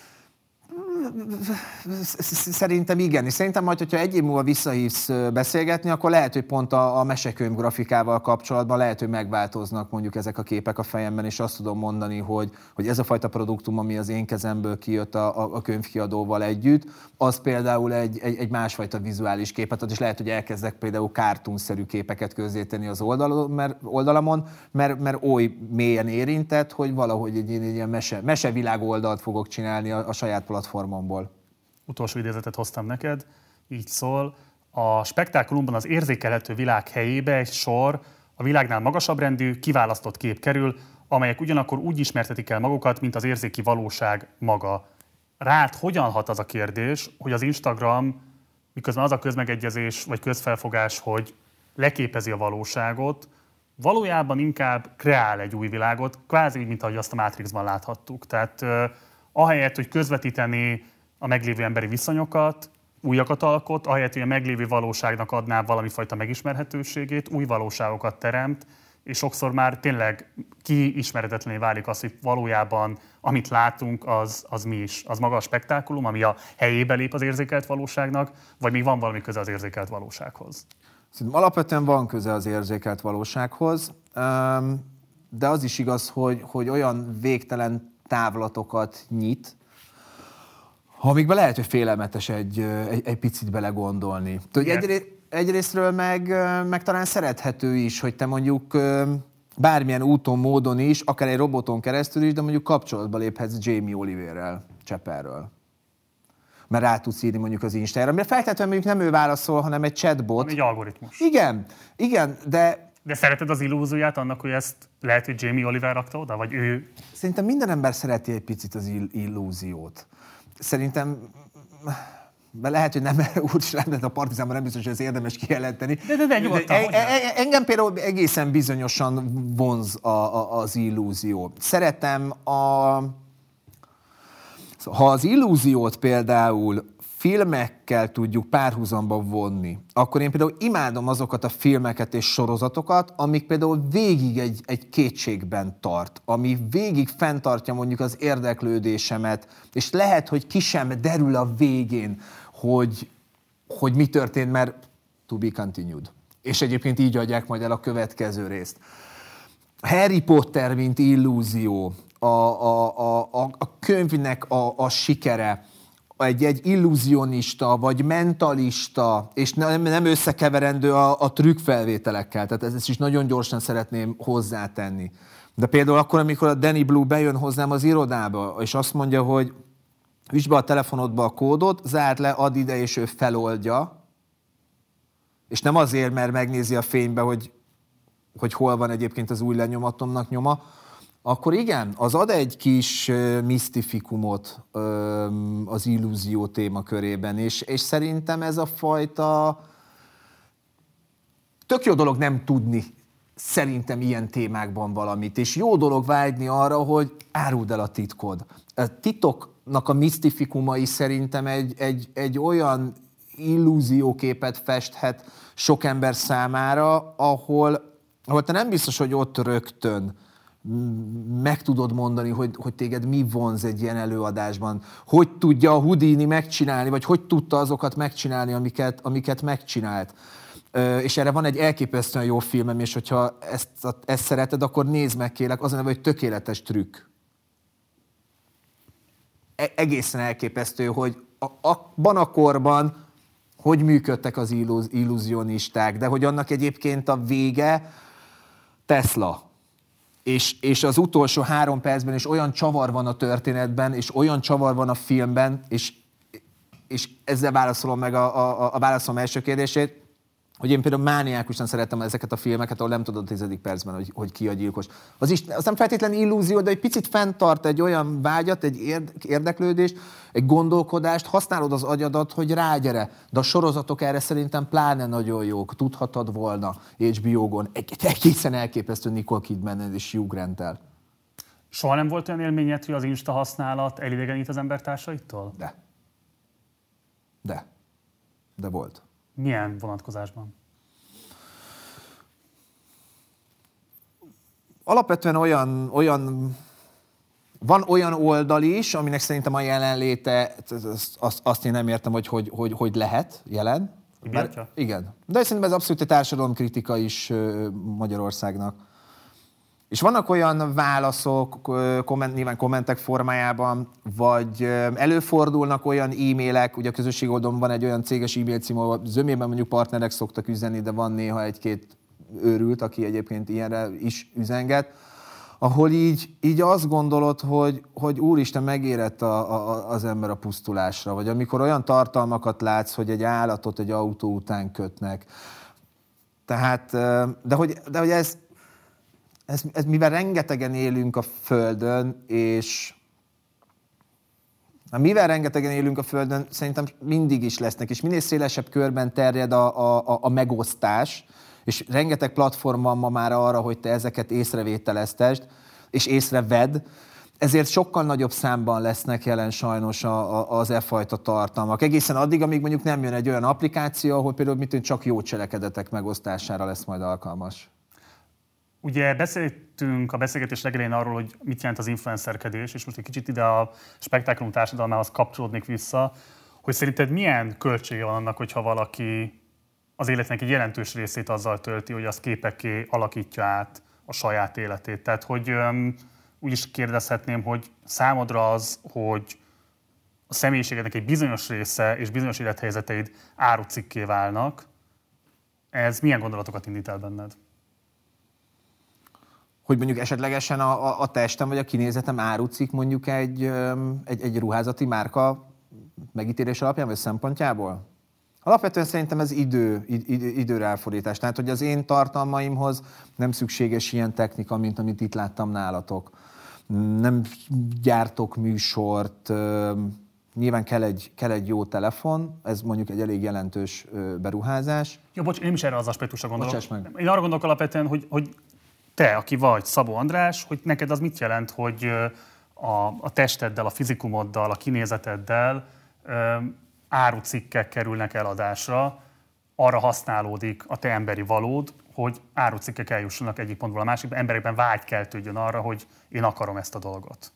Speaker 2: Szerintem igen, és szerintem majd, hogyha egy év múlva visszahívsz beszélgetni, akkor lehet, hogy pont a mesekönyv grafikával kapcsolatban lehet, hogy megváltoznak mondjuk ezek a képek a fejemben, és azt tudom mondani, hogy ez a fajta produktum, ami az én kezemből kijött a könyvkiadóval együtt, az például egy másfajta vizuális képet ad, és lehet, hogy elkezdek például cartoon-szerű képeket közzétenni az oldalamon, mert oly mélyen érintett, hogy valahogy egy ilyen mesevilág oldalt fogok csinálni a saját platformomból.
Speaker 1: Utolsó idézetet hoztam neked, így szól. A spektákulumban az érzékelhető világ helyébe egy sor a világnál magasabb rendű, kiválasztott kép kerül, amelyek ugyanakkor úgy ismertetik el magukat, mint az érzéki valóság maga. Rád hogyan hat az a kérdés, hogy az Instagram, miközben az a közmegegyezés vagy közfelfogás, hogy leképezi a valóságot, valójában inkább kreál egy új világot, kvázi úgy, mint ahogy azt a Matrixban láthattuk. Tehát ahelyett, hogy közvetíteni a meglévő emberi viszonyokat, újakat alkot, ahelyett, hogy a meglévő valóságnak adná valami fajta megismerhetőségét, új valóságokat teremt, és sokszor már tényleg kiismeretetlené válik az, hogy valójában amit látunk, az mi is. Az maga a spektákulum, ami a helyébe lép az érzékelt valóságnak, vagy még van valami köze az érzékelt valósághoz?
Speaker 2: Szerintem alapvetően van köze az érzékelt valósághoz, de az is igaz, hogy olyan végtelen távlatokat nyit, amikben lehet, hogy félelmetes egy picit belegondolni. Egyrésztről meg talán szerethető is, hogy te mondjuk bármilyen úton, módon is, akár egy roboton keresztül is, de mondjuk kapcsolatba léphetsz Jamie Oliverrel, Csepperről. Mert rá tudsz írni mondjuk az Instagramra. Mert feltétlenül mondjuk nem ő válaszol, hanem egy chatbot.
Speaker 1: Egy algoritmus.
Speaker 2: Igen, de
Speaker 1: De szereted az illúzióját annak, hogy ezt lehet, hogy Jamie Oliver rakta oda? Vagy ő...
Speaker 2: Szerintem minden ember szereti egy picit az illúziót. Szerintem... De lehet, hogy nem úgy lenne a Partizánban, nem biztos, hogy ez érdemes kijelenteni.
Speaker 1: De nyugodtan,
Speaker 2: engem például egészen bizonyosan vonz az illúzió. Szeretem ha az illúziót például filmekkel tudjuk párhuzamba vonni, akkor én például imádom azokat a filmeket és sorozatokat, amik például végig egy kétségben tart, ami végig fenntartja mondjuk az érdeklődésemet, és lehet, hogy ki sem derül a végén, hogy mi történt, mert to be continued. És egyébként így adják majd el a következő részt. Harry Potter, mint illúzió, a könyvnek a sikere, egy illúzionista, vagy mentalista, és nem összekeverendő a trükkfelvételekkel. Tehát ezt is nagyon gyorsan szeretném hozzátenni. De például akkor, amikor a Danny Blue bejön hozzám az irodába, és azt mondja, hogy üsd be a telefonodba a kódot, zárd le, add ide, és ő feloldja. És nem azért, mert megnézi a fénybe, hogy hol van egyébként az új lenyomatomnak nyoma, akkor igen, az ad egy kis misztifikumot az illúzió témakörében, és szerintem ez a fajta tök jó dolog nem tudni szerintem ilyen témákban valamit, és jó dolog vágyni arra, hogy áruld el a titkod. A titoknak a misztifikumai szerintem egy olyan illúzióképet festhet sok ember számára, ahol te nem biztos, hogy ott rögtön meg tudod mondani, hogy téged mi vonz egy ilyen előadásban. Hogy tudja a Houdini megcsinálni, vagy hogy tudta azokat megcsinálni, amiket megcsinált. És erre van egy elképesztően jó filmem, és hogyha ezt szereted, akkor nézd meg, kérlek, az a neve, hogy Tökéletes trükk. Egészen elképesztő, hogy abban a korban hogy működtek az illúzionisták, de hogy annak egyébként a vége Tesla. És az utolsó 3 percben is olyan csavar van a történetben, és olyan csavar van a filmben, és ezzel válaszolom meg a válaszom első kérdését, hogy én például mániákusan szeretem ezeket a filmeket, ahol nem tudod a 10. percben, hogy ki a gyilkos. Az nem feltétlenül illúzió, de egy picit fenntart egy olyan vágyat, egy érdeklődést, egy gondolkodást, használod az agyadat, hogy rágyere. De a sorozatok erre szerintem pláne nagyon jók. Tudhatod volna HBO-gon. Egészen elképesztő Nicole Kidman és Hugh Grant-tel.
Speaker 1: Soha nem volt olyan élményed, hogy az Insta használat elidegenít az embertársaitól?
Speaker 2: De volt.
Speaker 1: Milyen vonatkozásban?
Speaker 2: Alapvetően van olyan oldal is, aminek szerintem a jelenléte, azt én nem értem, hogy lehet jelen. Igen. De szerintem ez abszolút egy társadalomkritika is Magyarországnak. És vannak olyan válaszok, nyilván kommentek formájában, vagy előfordulnak olyan e-mailek, ugye a közösség oldalon van egy olyan céges e-mail cím, ahol zömében mondjuk partnerek szoktak üzenni, de van néha egy-két őrült, aki egyébként ilyenre is üzenget, ahol így azt gondolod, hogy úristen, megérett az ember a pusztulásra, vagy amikor olyan tartalmakat látsz, hogy egy állatot egy autó után kötnek. Tehát, de hogy ez mivel rengetegen élünk a Földön, és mivel rengetegen élünk a Földön, szerintem mindig is lesznek, és minél szélesebb körben terjed a megosztás, és rengeteg platform van ma már arra, hogy te ezeket észrevételeztesd, és észrevedd, ezért sokkal nagyobb számban lesznek jelen sajnos az e-fajta tartalmak. Egészen addig, amíg mondjuk nem jön egy olyan applikáció, ahol például csak jó cselekedetek megosztására lesz majd alkalmas.
Speaker 1: Ugye beszéltünk a beszélgetés legelején arról, hogy mit jelent az influencerkedés, és most egy kicsit ide a spektáklum társadalmához kapcsolódnék vissza, hogy szerinted milyen költsége van annak, hogyha valaki az életnek egy jelentős részét azzal tölti, hogy az képekké alakítja át a saját életét. Tehát, hogy úgy is kérdezhetném, hogy számodra az, hogy a személyiségednek egy bizonyos része és bizonyos élethelyzeteid árucikké válnak, ez milyen gondolatokat indít el benned?
Speaker 2: Hogy mondjuk esetlegesen a testem vagy a kinézetem árucik mondjuk egy ruházati márka megítélés alapján vagy szempontjából? Alapvetően szerintem ez időre elfordítás. Tehát, hogy az én tartalmaimhoz nem szükséges ilyen technika, mint amit itt láttam nálatok. Nem gyártok műsort, nyilván kell egy jó telefon, ez mondjuk egy elég jelentős beruházás.
Speaker 1: Jó, bocs, én is erre az aspektusra gondolok. Én arra gondolok alapvetően, hogy te, aki vagy Szabó András, hogy neked az mit jelent, hogy a testeddel, a fizikumoddal, a kinézeteddel árucikkek kerülnek eladásra, arra használódik a te emberi valód, hogy árucikkek eljussanak egyik pontból a másikba, emberekben vágy keltődjön arra, hogy én akarom ezt a dolgot.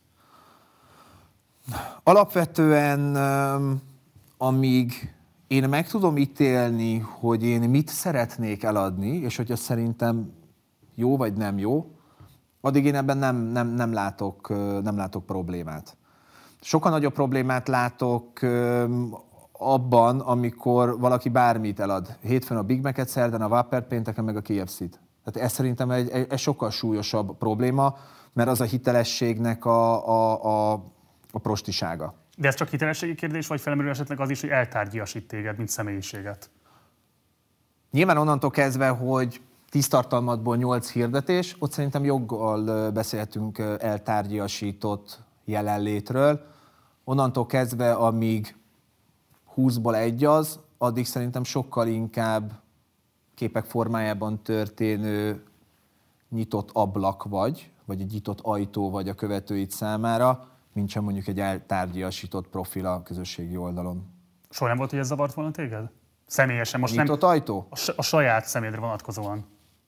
Speaker 2: Alapvetően, amíg én meg tudom ítélni, hogy én mit szeretnék eladni, és hogy az szerintem jó vagy nem jó, addig én ebben nem látok problémát. Sokkal nagyobb problémát látok abban, amikor valaki bármit elad. Hétfőn a Big Mac-et, szerdán a Whopper, pénteken meg a KFC-t. Tehát ez szerintem egy sokkal súlyosabb probléma, mert az a hitelességnek a prostisága.
Speaker 1: De ez csak hitelességi kérdés, vagy felmerül esetleg az is, hogy eltárgyasít téged, mint személyiséget?
Speaker 2: Nyilván onnantól kezdve, hogy 10 tartalmatból 8 hirdetés, ott szerintem joggal beszélhetünk eltárgyasított jelenlétről. Onnantól kezdve, amíg 20-ból 1 az, addig szerintem sokkal inkább képek formájában történő nyitott ablak vagy egy nyitott ajtó vagy a követőid számára, mint sem mondjuk egy eltárgyasított profil a közösségi oldalon.
Speaker 1: Soha nem volt, hogy ez zavart volna téged? Személyesen most
Speaker 2: nyitott
Speaker 1: nem...
Speaker 2: ajtó?
Speaker 1: A saját személyedre vonatkozóan.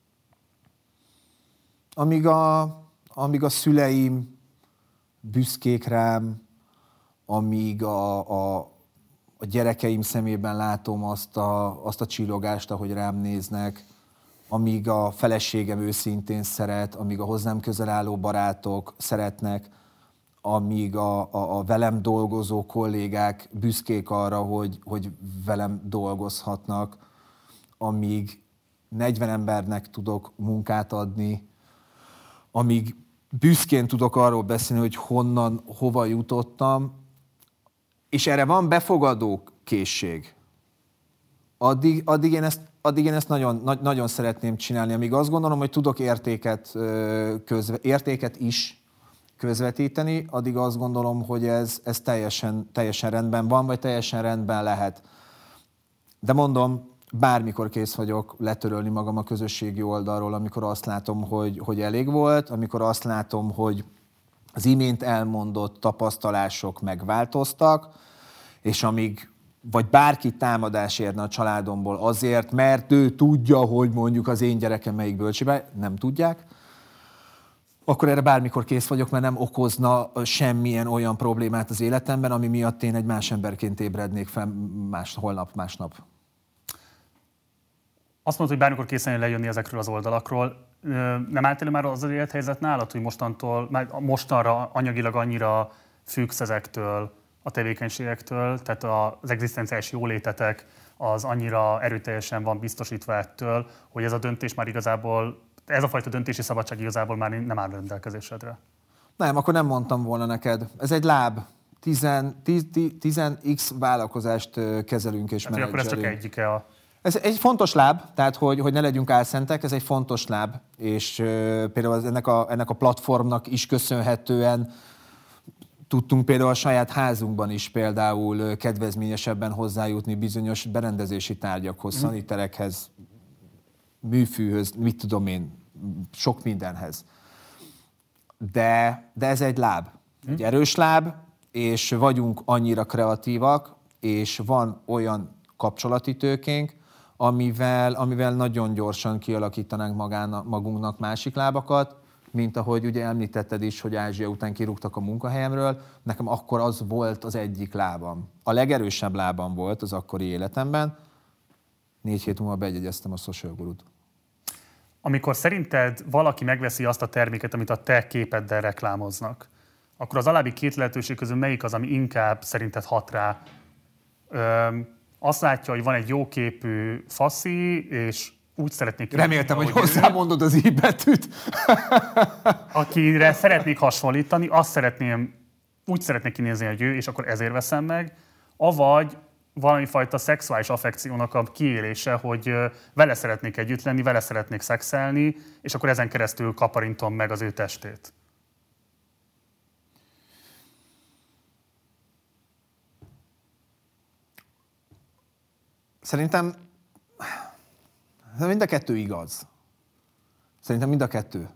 Speaker 2: Amíg a szüleim büszkék rám, amíg a gyerekeim szemében látom azt a csillogást, ahogy rám néznek, amíg a feleségem őszintén szeret, amíg a hozzám közel álló barátok szeretnek, amíg a velem dolgozó kollégák büszkék arra, hogy velem dolgozhatnak, amíg 40 embernek tudok munkát adni, amíg büszkén tudok arról beszélni, hogy honnan, hova jutottam, és erre van befogadó készség, addig én ezt nagyon szeretném csinálni, amíg azt gondolom, hogy tudok értéket is közvetíteni, addig azt gondolom, hogy ez teljesen rendben van, vagy teljesen rendben lehet. De mondom, bármikor kész vagyok letörölni magam a közösségi oldalról, amikor azt látom, hogy elég volt, amikor azt látom, hogy az imént elmondott tapasztalások megváltoztak, és amíg vagy bárki támadás érne a családomból azért, mert ő tudja, hogy mondjuk az én gyerekem melyik bölcsibe, nem tudják, akkor erre bármikor kész vagyok, mert nem okozna semmilyen olyan problémát az életemben, ami miatt én egy más emberként ébrednék fel holnap, másnap.
Speaker 1: Azt mondod, hogy bármikor készen lejönni ezekről az oldalakról. Nem állt elő már az élethelyzet nálad, hogy mostanra anyagilag annyira függsz ezektől a tevékenységektől, tehát az egzisztenciális jólétetek az annyira erőteljesen van biztosítva ettől, hogy ez a döntés már igazából, ez a fajta döntési szabadság igazából már nem áll rendelkezésedre.
Speaker 2: Nem, akkor nem mondtam volna neked. Ez egy láb. 10x vállalkozást kezelünk és menedzselünk.
Speaker 1: Akkor ez csak egyike a...
Speaker 2: Ez egy fontos láb, tehát hogy ne legyünk álszentek, ez egy fontos láb, és például ennek a platformnak is köszönhetően tudtunk például a saját házunkban is például kedvezményesebben hozzájutni bizonyos berendezési tárgyakhoz, szaniterekhez, műfűhöz, mit tudom én, sok mindenhez. De ez egy láb, egy erős láb, és vagyunk annyira kreatívak, és van olyan kapcsolati tőkénk, amivel nagyon gyorsan kialakítanánk magunknak másik lábakat, mint ahogy ugye említetted is, hogy Ázsia után kirúgtak a munkahelyemről, nekem akkor az volt az egyik lábam. A legerősebb lábam volt az akkori életemben, 4 hét múlva bejegyeztem a Social Gurut.
Speaker 1: Amikor szerinted valaki megveszi azt a terméket, amit a te képeddel reklámoznak, akkor az alábbi 2 lehetőség közül melyik az, ami inkább szerinted hat rá? Azt látja, hogy van egy jóképű faszi, és úgy szeretnék...
Speaker 2: Reméltem, hogy hozzámondod az i betűt.
Speaker 1: Akire szeretnék hasonlítani, úgy szeretnék kinézni, hogy ő, és akkor ezért veszem meg. Avagy valami fajta szexuális affekciónak a kiélése, hogy vele szeretnék együtt lenni, vele szeretnék szexelni, és akkor ezen keresztül kaparintom meg az ő testét.
Speaker 2: Szerintem mind a kettő igaz. Szerintem mind a kettő.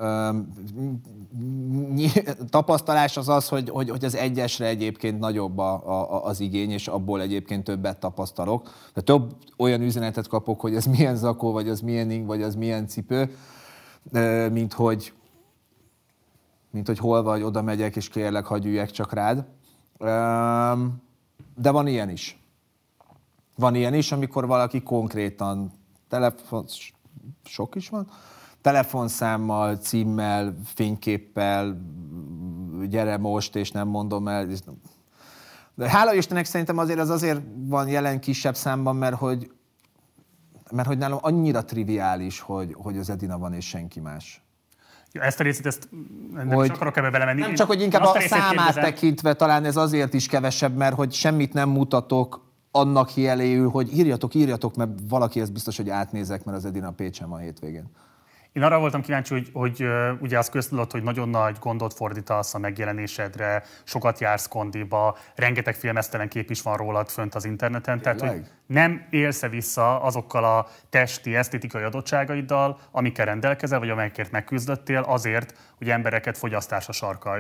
Speaker 2: Tapasztalás az az, hogy az egyesre egyébként nagyobb az igény, és abból egyébként többet tapasztalok. De több olyan üzenetet kapok, hogy ez milyen zakó, vagy az milyen ing, vagy az milyen cipő, mint hogy hol vagy, oda megyek, és kérlek, hagyj üljek csak rád. De van ilyen is. Van ilyen is, amikor valaki konkrétan sok is van, telefonszámmal, címmel, fényképpel, gyere most, és nem mondom el. De hála Istennek szerintem azért van jelen kisebb számban, mert hogy nálam annyira triviális, hogy az Edina van, és senki más.
Speaker 1: Ja, ezt a részét, nem is akarok ebbe belemenni.
Speaker 2: Nem csak, hogy inkább a számát tekintve talán ez azért is kevesebb, mert hogy semmit nem mutatok annak jeléül, hogy írjatok, mert valaki ezt biztos, hogy átnézek, mert az Edina Pécsen van hétvégén.
Speaker 1: Én arra voltam kíváncsi, hogy ugye azt köztudott, hogy nagyon nagy gondot fordítasz a megjelenésedre, sokat jársz kondiba, rengeteg filmesztelen kép is van rólad fönt az interneten, tehát hogy nem élsz-e vissza azokkal a testi, esztétikai adottságaiddal, amikkel rendelkezel, vagy amelyekért megküzdöttél azért, hogy embereket fogyasztásra sarkalj?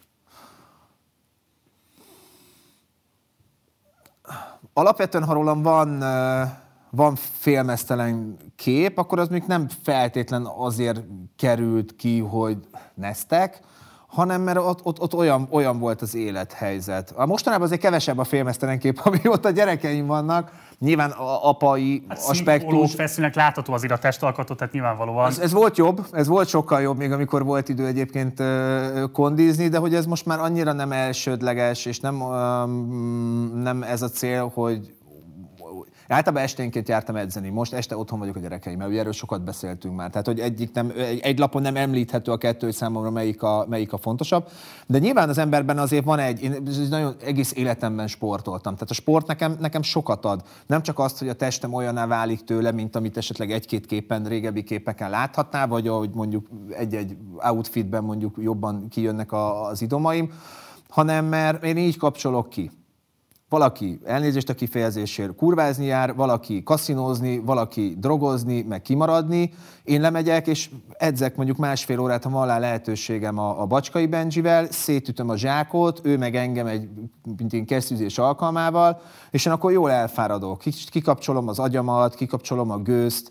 Speaker 2: Alapvetően, ha rólam van félmeztelen kép, akkor az még nem feltétlen azért került ki, hogy neztek, hanem mert ott olyan volt az élethelyzet. Mostanában azért kevesebb a félmeztelen kép, ami ott a gyerekeim vannak. Nyilván apai aspektus.
Speaker 1: Feszülnek látható azért a testalkatot, tehát nyilvánvalóan.
Speaker 2: Ez volt jobb, ez volt sokkal jobb, még amikor volt idő egyébként kondizni, de hogy ez most már annyira nem elsődleges, és nem ez a cél, hogy általában esténként jártam edzeni, most este otthon vagyok a gyerekeimmel, ugye erről sokat beszéltünk már, tehát hogy egy lapon nem említhető a kettő, hogy számomra melyik a fontosabb, de nyilván az emberben azért van én nagyon egész életemben sportoltam, tehát a sport nekem sokat ad, nem csak azt, hogy a testem olyaná válik tőle, mint amit esetleg egy-két képen, régebbi képeken láthatná, vagy ahogy mondjuk egy-egy outfitben mondjuk jobban kijönnek az idomaim, hanem mert én így kapcsolok ki. Valaki, elnézést a kifejezésért, kurvázni jár, valaki kaszinózni, valaki drogozni, meg kimaradni. Én lemegyek, és edzek mondjuk másfél órát, ha van rá lehetőségem a Bacskai Benjivel, szétütöm a zsákot, ő meg engem egy kesztyűzés alkalmával, és én akkor jól elfáradok. Kikapcsolom az agyamat, kikapcsolom a gőzt,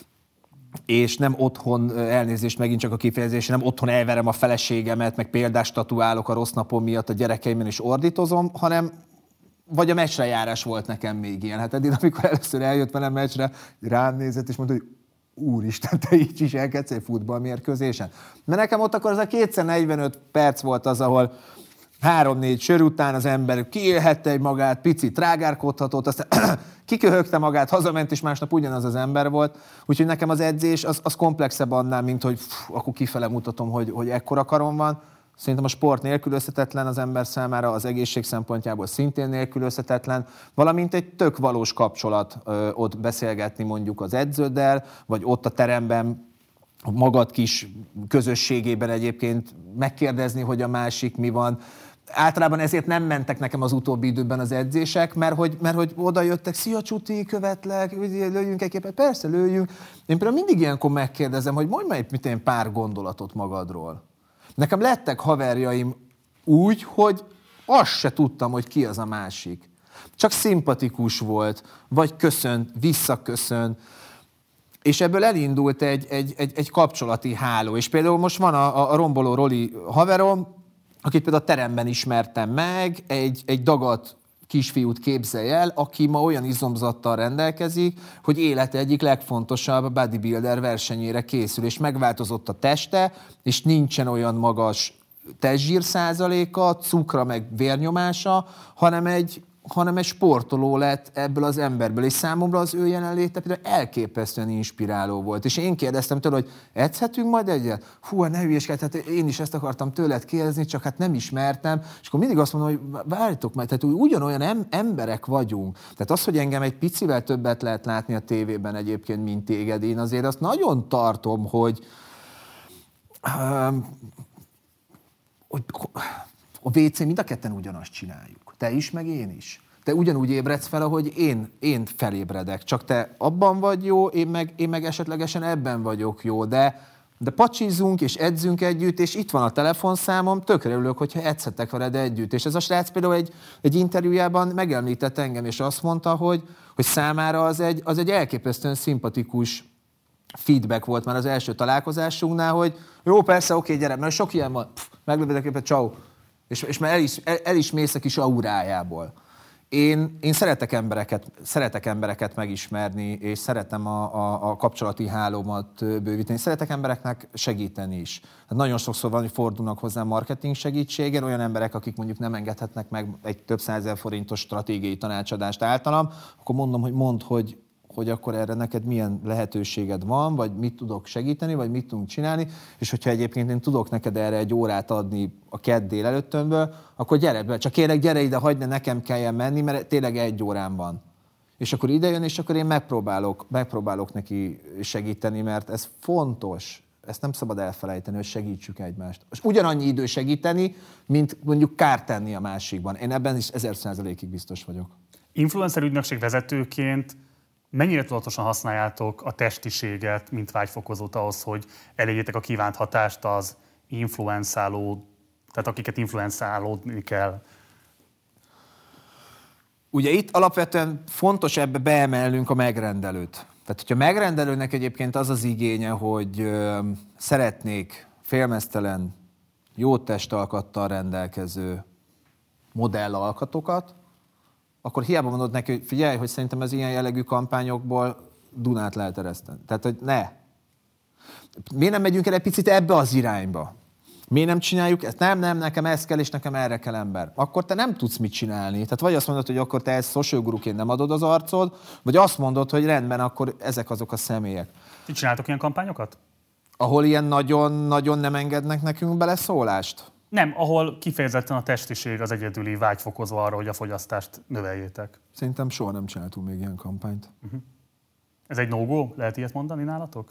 Speaker 2: és nem otthon, elnézést megint csak a kifejezés, nem otthon elverem a feleségemet, meg példást tatuálok a rossz napom miatt a gyerekeimen, és ordítozom, hanem vagy a meccsre járás volt nekem még ilyen. Hát eddig, amikor először eljött velem meccsre, rám nézett, és mondta, hogy úristen, te így is elkedsz egy futballmérkőzésen. Mert nekem ott akkor az a 245 perc volt az, ahol 3-4 sör után az ember kiélhette egy magát, picit trágárkodhatott, aztán kiköhögte magát, hazament, és másnap ugyanaz az ember volt. Úgyhogy nekem az edzés az komplexebb annál, mint hogy akkor kifele mutatom, hogy ekkora karom van. Szerintem a sport nélkülözhetetlen az ember számára, az egészség szempontjából szintén nélkülözhetetlen, valamint egy tök valós kapcsolat ott beszélgetni mondjuk az edződdel, vagy ott a teremben magad kis közösségében egyébként megkérdezni, hogy a másik mi van. Általában ezért nem mentek nekem az utóbbi időben az edzések, mert hogy oda jöttek, szia Csuti, követlek, lőjünk egy képet, persze lőjünk. Én például mindig ilyenkor megkérdezem, hogy mondj már egy pár gondolatot magadról. Nekem lettek haverjaim úgy, hogy azt se tudtam, hogy ki az a másik. Csak szimpatikus volt, vagy köszönt, visszaköszönt, és ebből elindult egy kapcsolati háló. És például most van a Romboló Roli haverom, akit például a teremben ismertem meg, egy dagat kisfiút képzelj el, aki ma olyan izomzattal rendelkezik, hogy élete egyik legfontosabb bodybuilder versenyére készül, és megváltozott a teste, és nincsen olyan magas testzsír százaléka, cukra meg vérnyomása, hanem egy hanem egy sportoló lett ebből az emberből, és számomra az ő jelenléte például elképesztően inspiráló volt. És én kérdeztem tőle, hogy edzhetünk majd egyet? Hú, ne hülyeskedj, hát én is ezt akartam tőled kérdezni, csak hát nem ismertem. És akkor mindig azt mondom, hogy várjatok meg, tehát ugyanolyan emberek vagyunk. Tehát az, hogy engem egy picivel többet lehet látni a tévében egyébként, mint téged, én azért azt nagyon tartom, hogy a WC mind a ketten ugyanazt csináljuk. Te is, meg én is. Te ugyanúgy ébredsz fel, ahogy én felébredek. Csak te abban vagy jó, én meg esetlegesen ebben vagyok jó. De pacsizzunk és edzünk együtt, és itt van a telefonszámom, tökre örülök, hogyha edzhetek veled együtt. És ez a srác például egy interjújában megemlített engem, és azt mondta, hogy számára az egy elképesztően szimpatikus feedback volt már az első találkozásunknál, hogy jó, persze, oké, gyere, mert sok ilyen van, meglövedek éppen, ciao. És már el is mész a kis aurájából. Én szeretek embereket megismerni, és szeretem a kapcsolati hálómat bővíteni. Szeretek embereknek segíteni is. Hát nagyon sokszor van, hogy fordulnak hozzám marketing segítségen, olyan emberek, akik mondjuk nem engedhetnek meg egy több százezer forintos stratégiai tanácsadást általam, akkor mondom, hogy mondd, hogy akkor erre neked milyen lehetőséged van, vagy mit tudok segíteni, vagy mit tudunk csinálni, és hogyha egyébként én tudok neked erre egy órát adni a kedd délelőttönből, akkor gyere be, csak kérlek, gyere ide, hagyd, ne nekem kelljen menni, mert tényleg 1 órám van. És akkor ide jön, és akkor én megpróbálok neki segíteni, mert ez fontos, ezt nem szabad elfelejteni, hogy segítsük egymást. És ugyanannyi idő segíteni, mint mondjuk kárt tenni a másikban. Én ebben is 1000%-ig biztos vagyok.
Speaker 1: Influencer ügynökség vezetőként mennyire tudatosan használjátok a testiséget, mint vágyfokozót ahhoz, hogy elérjétek a kívánt hatást az tehát akiket influencálódni kell?
Speaker 2: Ugye itt alapvetően fontos ebbe beemelnünk a megrendelőt. Tehát, hogyha megrendelőnek egyébként az az igénye, hogy szeretnék félmeztelen, jó testalkattal rendelkező modellalkatokat, akkor hiába mondod neki, hogy figyelj, hogy szerintem az ilyen jellegű kampányokból Dunát lehet ereszteni. Tehát, hogy ne. Miért nem megyünk el egy picit ebbe az irányba? Miért nem csináljuk ezt? Nem, nekem ez kell, és nekem erre kell ember. Akkor te nem tudsz mit csinálni. Tehát vagy azt mondod, hogy akkor te ezt social guruként nem adod az arcod, vagy azt mondod, hogy rendben, akkor ezek azok a személyek.
Speaker 1: Ti csináltok ilyen kampányokat?
Speaker 2: Ahol ilyen nagyon nem engednek nekünk beleszólást?
Speaker 1: Nem, ahol kifejezetten a testiség az egyedüli vágyfokozó arra, hogy a fogyasztást növeljétek.
Speaker 2: Szerintem soha nem csináltunk még ilyen kampányt.
Speaker 1: Ez egy no-go? Lehet ilyet mondani nálatok?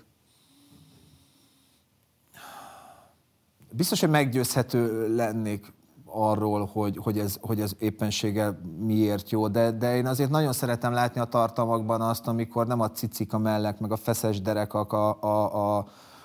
Speaker 2: Biztos, hogy meggyőzhető lennék arról, hogy ez éppenséggel miért jó, de én azért nagyon szeretem látni a tartalmakban azt, amikor nem a cicik, a mellek, meg a feszes derekak, a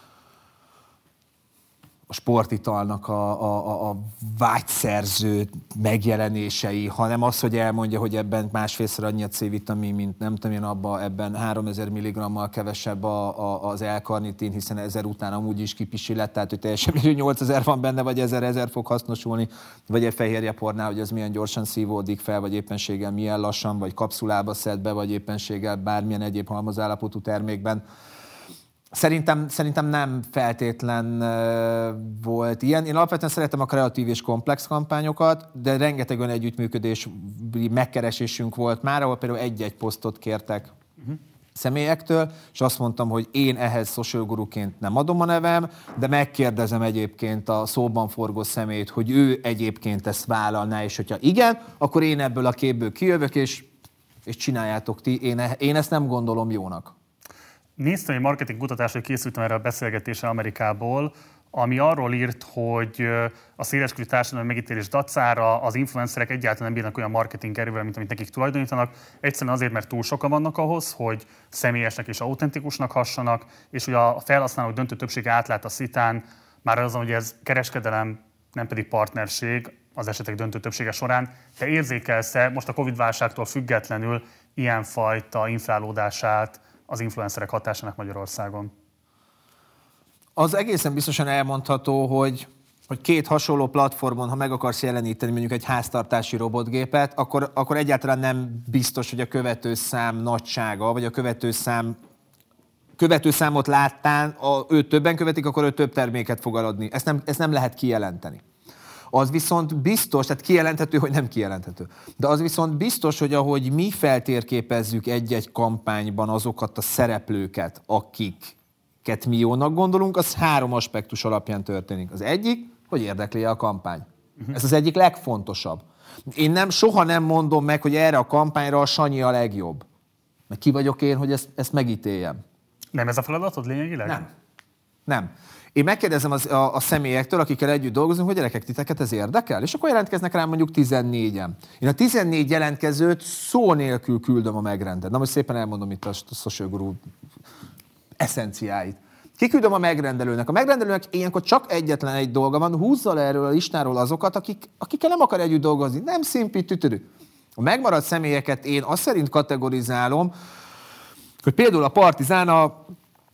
Speaker 2: sportitalnak a vágyszerző megjelenései, hanem az, hogy elmondja, hogy ebben másfélszer annyi a C-vitamin, mint nem tudom én, ebben 3000 mg-mal kevesebb az L-karnitin, hiszen 1000 után amúgy is kipisilett, tehát hogy teljesen 8000 van benne, vagy 1000 fog hasznosulni, vagy egy fehérjepornál, hogy ez milyen gyorsan szívódik fel, vagy éppenséggel milyen lassan, vagy kapszulába szed be, vagy éppenséggel bármilyen egyéb halmazállapotú termékben. Szerintem nem feltétlen volt ilyen. Én alapvetően szeretem a kreatív és komplex kampányokat, de rengeteg olyan együttműködés, megkeresésünk volt már, ahol például egy-egy posztot kértek személyektől, és azt mondtam, hogy én ehhez social guruként nem adom a nevem, de megkérdezem egyébként a szóban forgó személyt, hogy ő egyébként ezt vállalná, és hogyha igen, akkor én ebből a képből kijövök, és csináljátok ti. Én ezt nem gondolom jónak.
Speaker 1: Néztem egy marketing kutatást, hogy készültem erre a beszélgetésre Amerikából, ami arról írt, hogy a széleskörű társadalmi megítélés dacára az influencerek egyáltalán nem bírnak olyan marketing erővel, mint amit nekik tulajdonítanak. Egyszerűen azért, mert túl sokan vannak ahhoz, hogy személyesnek és autentikusnak hassanak, és hogy a felhasználók döntő többsége átlát a szitán, már azon, hogy ez kereskedelem, nem pedig partnerség az esetek döntő többsége során. Te érzékelsz-e most a Covid-válságtól függetlenül ilyenfajta inflálódását az influencerek hatásának Magyarországon?
Speaker 2: Az egészen biztosan elmondható, hogy 2 hasonló platformon, ha meg akarsz jeleníteni mondjuk egy háztartási robotgépet, akkor egyáltalán nem biztos, hogy a követőszám nagysága, vagy a követőszámot láttán, ő többen követik, akkor ő több terméket fog eladni. Ezt nem lehet kijelenteni. Az viszont biztos, tehát kijelenthető, hogy nem kijelenthető. De az viszont biztos, hogy ahogy mi feltérképezzük egy-egy kampányban azokat a szereplőket, akiket mi jónak gondolunk, az 3 aspektus alapján történik. Az egyik, hogy érdekli a kampány. Ez az egyik legfontosabb. Én soha nem mondom meg, hogy erre a kampányra a Sanyi a legjobb. Mert ki vagyok én, hogy ezt megítéljem.
Speaker 1: Nem ez a feladatod lényegileg?
Speaker 2: Nem. Én megkérdezem a személyektől, akikkel együtt dolgozunk, hogy gyerekek, titeket ez érdekel? És akkor jelentkeznek rám mondjuk 14-en. Én a 14 jelentkezőt szó nélkül küldöm a megrendet. Na most szépen elmondom itt a Social Guru eszenciáit. Kiküldöm a megrendelőnek. A megrendelőnek ilyenkor csak egyetlen egy dolga van, húzza le erről a listáról azokat, akikkel nem akar együtt dolgozni. Nem szimpi, tütörű. A megmaradt személyeket én azt szerint kategorizálom, hogy például a Partizán a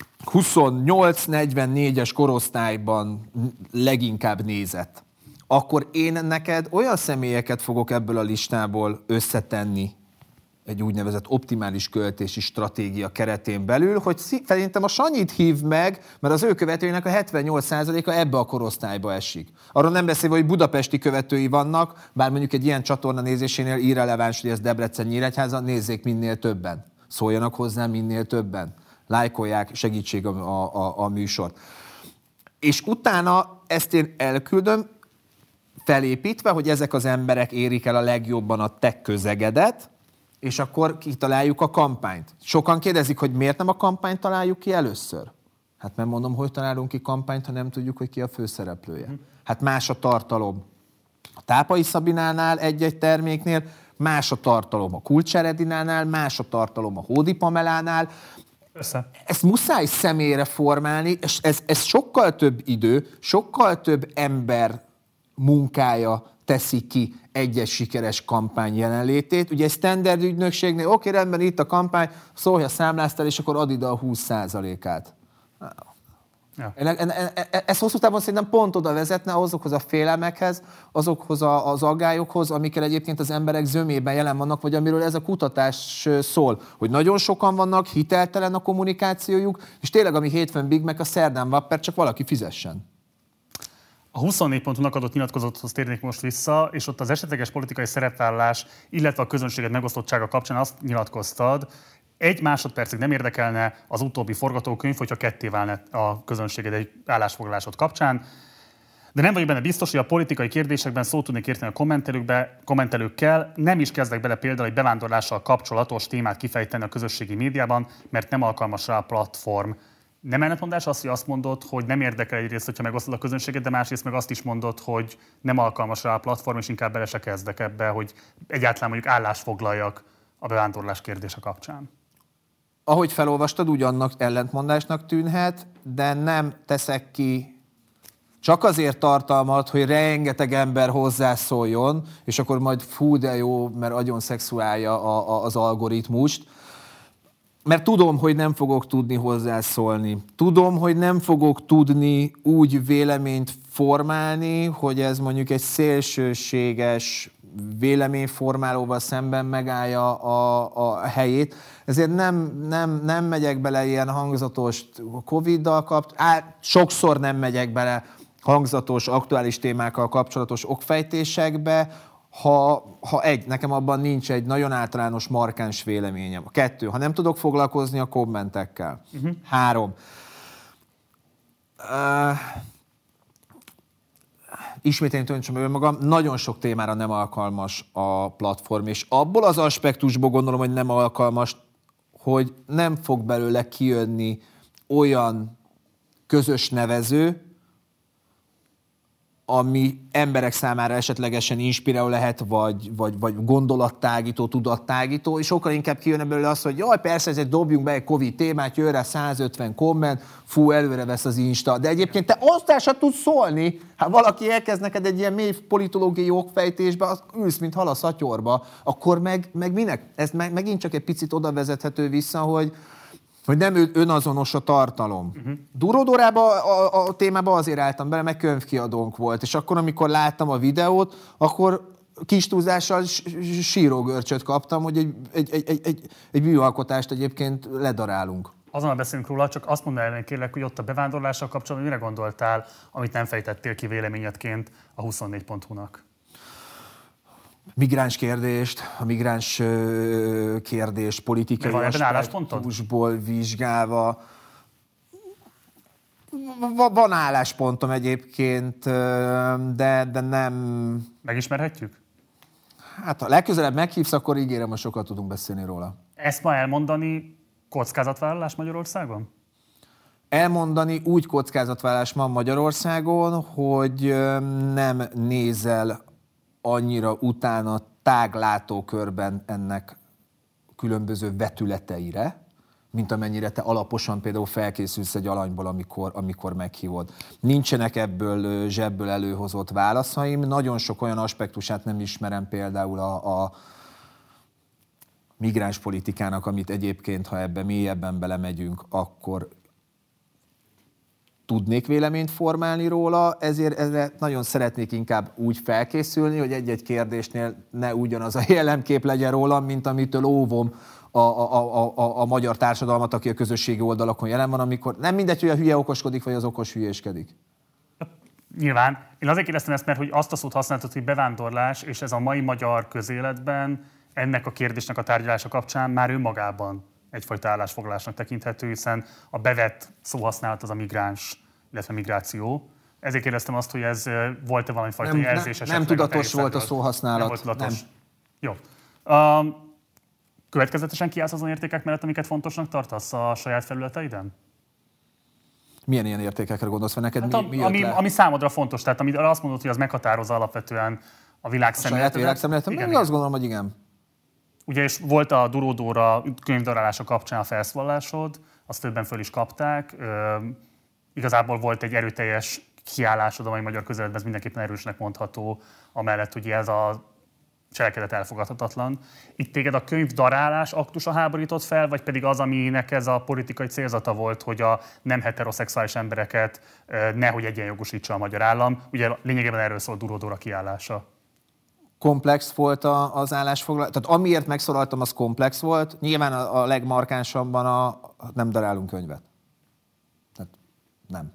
Speaker 2: 28-44-es korosztályban leginkább nézett. Akkor én neked olyan személyeket fogok ebből a listából összetenni egy úgynevezett optimális költési stratégia keretén belül, hogy szerintem a Sanyit hív meg, mert az ő követőinek a 78%-a ebbe a korosztályba esik. Arról nem beszélve, hogy budapesti követői vannak, bár mondjuk egy ilyen csatorna nézésénél irreleváns, hogy ez Debrecen, Nyíregyháza, nézzék minél többen. Szóljanak hozzá minél többen. Lájkolják, segítség a műsort. És utána ezt én elküldöm, felépítve, hogy ezek az emberek érik el a legjobban a te közegedet, és akkor kitaláljuk a kampányt. Sokan kérdezik, hogy miért nem a kampányt találjuk ki először? Hát nem mondom, hogy találunk ki kampányt, ha nem tudjuk, hogy ki a főszereplője. Hát más a tartalom a Tápai Szabinánál egy-egy terméknél, más a tartalom a Kulcseredinánál, más a tartalom a Hódi Pamelánál.
Speaker 1: Persze.
Speaker 2: Ezt muszáj személyre formálni, és ez sokkal több idő, sokkal több ember munkája teszi ki egyes sikeres kampány jelenlétét. Ugye egy standard ügynökségnél, oké, rendben, itt a kampány, szólj a számlásztál, és akkor add ide a 20%-át. Ja. Ez hosszú távon szerintem pont oda vezetne azokhoz a félelmekhez, azokhoz az aggályokhoz, amikkel egyébként az emberek zömében jelen vannak, vagy amiről ez a kutatás szól. Hogy nagyon sokan vannak, hiteltelen a kommunikációjuk, és tényleg ami hétfőn Big Mac, a szerdán Whopper, csak valaki fizessen.
Speaker 1: A 24.hu-nak adott nyilatkozathoz térnék most vissza, és ott az esetleges politikai szerepvállalás, illetve a közönséged megosztottsága kapcsán azt nyilatkoztad, 1 másodpercig nem érdekelne az utóbbi forgatókönyv, hogyha ketté válna a közönséged egy állásfoglalásod kapcsán. De nem vagyok benne biztos, hogy a politikai kérdésekben szót tudnék érteni a kommentelőkkel, nem is kezdek bele például egy bevándorlással kapcsolatos témát kifejteni a közösségi médiában, mert nem alkalmas rá a platform. Nem ellentmondás az, hogy azt mondod, hogy nem érdekel egyrészt, hogyha megosztod a közönséget, de másrészt meg azt is mondod, hogy nem alkalmas rá a platform, és inkább bele se kezdek ebbe, hogy egyáltalán mondjuk állást foglaljak a bevándorlás kérdése kapcsán.
Speaker 2: Ahogy felolvastad, ugyannak ellentmondásnak tűnhet, de nem teszek ki csak azért tartalmat, hogy rengeteg ember hozzászóljon, és akkor majd fú, de jó, mert agyon szexuálja az algoritmust. Mert tudom, hogy nem fogok tudni hozzászólni. Tudom, hogy nem fogok tudni úgy véleményt formálni, hogy ez mondjuk egy szélsőséges véleményformálóval szemben megállja a helyét. Ezért nem megyek bele ilyen hangzatos Covid-dal sokszor nem megyek bele hangzatos, aktuális témákkal kapcsolatos okfejtésekbe, nekem abban nincs egy nagyon általános, markáns véleményem. 2, ha nem tudok foglalkozni a kommentekkel. 3, ismételni töntsem önmagam, nagyon sok témára nem alkalmas a platform, és abból az aspektusból gondolom, hogy nem alkalmas, hogy nem fog belőle kijönni olyan közös nevező, ami emberek számára esetlegesen inspiráló lehet, vagy gondolattágító, tudattágító, és sokkal inkább kijönne belőle az, hogy jaj, persze, ezért dobjunk be egy Covid témát, jön rá 150 komment, fú, előre vesz az Insta. De egyébként te aztán sem tudsz szólni. Hát valaki elkezd neked egy ilyen mély politológiai okfejtésbe, az ülsz, mint hal a szatyorba, akkor meg minek? Ez megint csak egy picit oda vezethető vissza, hogy nem önazonos a tartalom. Duródórába a témába azért álltam bele, mert könyvkiadónk volt, és akkor, amikor láttam a videót, akkor kis túlzással sírógörcsöt kaptam, hogy egy műalkotást egyébként ledarálunk.
Speaker 1: Azonnal beszélünk róla, csak azt mondd el, kérlek, hogy ott a bevándorlással kapcsolatban mire gondoltál, amit nem fejtettél ki véleményedként a 24.hu-nak?
Speaker 2: Migráns kérdést, a migráns kérdés politikai aspektusból vizsgálva. Van álláspontom egyébként, de nem...
Speaker 1: Megismerhetjük?
Speaker 2: Hát ha legközelebb meghívsz, akkor ígérem, hogy sokat tudunk beszélni róla.
Speaker 1: Ezt ma elmondani kockázatvállalás Magyarországon?
Speaker 2: Elmondani úgy kockázatvállalás ma Magyarországon, hogy nem nézel annyira utána táglátókörben ennek különböző vetületeire, mint amennyire te alaposan például felkészülsz egy alanyból, amikor meghívod. Nincsenek ebből zsebből előhozott válaszaim. Nagyon sok olyan aspektusát nem ismerem például a migráns politikának, amit egyébként, ha ebbe mélyebben belemegyünk, akkor tudnék véleményt formálni róla, ezért ezre nagyon szeretnék inkább úgy felkészülni, hogy egy-egy kérdésnél ne ugyanaz a jellemkép legyen rólam, mint amitől óvom a magyar társadalmat, aki a közösségi oldalakon jelen van, amikor nem mindegy, hogy a hülye okoskodik, vagy az okos hülyéskedik.
Speaker 1: Nyilván. Én azért kérdeztem ezt, mert hogy azt a szót használtad, hogy bevándorlás, és ez a mai magyar közéletben ennek a kérdésnek a tárgyalása kapcsán már önmagában egyfajta állásfoglalásnak tekinthető, hiszen a bevett szóhasználat az a migráns, illetve migráció. Ezért kérdeztem azt, hogy ez volt-e valamifajta jelzés esetleg.
Speaker 2: Nem tudatos volt a szóhasználat.
Speaker 1: Nem volt tudatos. Nem. Jó. Következetesen kiállsz azon értékek mellett, amiket fontosnak tartasz a saját felületeiden?
Speaker 2: Milyen ilyen értékekre gondolsz? Neked
Speaker 1: hát ami számodra fontos, tehát amit azt mondod, hogy az meghatározza alapvetően a világszemléletet.
Speaker 2: A saját világszemléletem? Igen, azt gondolom, hogy igen.
Speaker 1: Ugye, és volt a Duródóra könyvdarálása kapcsán a felszólalásod, azt többen föl is kapták. Igazából volt egy erőteljes kiállásod, amely magyar közéletben ez mindenképpen erősnek mondható, amellett, hogy ez a cselekedet elfogadhatatlan. Itt téged a könyvdarálás aktusa háborított fel, vagy pedig az, aminek ez a politikai célzata volt, hogy a nem heteroszexuális embereket nehogy egyenjogosítsa a magyar állam? Ugye lényegében erről szól Duródóra kiállása.
Speaker 2: Komplex volt az állásfoglalás. Tehát amiért megszólaltam, az komplex volt. Nyilván a legmarkánsabban nem darálunk könyvet. Tehát nem.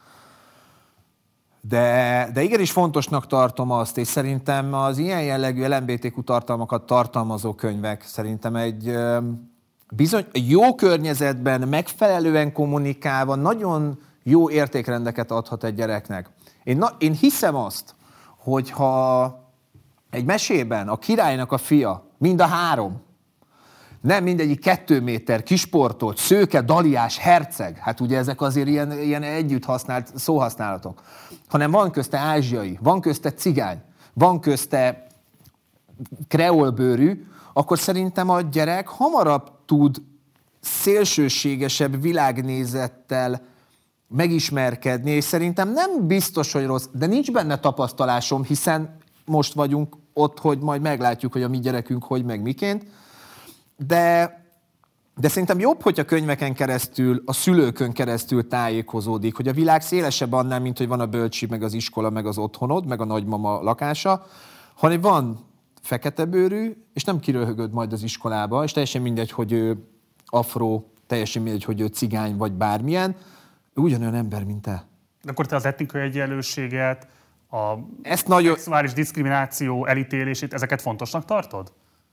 Speaker 2: De igenis fontosnak tartom azt, és szerintem az ilyen jellegű LMBTQ tartalmakat tartalmazó könyvek szerintem egy bizony jó környezetben, megfelelően kommunikálva nagyon jó értékrendeket adhat egy gyereknek. Én hiszem azt, hogyha egy mesében a királynak a fia, mind a három, nem mindegyik 2 méter, kisportolt, szőke, daliás, herceg, hát ugye ezek azért ilyen együtt használt szóhasználatok, hanem van közte ázsiai, van közte cigány, van közte kreolbőrű, akkor szerintem a gyerek hamarabb tud szélsőségesebb világnézettel megismerkedni, és szerintem nem biztos, hogy rossz, de nincs benne tapasztalásom, hiszen most vagyunk ott, hogy majd meglátjuk, hogy a mi gyerekünk hogy meg miként. De szerintem jobb, hogy a könyveken keresztül, a szülőkön keresztül tájékozódik, hogy a világ szélesebb annál, mint hogy van a bölcsi, meg az iskola, meg az otthonod, meg a nagymama lakása, hanem van feketebőrű, és nem kiröhögöd majd az iskolába, és teljesen mindegy, hogy ő afró, teljesen mindegy, hogy ő cigány vagy bármilyen, ő ugyanolyan ember, mint te.
Speaker 1: De akkor te az etnikai egyenlőséget, a szexuális diszkrimináció elítélését, ezeket fontosnak tartod?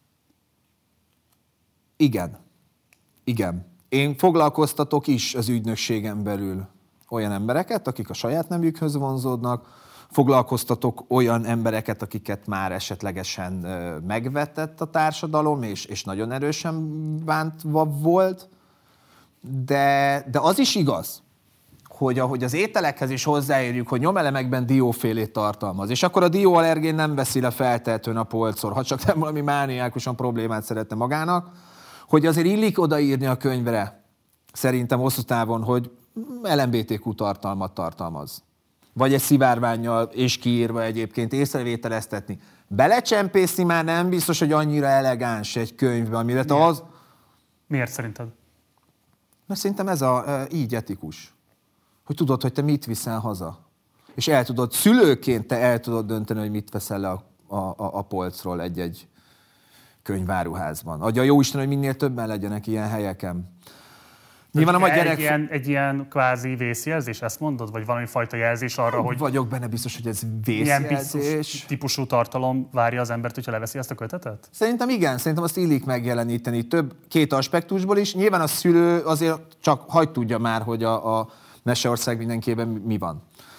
Speaker 2: Igen. Én foglalkoztatok is az ügynökségen belül olyan embereket, akik a saját nemükhöz vonzódnak, foglalkoztatok olyan embereket, akiket már esetlegesen megvetett a társadalom, és nagyon erősen bántva volt, de az is igaz, hogy ahogy az ételekhez is hozzáérjük, hogy nyomelemekben diófélét tartalmaz, és akkor a dióallergén nem veszi le feltehetően a polcor, ha csak nem valami mániákusan problémát szeretne magának, hogy azért illik odaírni a könyvre, szerintem hosszú távon, hogy LMBTQ tartalmat tartalmaz. Vagy egy szivárvánnyal és kiírva egyébként észrevételeztetni. Belecsempészni már nem biztos, hogy annyira elegáns egy könyvbe, amire te az...
Speaker 1: Miért szerinted?
Speaker 2: Mert szerintem ez így etikus. Hogy tudod, hogy te mit viszel haza. És szülőként te el tudod dönteni, hogy mit veszel le a polcról egy könyváruházban. Adja a jóisten, hogy minél többen legyenek ilyen helyeken. Nyilván a magyar
Speaker 1: egy ilyen kvázi vészjelzés, ezt mondod? Vagy valami fajta jelzés arra, hogy...
Speaker 2: Vagyok benne biztos, hogy ez vészjelzés.
Speaker 1: Milyen típusú tartalom várja az embert, hogyha leveszi ezt a kötetet?
Speaker 2: Szerintem igen, szerintem azt illik megjeleníteni két aspektusból is. Nyilván a szülő azért csak hagy tudja már, hogy a Meseország mindenkiében mi van.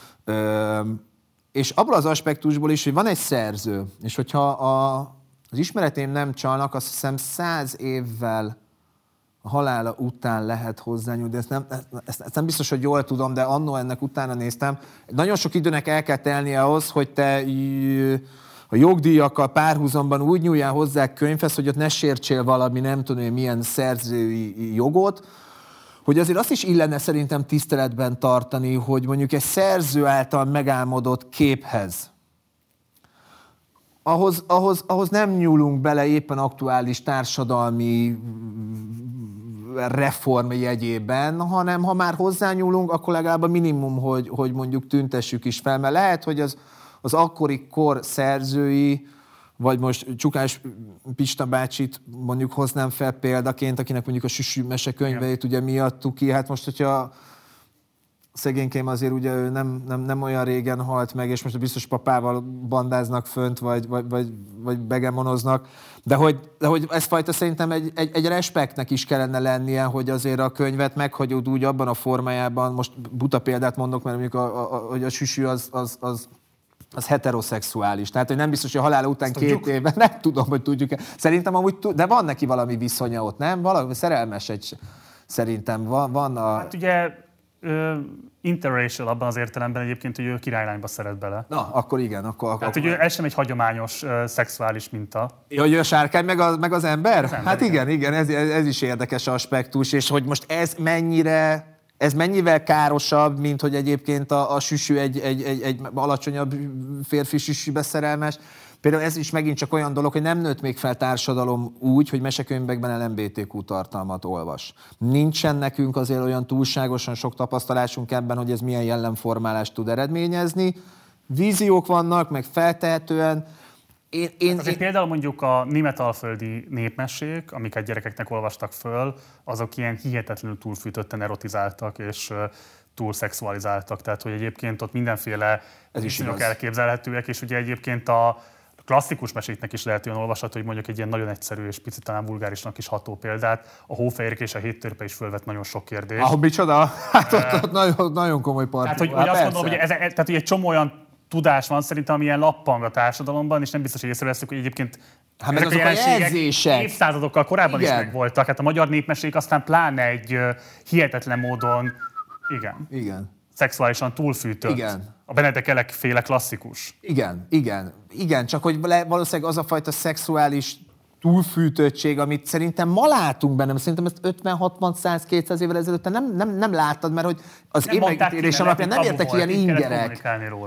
Speaker 2: És abból az aspektusból is, hogy van egy szerző, és hogyha az ismereteim nem csalnak, azt hiszem 100 évvel a halála után lehet hozzányúlni, de ezt nem biztos, hogy jól tudom, de annó ennek utána néztem. Nagyon sok időnek el kell telnie ahhoz, hogy te a jogdíjakkal párhuzamban úgy nyúljál hozzá könyvhez, hogy ott ne sértsél valami, nem tudom én milyen szerzői jogot, hogy azért azt is illene szerintem tiszteletben tartani, hogy mondjuk egy szerző által megálmodott képhez, ahhoz nem nyúlunk bele éppen aktuális társadalmi reform jegyében, hanem ha már hozzányúlunk, akkor legalább a minimum, hogy mondjuk tüntessük is fel, mert lehet, hogy az akkori kor szerzői, vagy most Csukás Pista bácsit mondjuk hoznám fel példaként, akinek mondjuk a Süsű mesekönyveit ugye miattuk ki, hát most, hogyha szegénykém azért ugye ő nem olyan régen halt meg, és most biztos papával bandáznak fönt, vagy begemonoznak, de hogy ez fajta szerintem egy respektnek is kellene lennie, hogy azért a könyvet meghagyod úgy abban a formájában, most buta példát mondok, mert mondjuk hogy a Süsű az heteroszexuális. Tehát, hogy nem biztos, hogy a halála után 2 évben, nem tudom, hogy tudjuk-e. Szerintem amúgy, de van neki valami viszonya ott, nem? Valami szerelmes szerintem van a...
Speaker 1: Hát ugye interracial abban az értelemben egyébként, hogy ő királylányba szeret bele.
Speaker 2: Na, akkor igen.
Speaker 1: Tehát, hogy ez sem egy hagyományos szexuális minta.
Speaker 2: Ja, hogy a sárkány meg az ember? Hát
Speaker 1: igen.
Speaker 2: igen, ez is érdekes aspektus, és hogy most ez mennyivel károsabb, mint hogy egyébként a Süsű egy alacsonyabb férfi Süsűbe szerelmes. Például ez is megint csak olyan dolog, hogy nem nőtt még fel társadalom úgy, hogy mesekönyvekben LMBTQ tartalmat olvas. Nincsen nekünk azért olyan túlságosan sok tapasztalásunk ebben, hogy ez milyen jellemformálást tud eredményezni. Víziók vannak, meg feltehetően.
Speaker 1: Például mondjuk a németalföldi népmesék, amiket gyerekeknek olvastak föl, azok ilyen hihetetlenül túlfűtötten erotizáltak és túl szexualizáltak. Tehát, hogy egyébként ott mindenféle viszonyok elképzelhetőek, és ugye egyébként a klasszikus meséknek is lehet olyan olvasható, hogy mondjuk egy ilyen nagyon egyszerű és picit talán vulgárisnak is ható példát. A Hófehérke és a Héttörpe is fölvet nagyon sok kérdést.
Speaker 2: Micsoda? Hát ott nagyon komoly parti.
Speaker 1: Tehát, hogy azt mondom, hogy tehát, hogy egy csomó olyan tudás van szerintem, amilyen lappang a társadalomban, és nem biztos, hogy észreveszünk, hogy egyébként
Speaker 2: ezek a jelzések
Speaker 1: évszázadokkal korábban is megvoltak. Hát a magyar népmesék aztán pláne egy hihetetlen módon,
Speaker 2: igen.
Speaker 1: Szexuálisan túlfűtött.
Speaker 2: Igen.
Speaker 1: A Benedek Elek féle klasszikus.
Speaker 2: Igen, csak hogy valószínűleg az a fajta szexuális túlfűtöttség, amit szerintem ma látunk benne, szerintem ezt 50, 60, 100, 200 évvel ezelőtt nem láttad, mert hogy az én megítélésem alapján nem értek ilyen ingerek.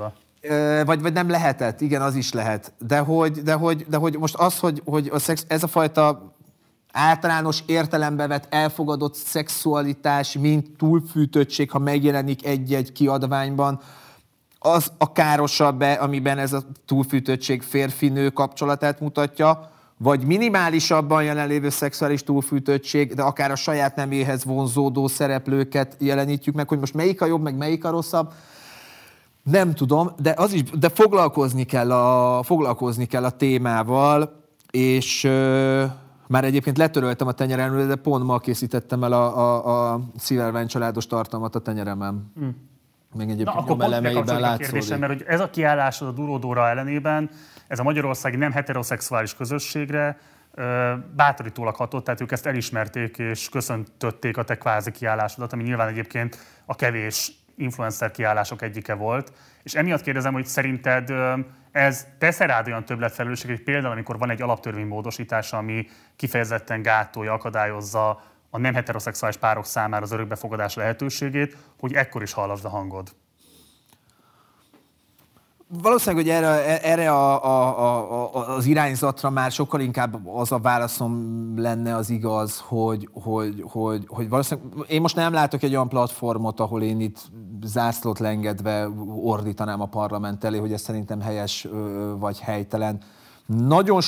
Speaker 2: Vagy nem lehetett, igen, az is lehet. De hogy most az, hogy ez a fajta általános értelembe vett elfogadott szexualitás, mint túlfűtöttség, ha megjelenik egy-egy kiadványban, az a károsabb, amiben ez a túlfűtöttség férfi-nő kapcsolatát mutatja, vagy minimálisabban jelenlévő szexuális túlfűtöttség, de akár a saját neméhez vonzódó szereplőket jelenítjük meg, hogy most melyik a jobb, meg melyik a rosszabb. Nem tudom, de foglalkozni kell a témával, és már egyébként letöröltem a tenyeremről, de pont ma készítettem el a szívárvány családos tartalmat a tenyeremen. Még egyébként
Speaker 1: akkor elemeiben látszódik. Mert hogy ez a kiállásod a Duródóra ellenében, ez a magyarországi nem heteroszexuális közösségre bátorítólag hatott, tehát ők ezt elismerték és köszöntötték a te kvázi kiállásodat, ami nyilván egyébként a kevés influencer kiállások egyike volt. És emiatt kérdezem, hogy szerinted ez tesz rád olyan többletfelelősség, hogy például amikor van egy alaptörvénymódosítás, ami kifejezetten gátolja, akadályozza a nem heteroszexuális párok számára az örökbefogadás lehetőségét, hogy ekkor is hallasd a hangod?
Speaker 2: Valószínűleg, hogy erre az irányzatra már sokkal inkább az a válaszom lenne az igaz, hogy valószínűleg én most nem látok egy olyan platformot, ahol én itt zászlót lengedve ordítanám a parlament elé, hogy ez szerintem helyes vagy helytelen. Nagyon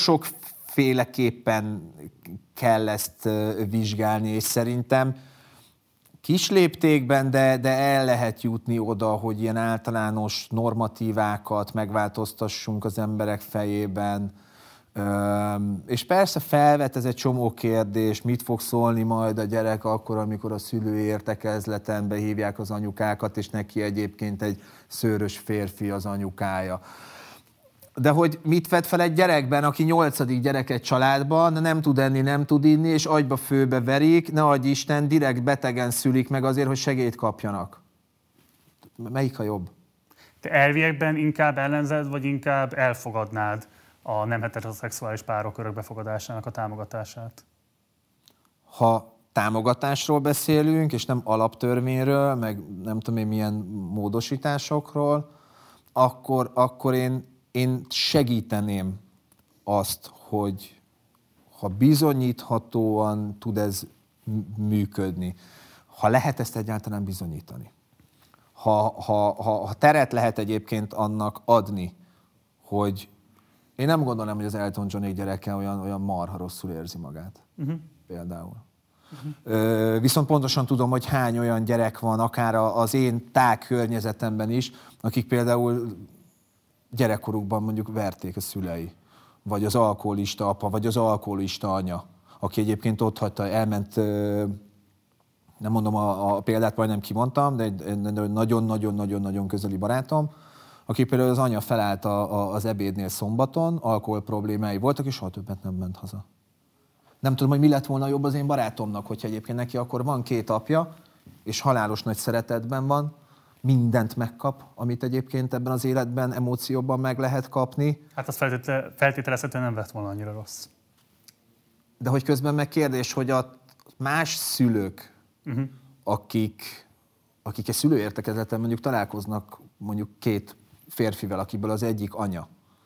Speaker 2: sokféleképpen kell ezt vizsgálni, és szerintem kis léptékben, de el lehet jutni oda, hogy ilyen általános normatívákat megváltoztassunk az emberek fejében. És persze felvet ez egy csomó kérdés, mit fog szólni majd a gyerek akkor, amikor a szülői értekezleten behívják az anyukákat, és neki egyébként egy szőrös férfi az anyukája. De hogy mit vet fel egy gyerekben, aki 8. gyerek egy családban, nem tud enni, nem tud inni, és agyba főbe verik, ne adj Isten, direkt betegen szülik meg azért, hogy segélyt kapjanak. Melyik a jobb?
Speaker 1: Te elviekben inkább ellenzed, vagy inkább elfogadnád a nem heteroszexuális párok örökbefogadásának a támogatását?
Speaker 2: Ha támogatásról beszélünk, és nem alaptörvényről, meg nem tudom én milyen módosításokról, akkor én segíteném azt, hogy ha bizonyíthatóan tud ez működni, ha lehet ezt egyáltalán bizonyítani, ha teret lehet egyébként annak adni, hogy én nem gondolom, hogy az Elton Johnék gyereke olyan marha rosszul érzi magát. Például. Viszont pontosan tudom, hogy hány olyan gyerek van, akár az én tág környezetemben is, akik például gyerekkorukban mondjuk verték a szülei, vagy az alkoholista apa, vagy az alkoholista anya, aki egyébként ott hagyta, elment, nem mondom a példát, majdnem kimondtam, de egy nagyon-nagyon-nagyon közeli barátom, aki például az anya felállt az ebédnél szombaton, alkohol problémái voltak, és soha többet nem ment haza. Nem tudom, hogy mi lett volna jobb az én barátomnak, hogyha egyébként neki akkor van 2 apja, és halálos nagy szeretetben van, mindent megkap, amit egyébként ebben az életben, emócióban meg lehet kapni.
Speaker 1: Hát az feltételezhetően nem lett volna annyira rossz.
Speaker 2: De hogy közben meg kérdés, hogy a más szülők, akik egy szülőértekezleten mondjuk találkoznak mondjuk 2 férfivel, akiből az egyik anya,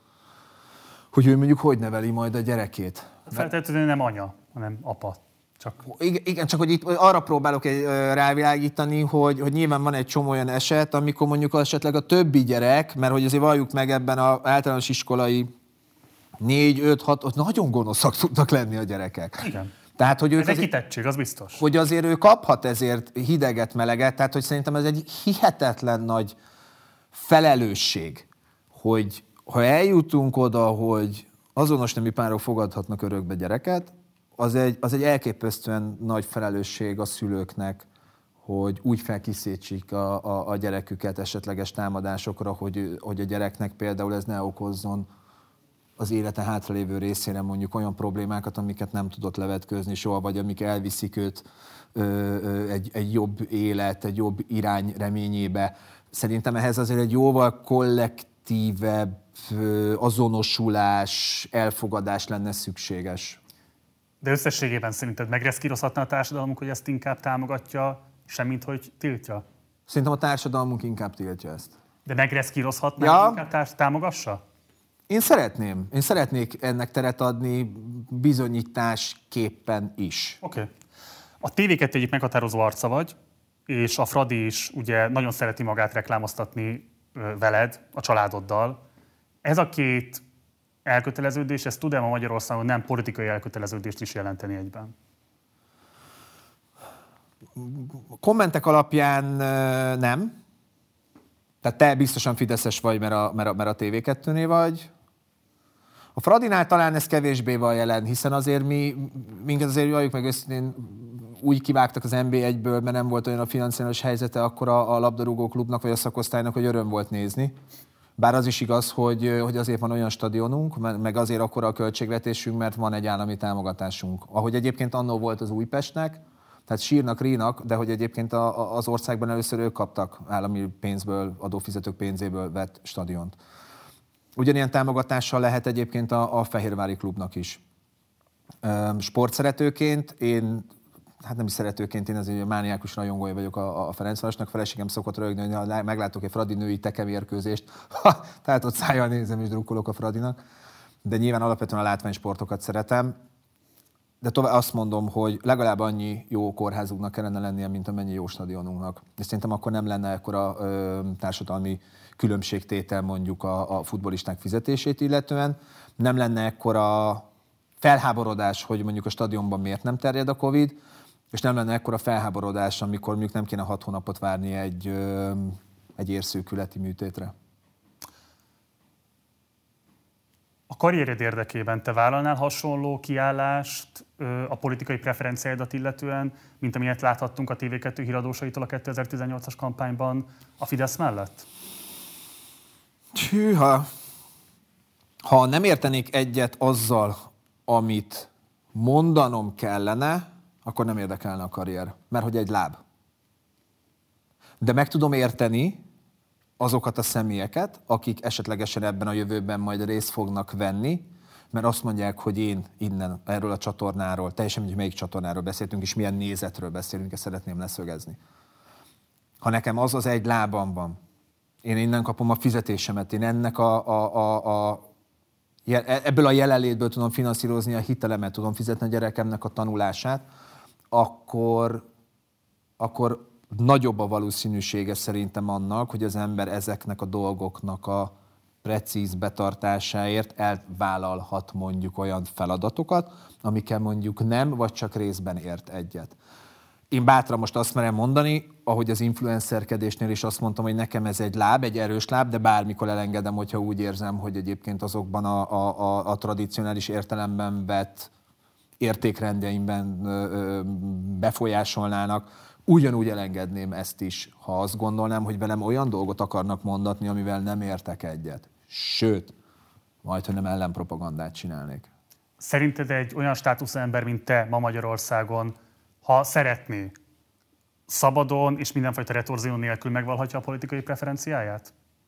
Speaker 2: hogy ő mondjuk hogy neveli majd a gyerekét.
Speaker 1: Feltétlenül nem anya, hanem apa.
Speaker 2: Igen, csak hogy itt arra próbálok rávilágítani, hogy nyilván van egy csomó olyan eset, amikor mondjuk esetleg a többi gyerek, mert hogy azért valljuk meg ebben az általános iskolai 4, 5, 6, nagyon gonoszak tudnak lenni a gyerekek.
Speaker 1: Igen.
Speaker 2: Tehát, hogy
Speaker 1: ez egy kitettség, az biztos.
Speaker 2: Hogy azért ő kaphat ezért hideget, meleget, tehát hogy szerintem ez egy hihetetlen nagy felelősség, hogy ha eljutunk oda, hogy azonos nemű párok fogadhatnak örökbe gyereket, az egy elképesztően nagy felelősség a szülőknek, hogy úgy felkészítsék a gyereküket esetleges támadásokra, hogy a gyereknek például ez ne okozzon az élete hátralévő részére mondjuk olyan problémákat, amiket nem tudott levetkőzni soha, vagy amik elviszik őt egy jobb élet, egy jobb irány reményébe. Szerintem ehhez azért egy jóval kollektívebb azonosulás, elfogadás lenne szükséges.
Speaker 1: De összességében szerinted megreszkírozhatna a társadalmunk, hogy ezt inkább támogatja, semmint hogy tiltja?
Speaker 2: Szerintem a társadalmunk inkább tiltja ezt.
Speaker 1: De megreszkírozhatná, inkább támogassa?
Speaker 2: Én szeretnék ennek teret adni bizonyításképpen is.
Speaker 1: Oké. A TV2 egyik meghatározó arca vagy, és a Fradi is ugye nagyon szereti magát reklámoztatni veled, a családoddal. Ez a 2 elköteleződés, ez tud-e ma Magyarországon nem politikai elköteleződést is jelenteni egyben?
Speaker 2: Kommentek alapján nem. Tehát te biztosan fideszes vagy, mert a TV2-nél vagy. A Fradinál talán ez kevésbé van jelen, hiszen azért minket azért valljuk meg őszintén úgy kivágtak az NB1-ből, mert nem volt olyan a financiális helyzete akkor a labdarúgó klubnak vagy a szakosztálynak, hogy öröm volt nézni. Bár az is igaz, hogy azért van olyan stadionunk, meg azért akkora a költségvetésünk, mert van egy állami támogatásunk. Ahogy egyébként annól volt az Újpestnek, tehát sírnak, rínak, de hogy egyébként az országban először ők kaptak állami pénzből, adófizetők pénzéből vett stadiont. Ugyanilyen támogatással lehet egyébként a Fehérvári klubnak is. Sportszeretőként nem is szeretőként, én azért mániákus rajongója vagyok a Ferencvárosnak, feleségem szokott rögni, hogy meglátok egy fradi női tekemérkőzést, tehát ott szájjal nézem és drukkolok a Fradinak, de nyilván alapvetően a látványsportokat szeretem, de tovább azt mondom, hogy legalább annyi jó kórházunknak kellene lennie, mint amennyi jó stadionunknak. És szerintem akkor nem lenne ekkora társadalmi különbségtétel mondjuk a futbollisták fizetését illetően, nem lenne ekkora felháborodás, hogy mondjuk a stadionban miért nem terjed a Covid, És nem lenne ekkora felháborodás, amikor mondjuk nem kéne 6 hónapot várni egy érszűkületi műtétre.
Speaker 1: A karriered érdekében te vállalnál hasonló kiállást a politikai preferenciáidat illetően, mint amilyet láthattunk a TV2 híradósaitól a 2018-as kampányban a Fidesz mellett?
Speaker 2: Hűha! Ha nem értenék egyet azzal, amit mondanom kellene, akkor nem érdekelne a karrier, mert hogy egy láb. De meg tudom érteni azokat a személyeket, akik esetlegesen ebben a jövőben majd részt fognak venni, mert azt mondják, hogy én innen, erről a csatornáról, teljesen mindegy, melyik csatornáról beszéltünk, és milyen nézetről beszélünk, ezt szeretném leszögezni. Ha nekem az egy lábam van, én innen kapom a fizetésemet, én ennek ebből a jelenlétből tudom finanszírozni a hitelemet, tudom fizetni a gyerekemnek a tanulását, akkor nagyobb a valószínűsége szerintem annak, hogy az ember ezeknek a dolgoknak a precíz betartásáért elvállalhat mondjuk olyan feladatokat, amikkel mondjuk nem, vagy csak részben ért egyet. Én bátran most azt merem mondani, ahogy az influencerkedésnél is azt mondtam, hogy nekem ez egy láb, egy erős láb, de bármikor elengedem, hogyha úgy érzem, hogy egyébként azokban a tradicionális értelemben vett értékrendjeimben befolyásolnának, ugyanúgy elengedném ezt is, ha azt gondolnám, hogy velem olyan dolgot akarnak mondatni, amivel nem értek egyet. Sőt, majd, hogy nem ellenpropagandát csinálnék.
Speaker 1: Szerinted egy olyan státuszember, mint te ma Magyarországon, ha szeretné, szabadon és mindenfajta retorzió nélkül megvalhatja a politikai preferenciáját?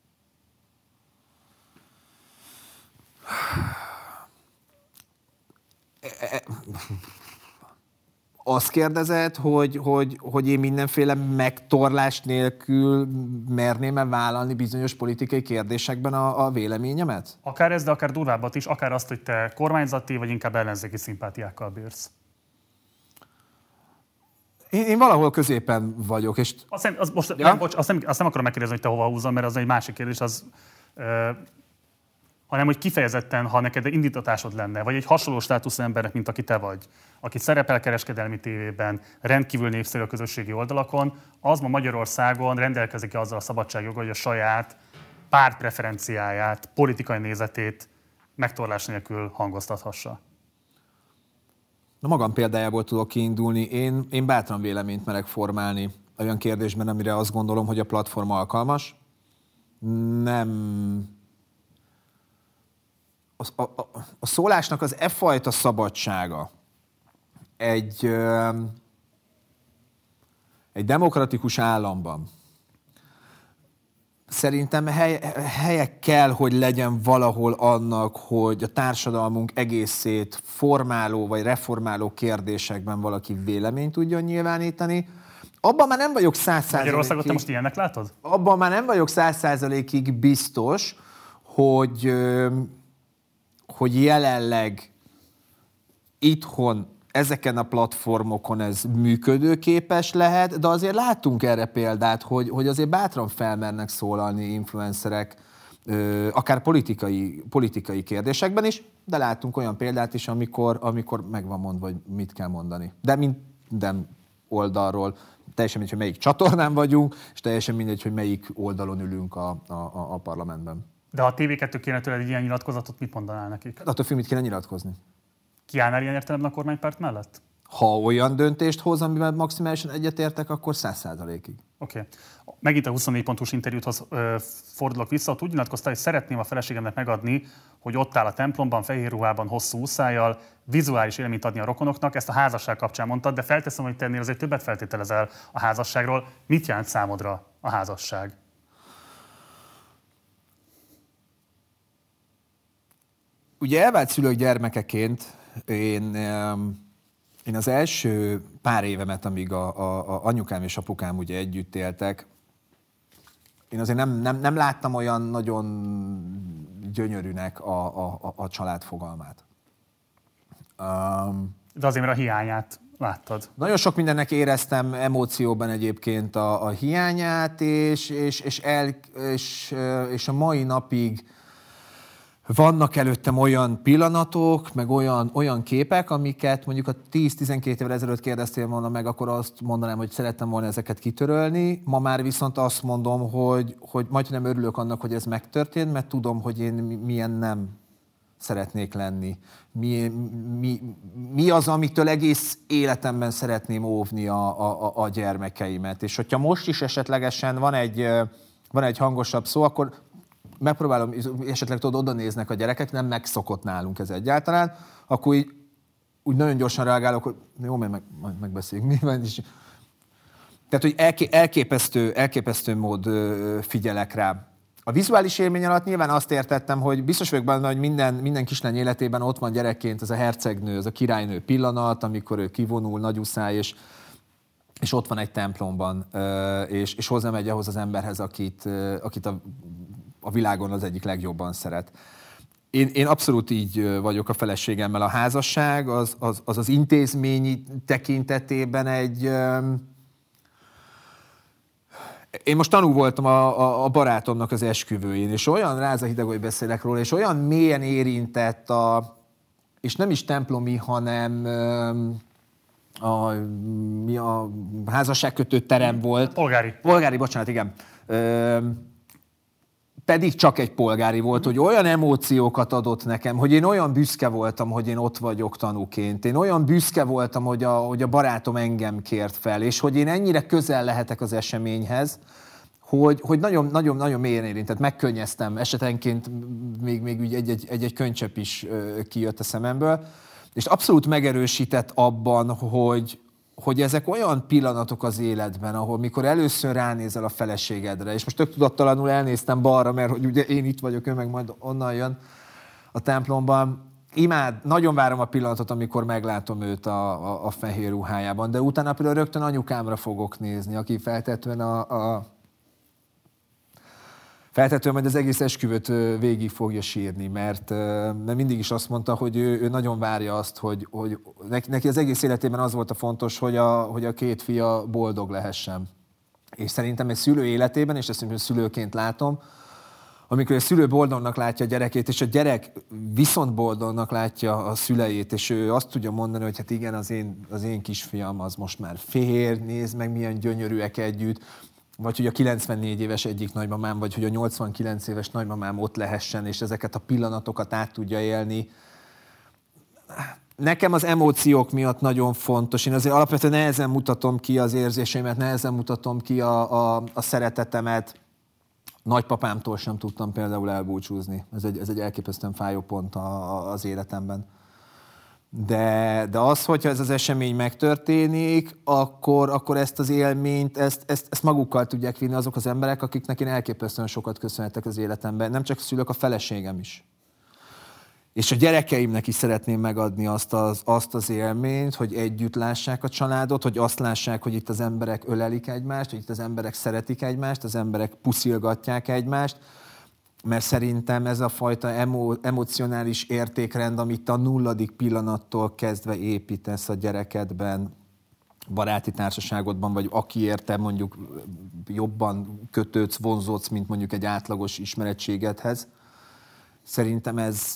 Speaker 2: Azt kérdezed, hogy én mindenféle megtorlás nélkül merném-e vállalni bizonyos politikai kérdésekben a véleményemet?
Speaker 1: Akár ez, de akár durvábbat is, akár azt, hogy te kormányzati vagy inkább ellenzéki szimpátiákkal bírsz.
Speaker 2: Én valahol középen vagyok, és...
Speaker 1: Azt nem akarom megkérdezni, hogy te hova húzom, mert az egy másik kérdés, hanem hogy kifejezetten, ha neked indítatásod lenne, vagy egy hasonló státuszú embernek, mint aki te vagy, aki szerepel kereskedelmi tévében, rendkívül népszerű a közösségi oldalakon, az ma Magyarországon rendelkezik azzal a szabadságjoggal, hogy a saját pártpreferenciáját, politikai nézetét megtorlás nélkül hangoztathassa.
Speaker 2: Na, magam példájából tudok kiindulni. Én bátran véleményt merek formálni olyan kérdésben, amire azt gondolom, hogy a platform alkalmas. Nem... A szólásnak az fajta szabadsága egy demokratikus államban szerintem helye kell, hogy legyen valahol annak, hogy a társadalmunk egészét formáló vagy reformáló kérdésekben valaki véleményt tudjon nyilvánítani. Abban már nem vagyok 100%-ig...
Speaker 1: Magyarországot te most ilyennek látod?
Speaker 2: Abban már nem vagyok 100%-ig biztos, hogy jelenleg itthon ezeken a platformokon ez működőképes lehet, de azért láttunk erre példát, hogy azért bátran felmernek szólalni influencerek, akár politikai kérdésekben is, de láttunk olyan példát is, amikor meg van mondva, hogy mit kell mondani. De minden oldalról, teljesen mindegy, hogy melyik csatornán vagyunk, és teljesen mindegy, hogy melyik oldalon ülünk a parlamentben.
Speaker 1: De ha a TV2 kéne tőled egy ilyen nyilatkozatot, mit mondanál nekik?
Speaker 2: Attól függ, mit kéne nyilatkozni.
Speaker 1: Kiállnál ilyen értelemben a kormánypárt mellett?
Speaker 2: Ha olyan döntést hoz, amivel maximálisan egyetértek, akkor 100%-ig.
Speaker 1: Oké. Megint a 24 pontos interjúthoz fordulok vissza. Ott úgy nyilatkoztál, hogy szeretném a feleségemnek megadni, hogy ott áll a templomban, fehér ruhában, hosszú úszállyal, vizuális élményt adni a rokonoknak. Ezt a házasság kapcsán mondtad, de felteszem, hogy te ennél azért többet feltételezel a házasságról. Mit jelent számodra a házasság?
Speaker 2: Ugye elvált szülők gyermekeként én az első pár évemet, amíg a anyukám és apukám ugye együtt éltek, én azért nem láttam olyan nagyon gyönyörűnek a család fogalmát.
Speaker 1: De azért, mert a hiányát láttad.
Speaker 2: Nagyon sok mindennek éreztem emócióban egyébként a hiányát, és a mai napig vannak előttem olyan pillanatok, meg olyan képek, amiket mondjuk a 10-12 évvel ezelőtt kérdeztél volna meg, akkor azt mondanám, hogy szerettem volna ezeket kitörölni. Ma már viszont azt mondom, hogy majdnem örülök annak, hogy ez megtörtént, mert tudom, hogy én milyen nem szeretnék lenni. Mi az, amitől egész életemben szeretném óvni a gyermekeimet. És hogyha most is esetlegesen van egy hangosabb szó, akkor megpróbálom, esetleg oda néznek a gyerekek, nem megszokott nálunk ez egyáltalán, akkor úgy nagyon gyorsan reagálok, hogy jó, majd megbeszéljük. Tehát, hogy elképesztő mód figyelek rá. A vizuális élmény alatt nyilván azt értettem, hogy biztos vagyok benne, hogy minden kislány életében ott van gyerekként ez a hercegnő, ez a királynő pillanat, amikor ő kivonul, nagyuszáj, és ott van egy templomban, és hozzámegy ahhoz az emberhez, akit a világon az egyik legjobban szeret. Én abszolút így vagyok a feleségemmel. A házasság az intézményi tekintetében egy... Én most tanú voltam a barátomnak az esküvőjén, és olyan rázahideg, hogy beszélek róla, és olyan mélyen érintett és nem is templomi, hanem a házasságkötő terem volt. Polgári, bocsánat, igen. Pedig csak egy polgári volt, hogy olyan emóciókat adott nekem, hogy én olyan büszke voltam, hogy én ott vagyok tanúként. Én olyan büszke voltam, hogy a barátom engem kért fel, és hogy én ennyire közel lehetek az eseményhez, hogy nagyon mélyen érintett, megkönnyeztem, esetenként még egy könycsepp is kijött a szememből, és abszolút megerősített abban, hogy ezek olyan pillanatok az életben, ahol mikor először ránézel a feleségedre, és most tök tudattalanul elnéztem balra, mert hogy ugye én itt vagyok, ő meg majd onnan jön a templomban. Nagyon várom a pillanatot, amikor meglátom őt a fehér ruhájában, de utána például rögtön anyukámra fogok nézni, aki feltetően majd az egész esküvőt végig fogja sírni, mert mindig is azt mondta, hogy ő nagyon várja azt, hogy neki az egész életében az volt a fontos, hogy a két fia boldog lehessen. És szerintem egy szülő életében, és ezt szülőként látom, amikor a szülő boldognak látja a gyerekét, és a gyerek viszont boldognak látja a szüleit, és ő azt tudja mondani, hogy hát igen, az én kisfiam az most már fér, nézd meg, milyen gyönyörűek együtt, vagy hogy a 94 éves egyik nagymamám, vagy hogy a 89 éves nagymamám ott lehessen, és ezeket a pillanatokat át tudja élni. Nekem az emóciók miatt nagyon fontos. Én azért alapvetően nehezen mutatom ki az érzéseimet, nehezen mutatom ki a szeretetemet. Nagypapámtól sem tudtam például elbúcsúzni. Ez egy elképesztően fájó pont az életemben. De az, hogyha ez az esemény megtörténik, akkor ezt az élményt, ezt magukkal tudják vinni azok az emberek, akiknek én elképesztően sokat köszönhetek az életemben. Nem csak a szülők, a feleségem is. És a gyerekeimnek is szeretném megadni azt az élményt, hogy együtt lássák a családot, hogy azt lássák, hogy itt az emberek ölelik egymást, hogy itt az emberek szeretik egymást, az emberek puszilgatják egymást, mert szerintem ez a fajta emocionális értékrend, amit a 0. pillanattól kezdve építesz a gyerekedben, baráti társaságodban, vagy aki érte mondjuk jobban kötődsz, vonzódsz, mint mondjuk egy átlagos ismerettségedhez. Szerintem ez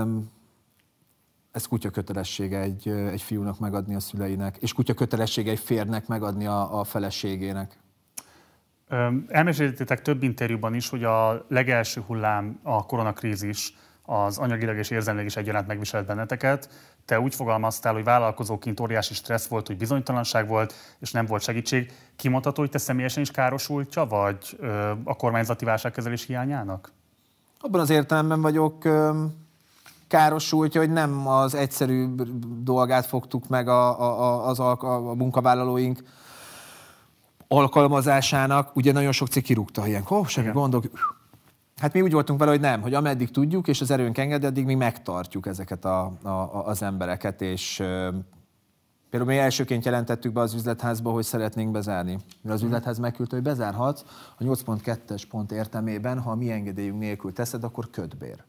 Speaker 2: kutya kötelessége egy fiúnak megadni a szüleinek, és kutya kötelessége egy férnek megadni a feleségének.
Speaker 1: Elmeséltétek több interjúban is, hogy a legelső hullám, a koronakrízis, az anyagilag és érzelmileg is egyaránt megviselt benneteket. Te úgy fogalmaztál, hogy vállalkozóként óriási stressz volt, hogy bizonytalanság volt, és nem volt segítség. Kimondható, hogy te személyesen is károsultja, vagy a kormányzati válságkezelés hiányának?
Speaker 2: Abban az értelemben vagyok károsultja, hogy nem az egyszerű dolgát fogtuk meg a munkavállalóink alkalmazásának. Ugye nagyon sok cég kirúgta ilyen, semmi gondok. Hát mi úgy voltunk vele, hogy nem, hogy ameddig tudjuk, és az erőnk enged, addig mi megtartjuk ezeket az embereket, és például mi elsőként jelentettük be az üzletházba, hogy szeretnénk bezárni. Mert az üzletház megküldte, hogy bezárhatsz, a 8.2-es pont értelmében, ha a mi engedélyünk nélkül teszed, akkor kötbér.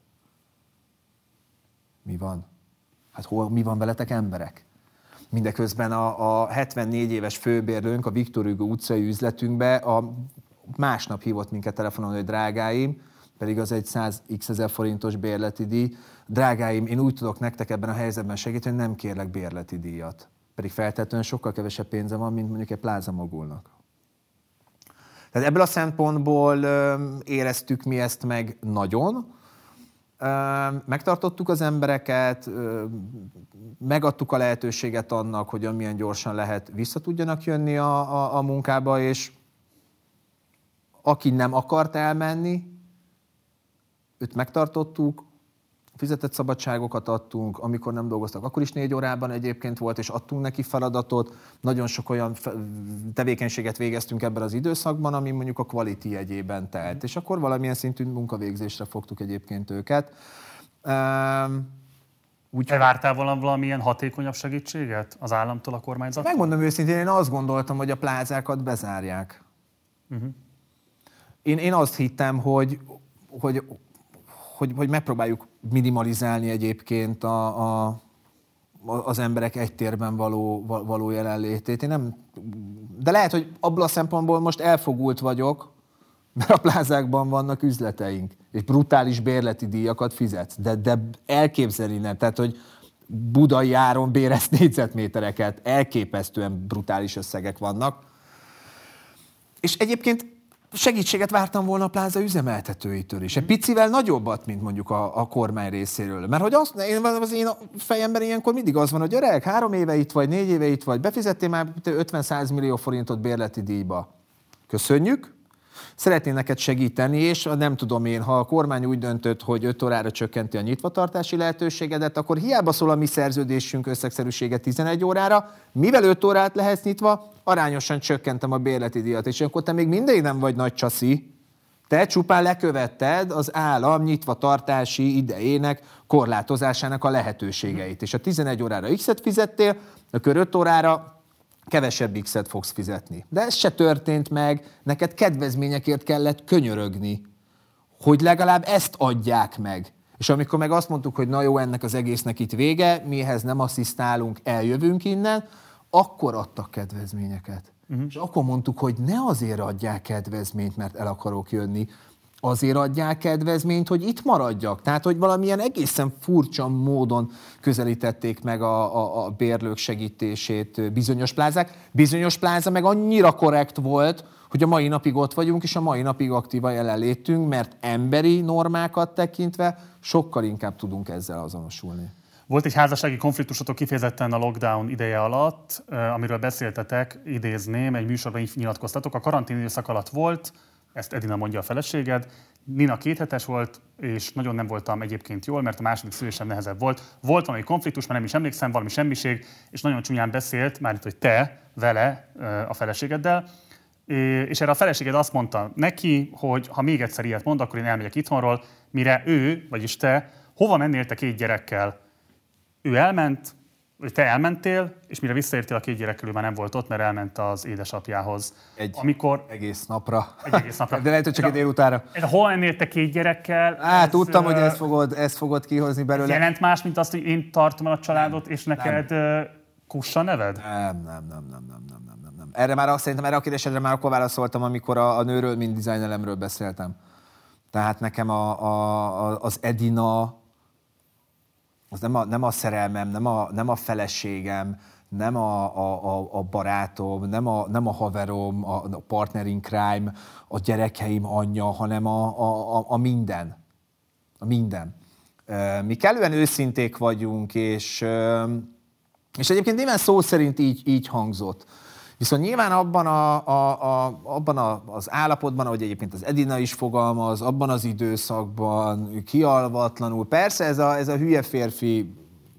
Speaker 2: Mi van? Hát mi van veletek, emberek? Mindeközben a 74 éves főbérlőnk a Viktor Hugo utcai üzletünkbe másnap hívott minket telefonon, hogy drágáim, pedig az egy 100x ezer forintos bérleti díj. Drágáim, én úgy tudok nektek ebben a helyzetben segíteni, hogy nem kérlek bérleti díjat. Pedig feltétlenül sokkal kevesebb pénze van, mint mondjuk egy Plaza Mogulnak. Tehát ebből a szempontból éreztük mi ezt meg nagyon. Megtartottuk az embereket, megadtuk a lehetőséget annak, hogy amilyen gyorsan lehet vissza tudjanak jönni a munkába, és aki nem akart elmenni, őt megtartottuk, fizetett szabadságokat adtunk, amikor nem dolgoztak, akkor is 4 órában egyébként volt, és adtunk neki feladatot. Nagyon sok olyan tevékenységet végeztünk ebben az időszakban, ami mondjuk a quality jegyében telt. És akkor valamilyen szintű munkavégzésre fogtuk egyébként őket.
Speaker 1: Te vártál valamilyen hatékonyabb segítséget az államtól, a kormányzattól?
Speaker 2: Megmondom őszintén, én azt gondoltam, hogy a plázákat bezárják. Én azt hittem, hogy megpróbáljuk minimalizálni egyébként az emberek egy térben való jelenlétét. De lehet, hogy abból a szempontból most elfogult vagyok, mert a plázákban vannak üzleteink, és brutális bérleti díjakat fizetsz. De elképzelni nem. Tehát, hogy Budai áron bérez négyzetmétereket, elképesztően brutális összegek vannak. És egyébként segítséget vártam volna a pláza üzemeltetőitől is. Egy picivel nagyobbat, mint mondjuk a kormány részéről. Mert hogy az én fejemben ilyenkor mindig az van, hogy öreg, 3 éve itt vagy, 4 éve itt vagy, befizettél már 50-100 millió forintot bérleti díjba. Köszönjük. Szeretnék neked segíteni, és nem tudom én, ha a kormány úgy döntött, hogy 5 órára csökkenti a nyitvatartási lehetőségedet, akkor hiába szól a mi szerződésünk összegszerűsége 11 órára, mivel 5 órát lehetsz nyitva, arányosan csökkentem a bérleti díjat. És akkor te még mindig nem vagy nagy csaszi, te csupán lekövetted az állam nyitvatartási idejének korlátozásának a lehetőségeit. És a 11 órára X-et fizettél, akkor 5 órára kevesebb X-et fogsz fizetni. De ez se történt meg, neked kedvezményekért kellett könyörögni, hogy legalább ezt adják meg. És amikor meg azt mondtuk, hogy na jó, ennek az egésznek itt vége, mi ehhez nem asszisztálunk, eljövünk innen, akkor adtak kedvezményeket. És akkor mondtuk, hogy ne azért adják kedvezményt, mert el akarok jönni, azért adják kedvezményt, hogy itt maradjak. Tehát, hogy valamilyen egészen furcsa módon közelítették meg a bérlők segítését bizonyos plázák. Bizonyos pláza meg annyira korrekt volt, hogy a mai napig ott vagyunk, és a mai napig aktívan jelenlétünk, mert emberi normákat tekintve sokkal inkább tudunk ezzel azonosulni.
Speaker 1: Volt egy házassági konfliktusotok kifejezetten a lockdown ideje alatt, amiről beszéltetek, idézném, egy műsorban így nyilatkoztatok. A karantén időszak alatt volt, ezt Edina mondja a feleséged, Nina 2 hetes volt, és nagyon nem voltam egyébként jól, mert a második szülésem nehezebb volt. Volt valami konfliktus, már nem is emlékszem, valami semmiség, és nagyon csúnyán beszélt, mármint, hogy te vele, a feleségeddel, és erre a feleséged azt mondta neki, hogy ha még egyszer ilyet mond, akkor én elmegyek itthonról, mire ő, vagyis te, hova mennél te 2 gyerekkel? Ő elment, vagy te elmentél, és mire visszaértél, a 2 gyerekkel, ő már nem volt ott, mert elment az édesapjához.
Speaker 2: Egész napra.
Speaker 1: Egy egész napra.
Speaker 2: De lehet, hogy csak egy délutára.
Speaker 1: Hol mennél te 2 gyerekkel?
Speaker 2: Tudtam, hogy ezt fogod kihozni belőle.
Speaker 1: Ez jelent más, mint azt, hogy én tartom el a családot, és neked Kussa neved?
Speaker 2: Nem. Szerintem erre a kérdésedre már akkor válaszoltam, amikor a nőről, mint dizájnelemről beszéltem. Tehát nekem az Edina, az nem a szerelmem, nem a feleségem, nem a barátom, nem a haverom, a partner in crime, a gyerekeim anyja, hanem a minden. A minden. Mi kellően őszinték vagyunk, és egyébként nyilván szó szerint így hangzott. Viszont nyilván abban az állapotban, ahogy egyébként az Edina is fogalmaz, abban az időszakban, kialvatlanul, persze ez a hülye férfi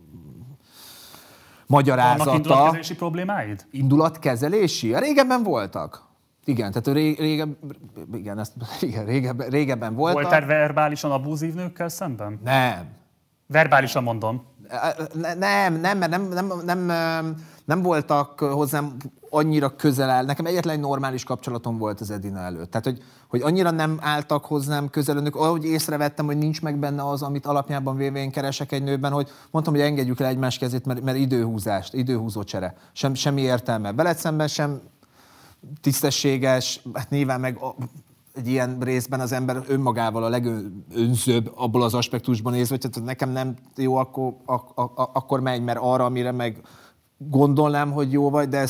Speaker 2: magyarázata.
Speaker 1: Vannak indulatkezelési problémáid?
Speaker 2: Indulatkezelési? Régebben voltak. Igen, tehát régebben voltak.
Speaker 1: Voltál verbálisan abúzív nőkkel szemben?
Speaker 2: Nem.
Speaker 1: Verbálisan mondom.
Speaker 2: Nem voltak hozzám annyira közel áll. Nekem egyetlen normális kapcsolatom volt az Edina előtt. Tehát, hogy annyira nem álltak hozzám közel önök, ahogy észrevettem, hogy nincs meg benne az, amit alapjában véve én keresek egy nőben, hogy mondtam, hogy engedjük el egymás kezét, mert időhúzó csere. Semmi értelme. Veled szemben sem tisztességes, hát nyilván meg egy ilyen részben az ember önmagával a legönzőbb abból az aspektusban nézve, hogy nekem nem jó, akkor megy, mert arra, amire meg gondolnám, hogy jó vagy, de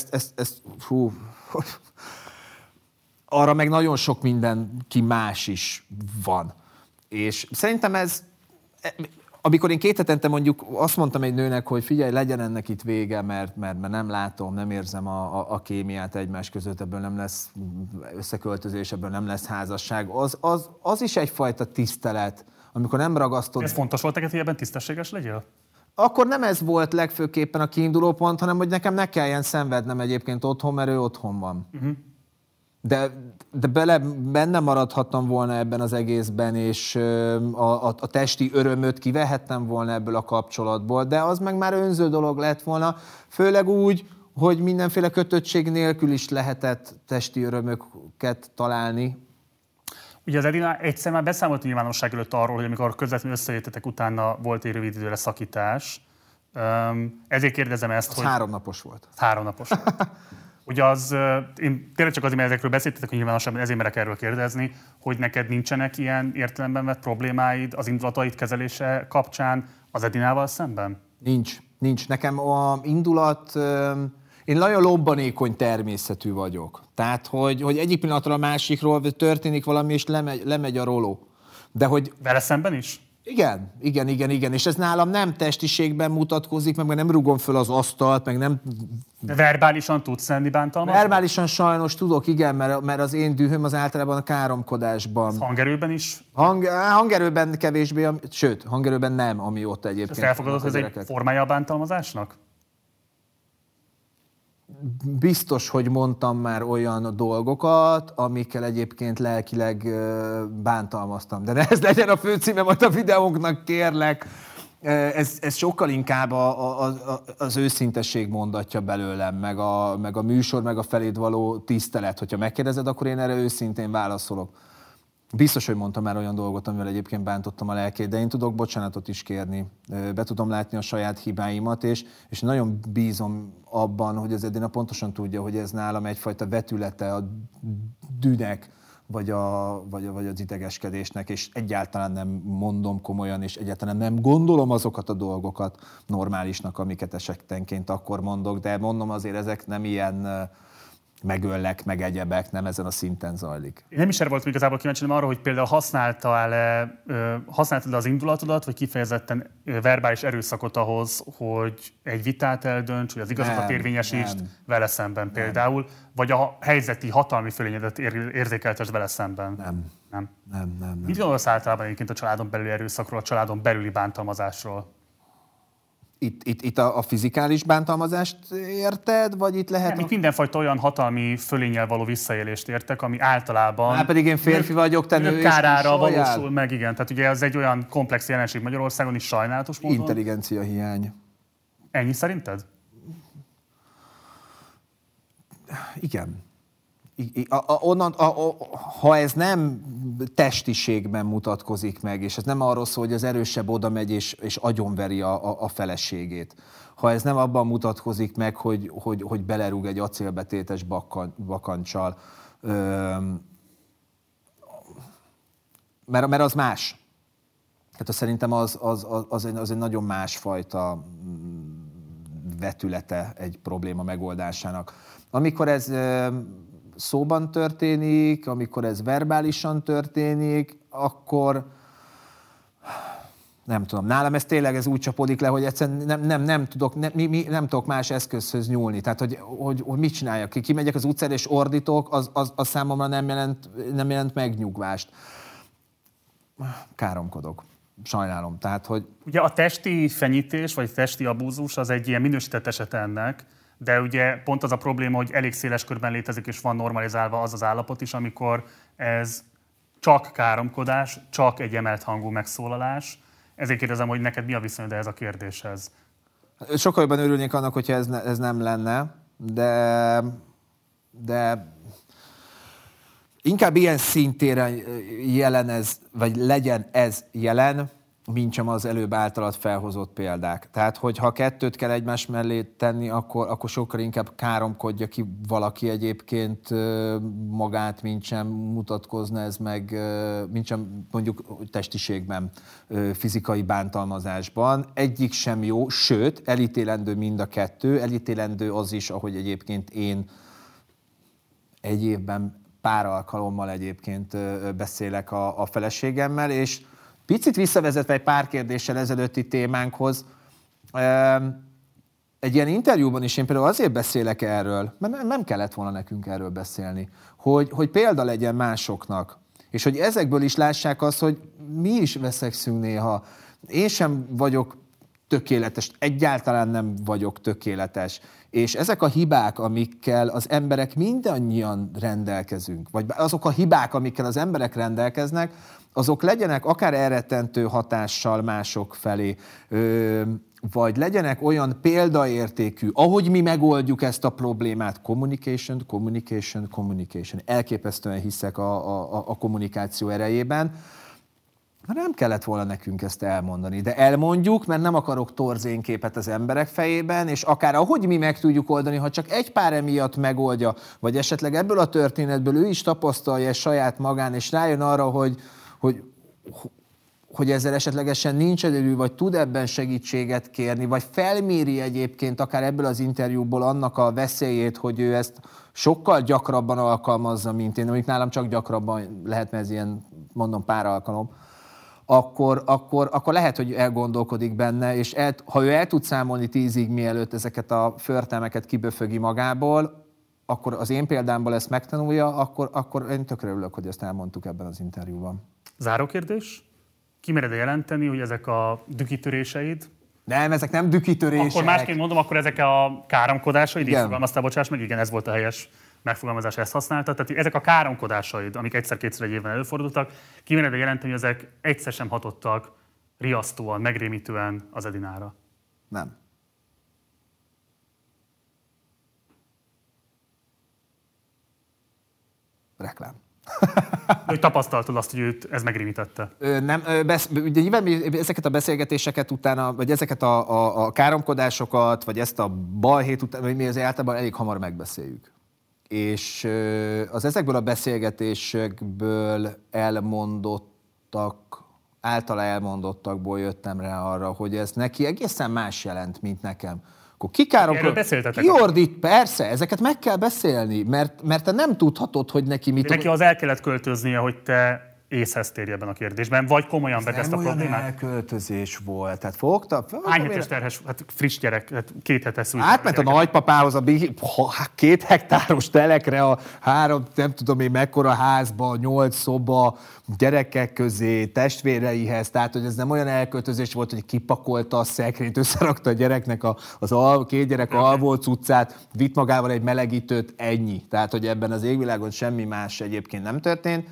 Speaker 2: arra meg nagyon sok mindenki más is van. És szerintem amikor én 2 hetente mondjuk azt mondtam egy nőnek, hogy figyelj, legyen ennek itt vége, mert nem látom, nem érzem a kémiát egymás között, ebből nem lesz összeköltözés, ebből nem lesz házasság, az is egyfajta tisztelet, amikor nem ragasztod.
Speaker 1: Ez fontos volt neked, hogy ebben tisztességes legyél?
Speaker 2: Akkor nem ez volt legfőképpen a kiinduló pont, hanem hogy nekem ne kelljen szenvednem egyébként otthon, mert ő otthon van. De benne maradhattam volna ebben az egészben, és a testi örömöt kivehettem volna ebből a kapcsolatból, de az meg már önző dolog lett volna, főleg úgy, hogy mindenféle kötöttség nélkül is lehetett testi örömöket találni.
Speaker 1: Ugye az Edina egyszer már beszámolt a nyilvánosság előtt arról, hogy amikor közvetlenül összejöttetek, utána volt egy rövid időre szakítás. Ezért kérdezem ezt,
Speaker 2: hogy... 3 napos volt.
Speaker 1: 3 napos volt. Ugye én tényleg csak azért, mert ezekről beszéltetek a nyilvánosságban, ezért merek erről kérdezni, hogy neked nincsenek ilyen értelemben vett problémáid az indulataid kezelése kapcsán az Edinával szemben?
Speaker 2: Nincs. Nekem a indulat... Én nagyon lobbanékony természetű vagyok. Tehát, hogy egyik pillanatra a másikról történik valami, és lemegy a roló. De hogy...
Speaker 1: Vele szemben is?
Speaker 2: Igen. És ez nálam nem testiségben mutatkozik, meg nem rugom föl az asztalt, meg nem...
Speaker 1: De verbálisan tudsz lenni bántalmazni?
Speaker 2: Verbálisan sajnos tudok, igen, mert az én dühöm az általában a káromkodásban.
Speaker 1: Hangerőben is?
Speaker 2: Hangerőben kevésbé, sőt, hangerőben nem, ami ott egyébként.
Speaker 1: Ezt elfogadod, hogy ez egy formája a bántalmazásnak?
Speaker 2: Biztos, hogy mondtam már olyan dolgokat, amikkel egyébként lelkileg bántalmaztam. De ne ez legyen a főcíme majd a videónknak, kérlek. Ez sokkal inkább az őszintesség mondatja belőlem, meg a műsor, meg a feléd való tisztelet. Hogyha megkérdezed, akkor én erre őszintén válaszolok. Biztos, hogy mondtam már olyan dolgot, amivel egyébként bántottam a lelkét, de én tudok bocsánatot is kérni. Be tudom látni a saját hibáimat, és nagyon bízom abban, hogy az Edina pontosan tudja, hogy ez nálam egyfajta vetülete a dűnek, vagy az idegeskedésnek, és egyáltalán nem mondom komolyan, és egyáltalán nem gondolom azokat a dolgokat normálisnak, amiket esetenként akkor mondok, de mondom azért, ezek nem ilyen... megöllek, meg egyebek, nem ezen a szinten zajlik.
Speaker 1: Én nem is erre voltam igazából kíváncsi, hanem arra, hogy például használtad az indulatodat, vagy kifejezetten verbális erőszakot ahhoz, hogy egy vitát eldönts, hogy az igazakat érvényesítsd vele szemben például, vagy a helyzeti hatalmi fölényedet érzékeltesd vele szemben.
Speaker 2: Nem.
Speaker 1: Mit gondolsz általában egyébként a családon belüli erőszakról, a családon belüli bántalmazásról?
Speaker 2: Itt a fizikális bántalmazást érted, vagy itt lehet...
Speaker 1: Nem, itt mindenfajta olyan hatalmi fölénnyel való visszaélést értek, ami általában...
Speaker 2: Hát pedig én férfi vagyok, te nő,
Speaker 1: kárára valósul meg, igen. Tehát ugye ez egy olyan komplex jelenség Magyarországon is sajnálatos módon.
Speaker 2: Intelligencia hiány.
Speaker 1: Ennyi szerinted?
Speaker 2: Igen. Ha ez nem testiségben mutatkozik meg, és ez nem arról szól, hogy az erősebb oda megy és agyonveri a feleségét, ha ez nem abban mutatkozik meg, hogy belerúg egy acélbetétes bakanccsal, mert az más. Tehát szerintem az egy nagyon másfajta vetülete egy probléma megoldásának. Amikor ez szóban történik, amikor ez verbálisan történik, akkor nem tudom. Nálam ez tényleg úgy csapódik le, hogy egyszerűen nem tudok más eszközhöz nyúlni. Tehát, hogy mit csináljak? Kimegyek az utcára és ordítok, az számomra nem jelent megnyugvást. Káromkodok. Sajnálom. Tehát, hogy...
Speaker 1: Ugye a testi fenyítés, vagy testi abúzus az egy ilyen minősített eset ennek, de ugye pont az a probléma, hogy elég széles körben létezik, és van normalizálva az az állapot is, amikor ez csak káromkodás, csak egy emelt hangú megszólalás. Ezért kérdezem, hogy neked mi a viszonyod ehhez a kérdéshez?
Speaker 2: Sokkal jobban örülnék annak, hogyha ez nem lenne, de inkább ilyen szintére jelen ez, vagy legyen ez jelen, mint sem az előbb általad felhozott példák. Tehát, hogyha kettőt kell egymás mellé tenni, akkor sokkal inkább káromkodja ki valaki egyébként magát, mint sem mutatkozna ez meg, mint sem mondjuk testiségben, fizikai bántalmazásban. Egyik sem jó, sőt, elítélendő mind a kettő, elítélendő az is, ahogy egyébként én egy évben pár alkalommal egyébként beszélek a feleségemmel, és picit visszavezetve egy pár kérdéssel ezelőtti témánkhoz, egy ilyen interjúban is én például azért beszélek erről, mert nem kellett volna nekünk erről beszélni, hogy példa legyen másoknak, és hogy ezekből is lássák azt, hogy mi is veszekszünk néha. Én sem vagyok tökéletes, egyáltalán nem vagyok tökéletes. És ezek a hibák, amikkel az emberek mindannyian rendelkezünk, vagy azok a hibák, amikkel az emberek rendelkeznek, azok legyenek akár elrettentő hatással mások felé, vagy legyenek olyan példaértékű, ahogy mi megoldjuk ezt a problémát. Communication, communication, communication. Elképesztően hiszek a kommunikáció erejében. Nem kellett volna nekünk ezt elmondani, de elmondjuk, mert nem akarok torzénképet az emberek fejében, és akár ahogy mi meg tudjuk oldani, ha csak egy pár emiatt megoldja, vagy esetleg ebből a történetből ő is tapasztalja saját magán, és rájön arra, hogy ezzel esetlegesen nincs egyedül, vagy tud ebben segítséget kérni, vagy felméri egyébként akár ebből az interjúból annak a veszélyét, hogy ő ezt sokkal gyakrabban alkalmazza, mint én, amik nálam csak gyakrabban lehet, mert ez ilyen, mondom, pár alkalom, akkor lehet, hogy elgondolkodik benne, és ha ő el tud számolni 10-ig, mielőtt ezeket a förtelmeket kiböfögi magából, akkor az én példámból ezt megtanulja, akkor én tökre örülök, hogy ezt elmondtuk ebben az interjúban.
Speaker 1: Záró kérdés. Kimered-e jelenteni, hogy ezek a dükitöréseid?
Speaker 2: Nem, ezek nem dükitörések.
Speaker 1: Akkor másként mondom, akkor ezek a káromkodásaid, így fogalmaztál, bocsáss meg, igen, ez volt a helyes megfogalmazás, ezt használtad. Tehát ezek a káromkodásaid, amik egyszer-kétszer egy évben előfordultak, kimered-e jelenteni, hogy ezek egyszer sem hatottak riasztóan, megrémítően az Edinára?
Speaker 2: Nem. Reklám.
Speaker 1: Hogy tapasztaltad azt, hogy őt ez megrémítette?
Speaker 2: Nem, ugye nyilván ezeket a beszélgetéseket utána, vagy ezeket a káromkodásokat, vagy ezt a balhét utána, mi az általában elég hamar megbeszéljük. És az ezekből a beszélgetésekből általa elmondottakból jöttem rá arra, hogy ez neki egészen más jelent, mint nekem. Akkor
Speaker 1: erről beszéltetek?
Speaker 2: Kiordít, persze, ezeket meg kell beszélni, mert te nem tudhatod, hogy neki mit...
Speaker 1: Neki az el kellett költöznie, hogy te észhez térj ebben a kérdésben, vagy komolyan vedd ezt a problémát?
Speaker 2: Nem olyan elköltözés volt. Tehát fogta...
Speaker 1: Hány hetes terhes, hát friss gyerek, hát 2 hete szült.
Speaker 2: Átment a nagypapához a 2 hektáros telekre, a 3, nem tudom én mekkora házba, 8 szoba, gyerekek közé, testvéreihez, tehát hogy ez nem olyan elköltözés volt, hogy kipakolta a szekrényt, összerakta a gyereknek az 2 gyerek alvó cuccát, vitt magával egy melegítőt, ennyi. Tehát, hogy ebben az égvilágon semmi más egyébként nem történt.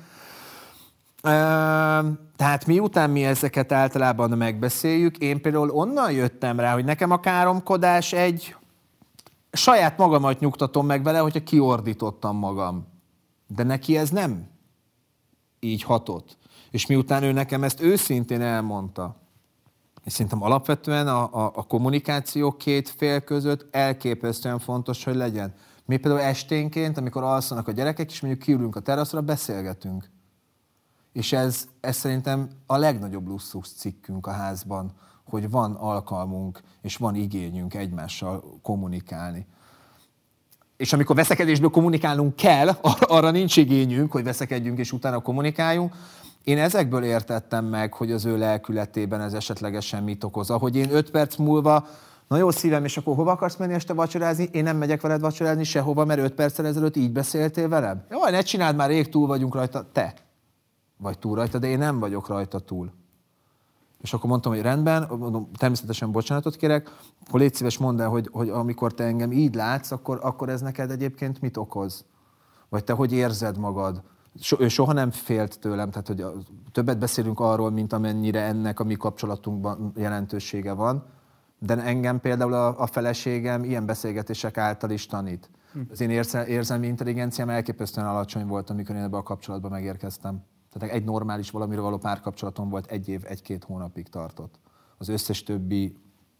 Speaker 2: Tehát miután mi ezeket általában megbeszéljük, én például onnan jöttem rá, hogy nekem a káromkodás saját magamat nyugtatom meg vele, hogyha kiordítottam magam. De neki ez nem így hatott. És miután ő nekem ezt őszintén elmondta, és szerintem alapvetően a kommunikáció 2 fél között elképesztően fontos, hogy legyen. Mi például esténként, amikor alszanak a gyerekek, és mondjuk kiülünk a teraszra, beszélgetünk. És ez szerintem a legnagyobb luxus cikkünk a házban, hogy van alkalmunk, és van igényünk egymással kommunikálni. És amikor veszekedésből kommunikálnunk kell, arra nincs igényünk, hogy veszekedjünk és utána kommunikáljunk. Én ezekből értettem meg, hogy az ő lelkületében ez esetlegesen mit okoz. Ahogy én 5 perc múlva, na jó szívem, és akkor hova akarsz menni este vacsorázni? Én nem megyek veled vacsorázni sehova, mert 5 perccel ezelőtt így beszéltél velem? Jaj, ne csináld már, rég túl vagyunk rajta. Te vagy túl rajta, de én nem vagyok rajta túl. És akkor mondtam, hogy rendben, mondom, természetesen bocsánatot kérek, akkor légy szíves, mondd el, hogy amikor te engem így látsz, akkor ez neked egyébként mit okoz? Vagy te hogy érzed magad? Ő soha nem félt tőlem, tehát hogy többet beszélünk arról, mint amennyire ennek a mi kapcsolatunkban jelentősége van, de engem például a feleségem ilyen beszélgetések által is tanít. Az én érzelmi intelligenciám elképesztően alacsony volt, amikor én ebbe a kapcsolatba megérkeztem. Tehát egy normális valamiről való párkapcsolatom volt 1 év, 1-2 hónapig tartott. Az összes többi,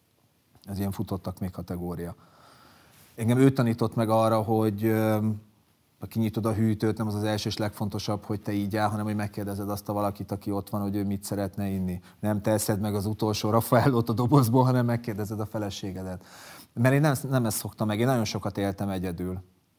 Speaker 2: az ilyen futottak még kategória. Engem ő tanított meg arra, hogy ha kinyitod a hűtőt, nem az az első és legfontosabb, hogy te így áll, hanem hogy megkérdezed azt a valakit, aki ott van, hogy ő mit szeretne inni. Nem teszed meg az utolsó Raffaellót a dobozból, hanem megkérdezed a feleségedet. Mert én nem ezt szoktam meg, én nagyon sokat éltem egyedül.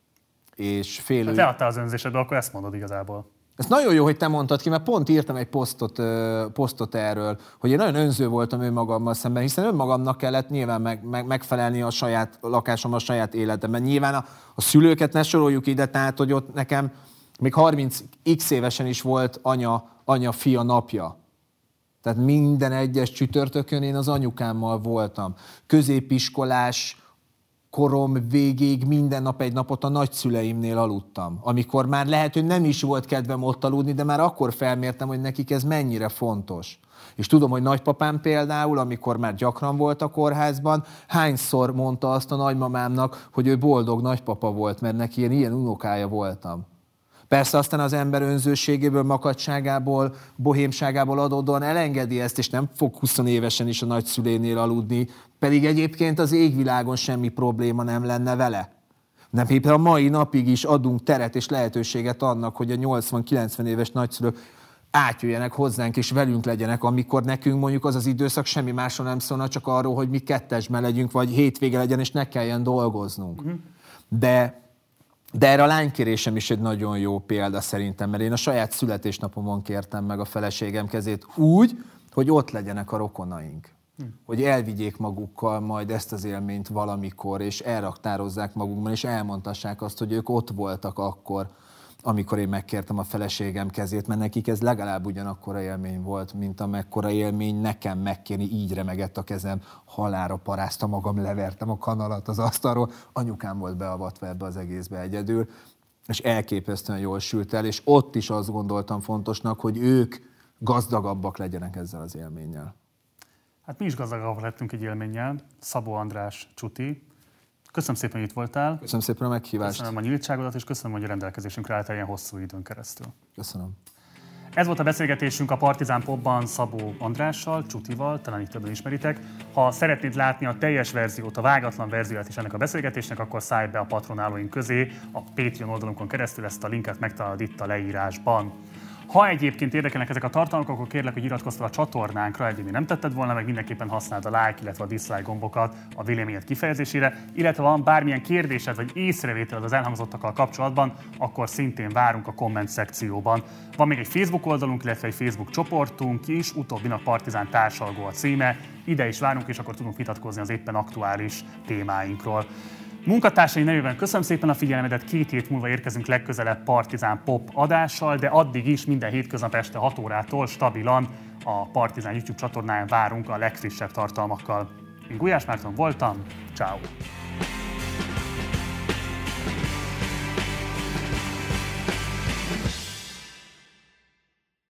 Speaker 2: És
Speaker 1: te adtál az önzésedbe, akkor ezt mondod igazából.
Speaker 2: Ez nagyon jó, hogy te mondtad ki, mert pont írtam egy posztot erről, hogy én nagyon önző voltam önmagammal szemben, hiszen önmagamnak kellett nyilván megfelelni a saját lakásommal, a saját életemben. Nyilván a szülőket ne soroljuk ide, tehát hogy ott nekem még 30x évesen is volt anya-fia napja. Tehát minden egyes csütörtökön én az anyukámmal voltam. Középiskolás korom végéig minden nap egy napot a nagyszüleimnél aludtam. Amikor már lehet, hogy nem is volt kedvem ott aludni, de már akkor felmértem, hogy nekik ez mennyire fontos. És tudom, hogy nagypapám például, amikor már gyakran volt a kórházban, hányszor mondta azt a nagymamámnak, hogy ő boldog nagypapa volt, mert neki ilyen unokája voltam. Persze aztán az ember önzőségéből, makadságából, bohémságából adódóan elengedi ezt, és nem fog 20 évesen is a nagyszülénél aludni, pedig egyébként az égvilágon semmi probléma nem lenne vele. Nem, éppen a mai napig is adunk teret és lehetőséget annak, hogy a 80-90 éves nagyszülők átjöjjenek hozzánk és velünk legyenek, amikor nekünk mondjuk az az időszak semmi másról nem szólna, csak arról, hogy mi kettesben legyünk, vagy hétvége legyen, és ne kelljen dolgoznunk. De erre a lánykérésem is egy nagyon jó példa szerintem, mert én a saját születésnapomon kértem meg a feleségem kezét úgy, hogy ott legyenek a rokonaink. Hogy elvigyék magukkal majd ezt az élményt valamikor, és elraktározzák magukban, és elmondhassák azt, hogy ők ott voltak akkor, amikor én megkértem a feleségem kezét, mert nekik ez legalább ugyanakkora élmény volt, mint amekkora élmény nekem megkérni, így remegett a kezem, halálra parázta magam, levertem a kanalat az asztalról, anyukám volt beavatva ebbe az egészbe egyedül, és elképesztően jól sült el, és ott is azt gondoltam fontosnak, hogy ők gazdagabbak legyenek ezzel az élménnyel.
Speaker 1: Hát mi is gazdagabbak lettünk egy élménnyel. Szabó András Csuti. Köszönöm szépen, hogy itt voltál.
Speaker 2: Köszönöm szépen a meghívást.
Speaker 1: Köszönöm a nyíltságodat, és köszönöm, hogy a rendelkezésünkre álltál ilyen hosszú időn keresztül.
Speaker 2: Köszönöm.
Speaker 1: Ez volt a beszélgetésünk a Partizán Popban Szabó Andrással, Csutival, talán itt többen ismeritek. Ha szeretnéd látni a teljes verziót, a vágatlan verziót is ennek a beszélgetésnek, akkor szállj be a patronálóink közé a Patreon oldalunkon keresztül, ezt a linket megtalálod itt a leírásban. Ha egyébként érdekelnek ezek a tartalmak, akkor kérlek, hogy iratkozz fel a csatornánkra, eddig még nem tetted volna, meg mindenképpen használd a like, illetve a dislike gombokat a véleményed kifejezésére, illetve van bármilyen kérdésed vagy észrevételed az elhangzottakkal kapcsolatban, akkor szintén várunk a komment szekcióban. Van még egy Facebook oldalunk, illetve egy Facebook csoportunk is, utóbbinak Partizán társalgó a címe, ide is várunk, és akkor tudunk vitatkozni az éppen aktuális témáinkról. Munkatársai nevében köszönöm szépen a figyelmedet, 2 hét múlva érkezünk legközelebb Partizán Pop adással, de addig is minden hétköznap este 6 órától stabilan a Partizán YouTube csatornáján várunk a legfrissebb tartalmakkal. Én Gulyás Márton voltam, ciao.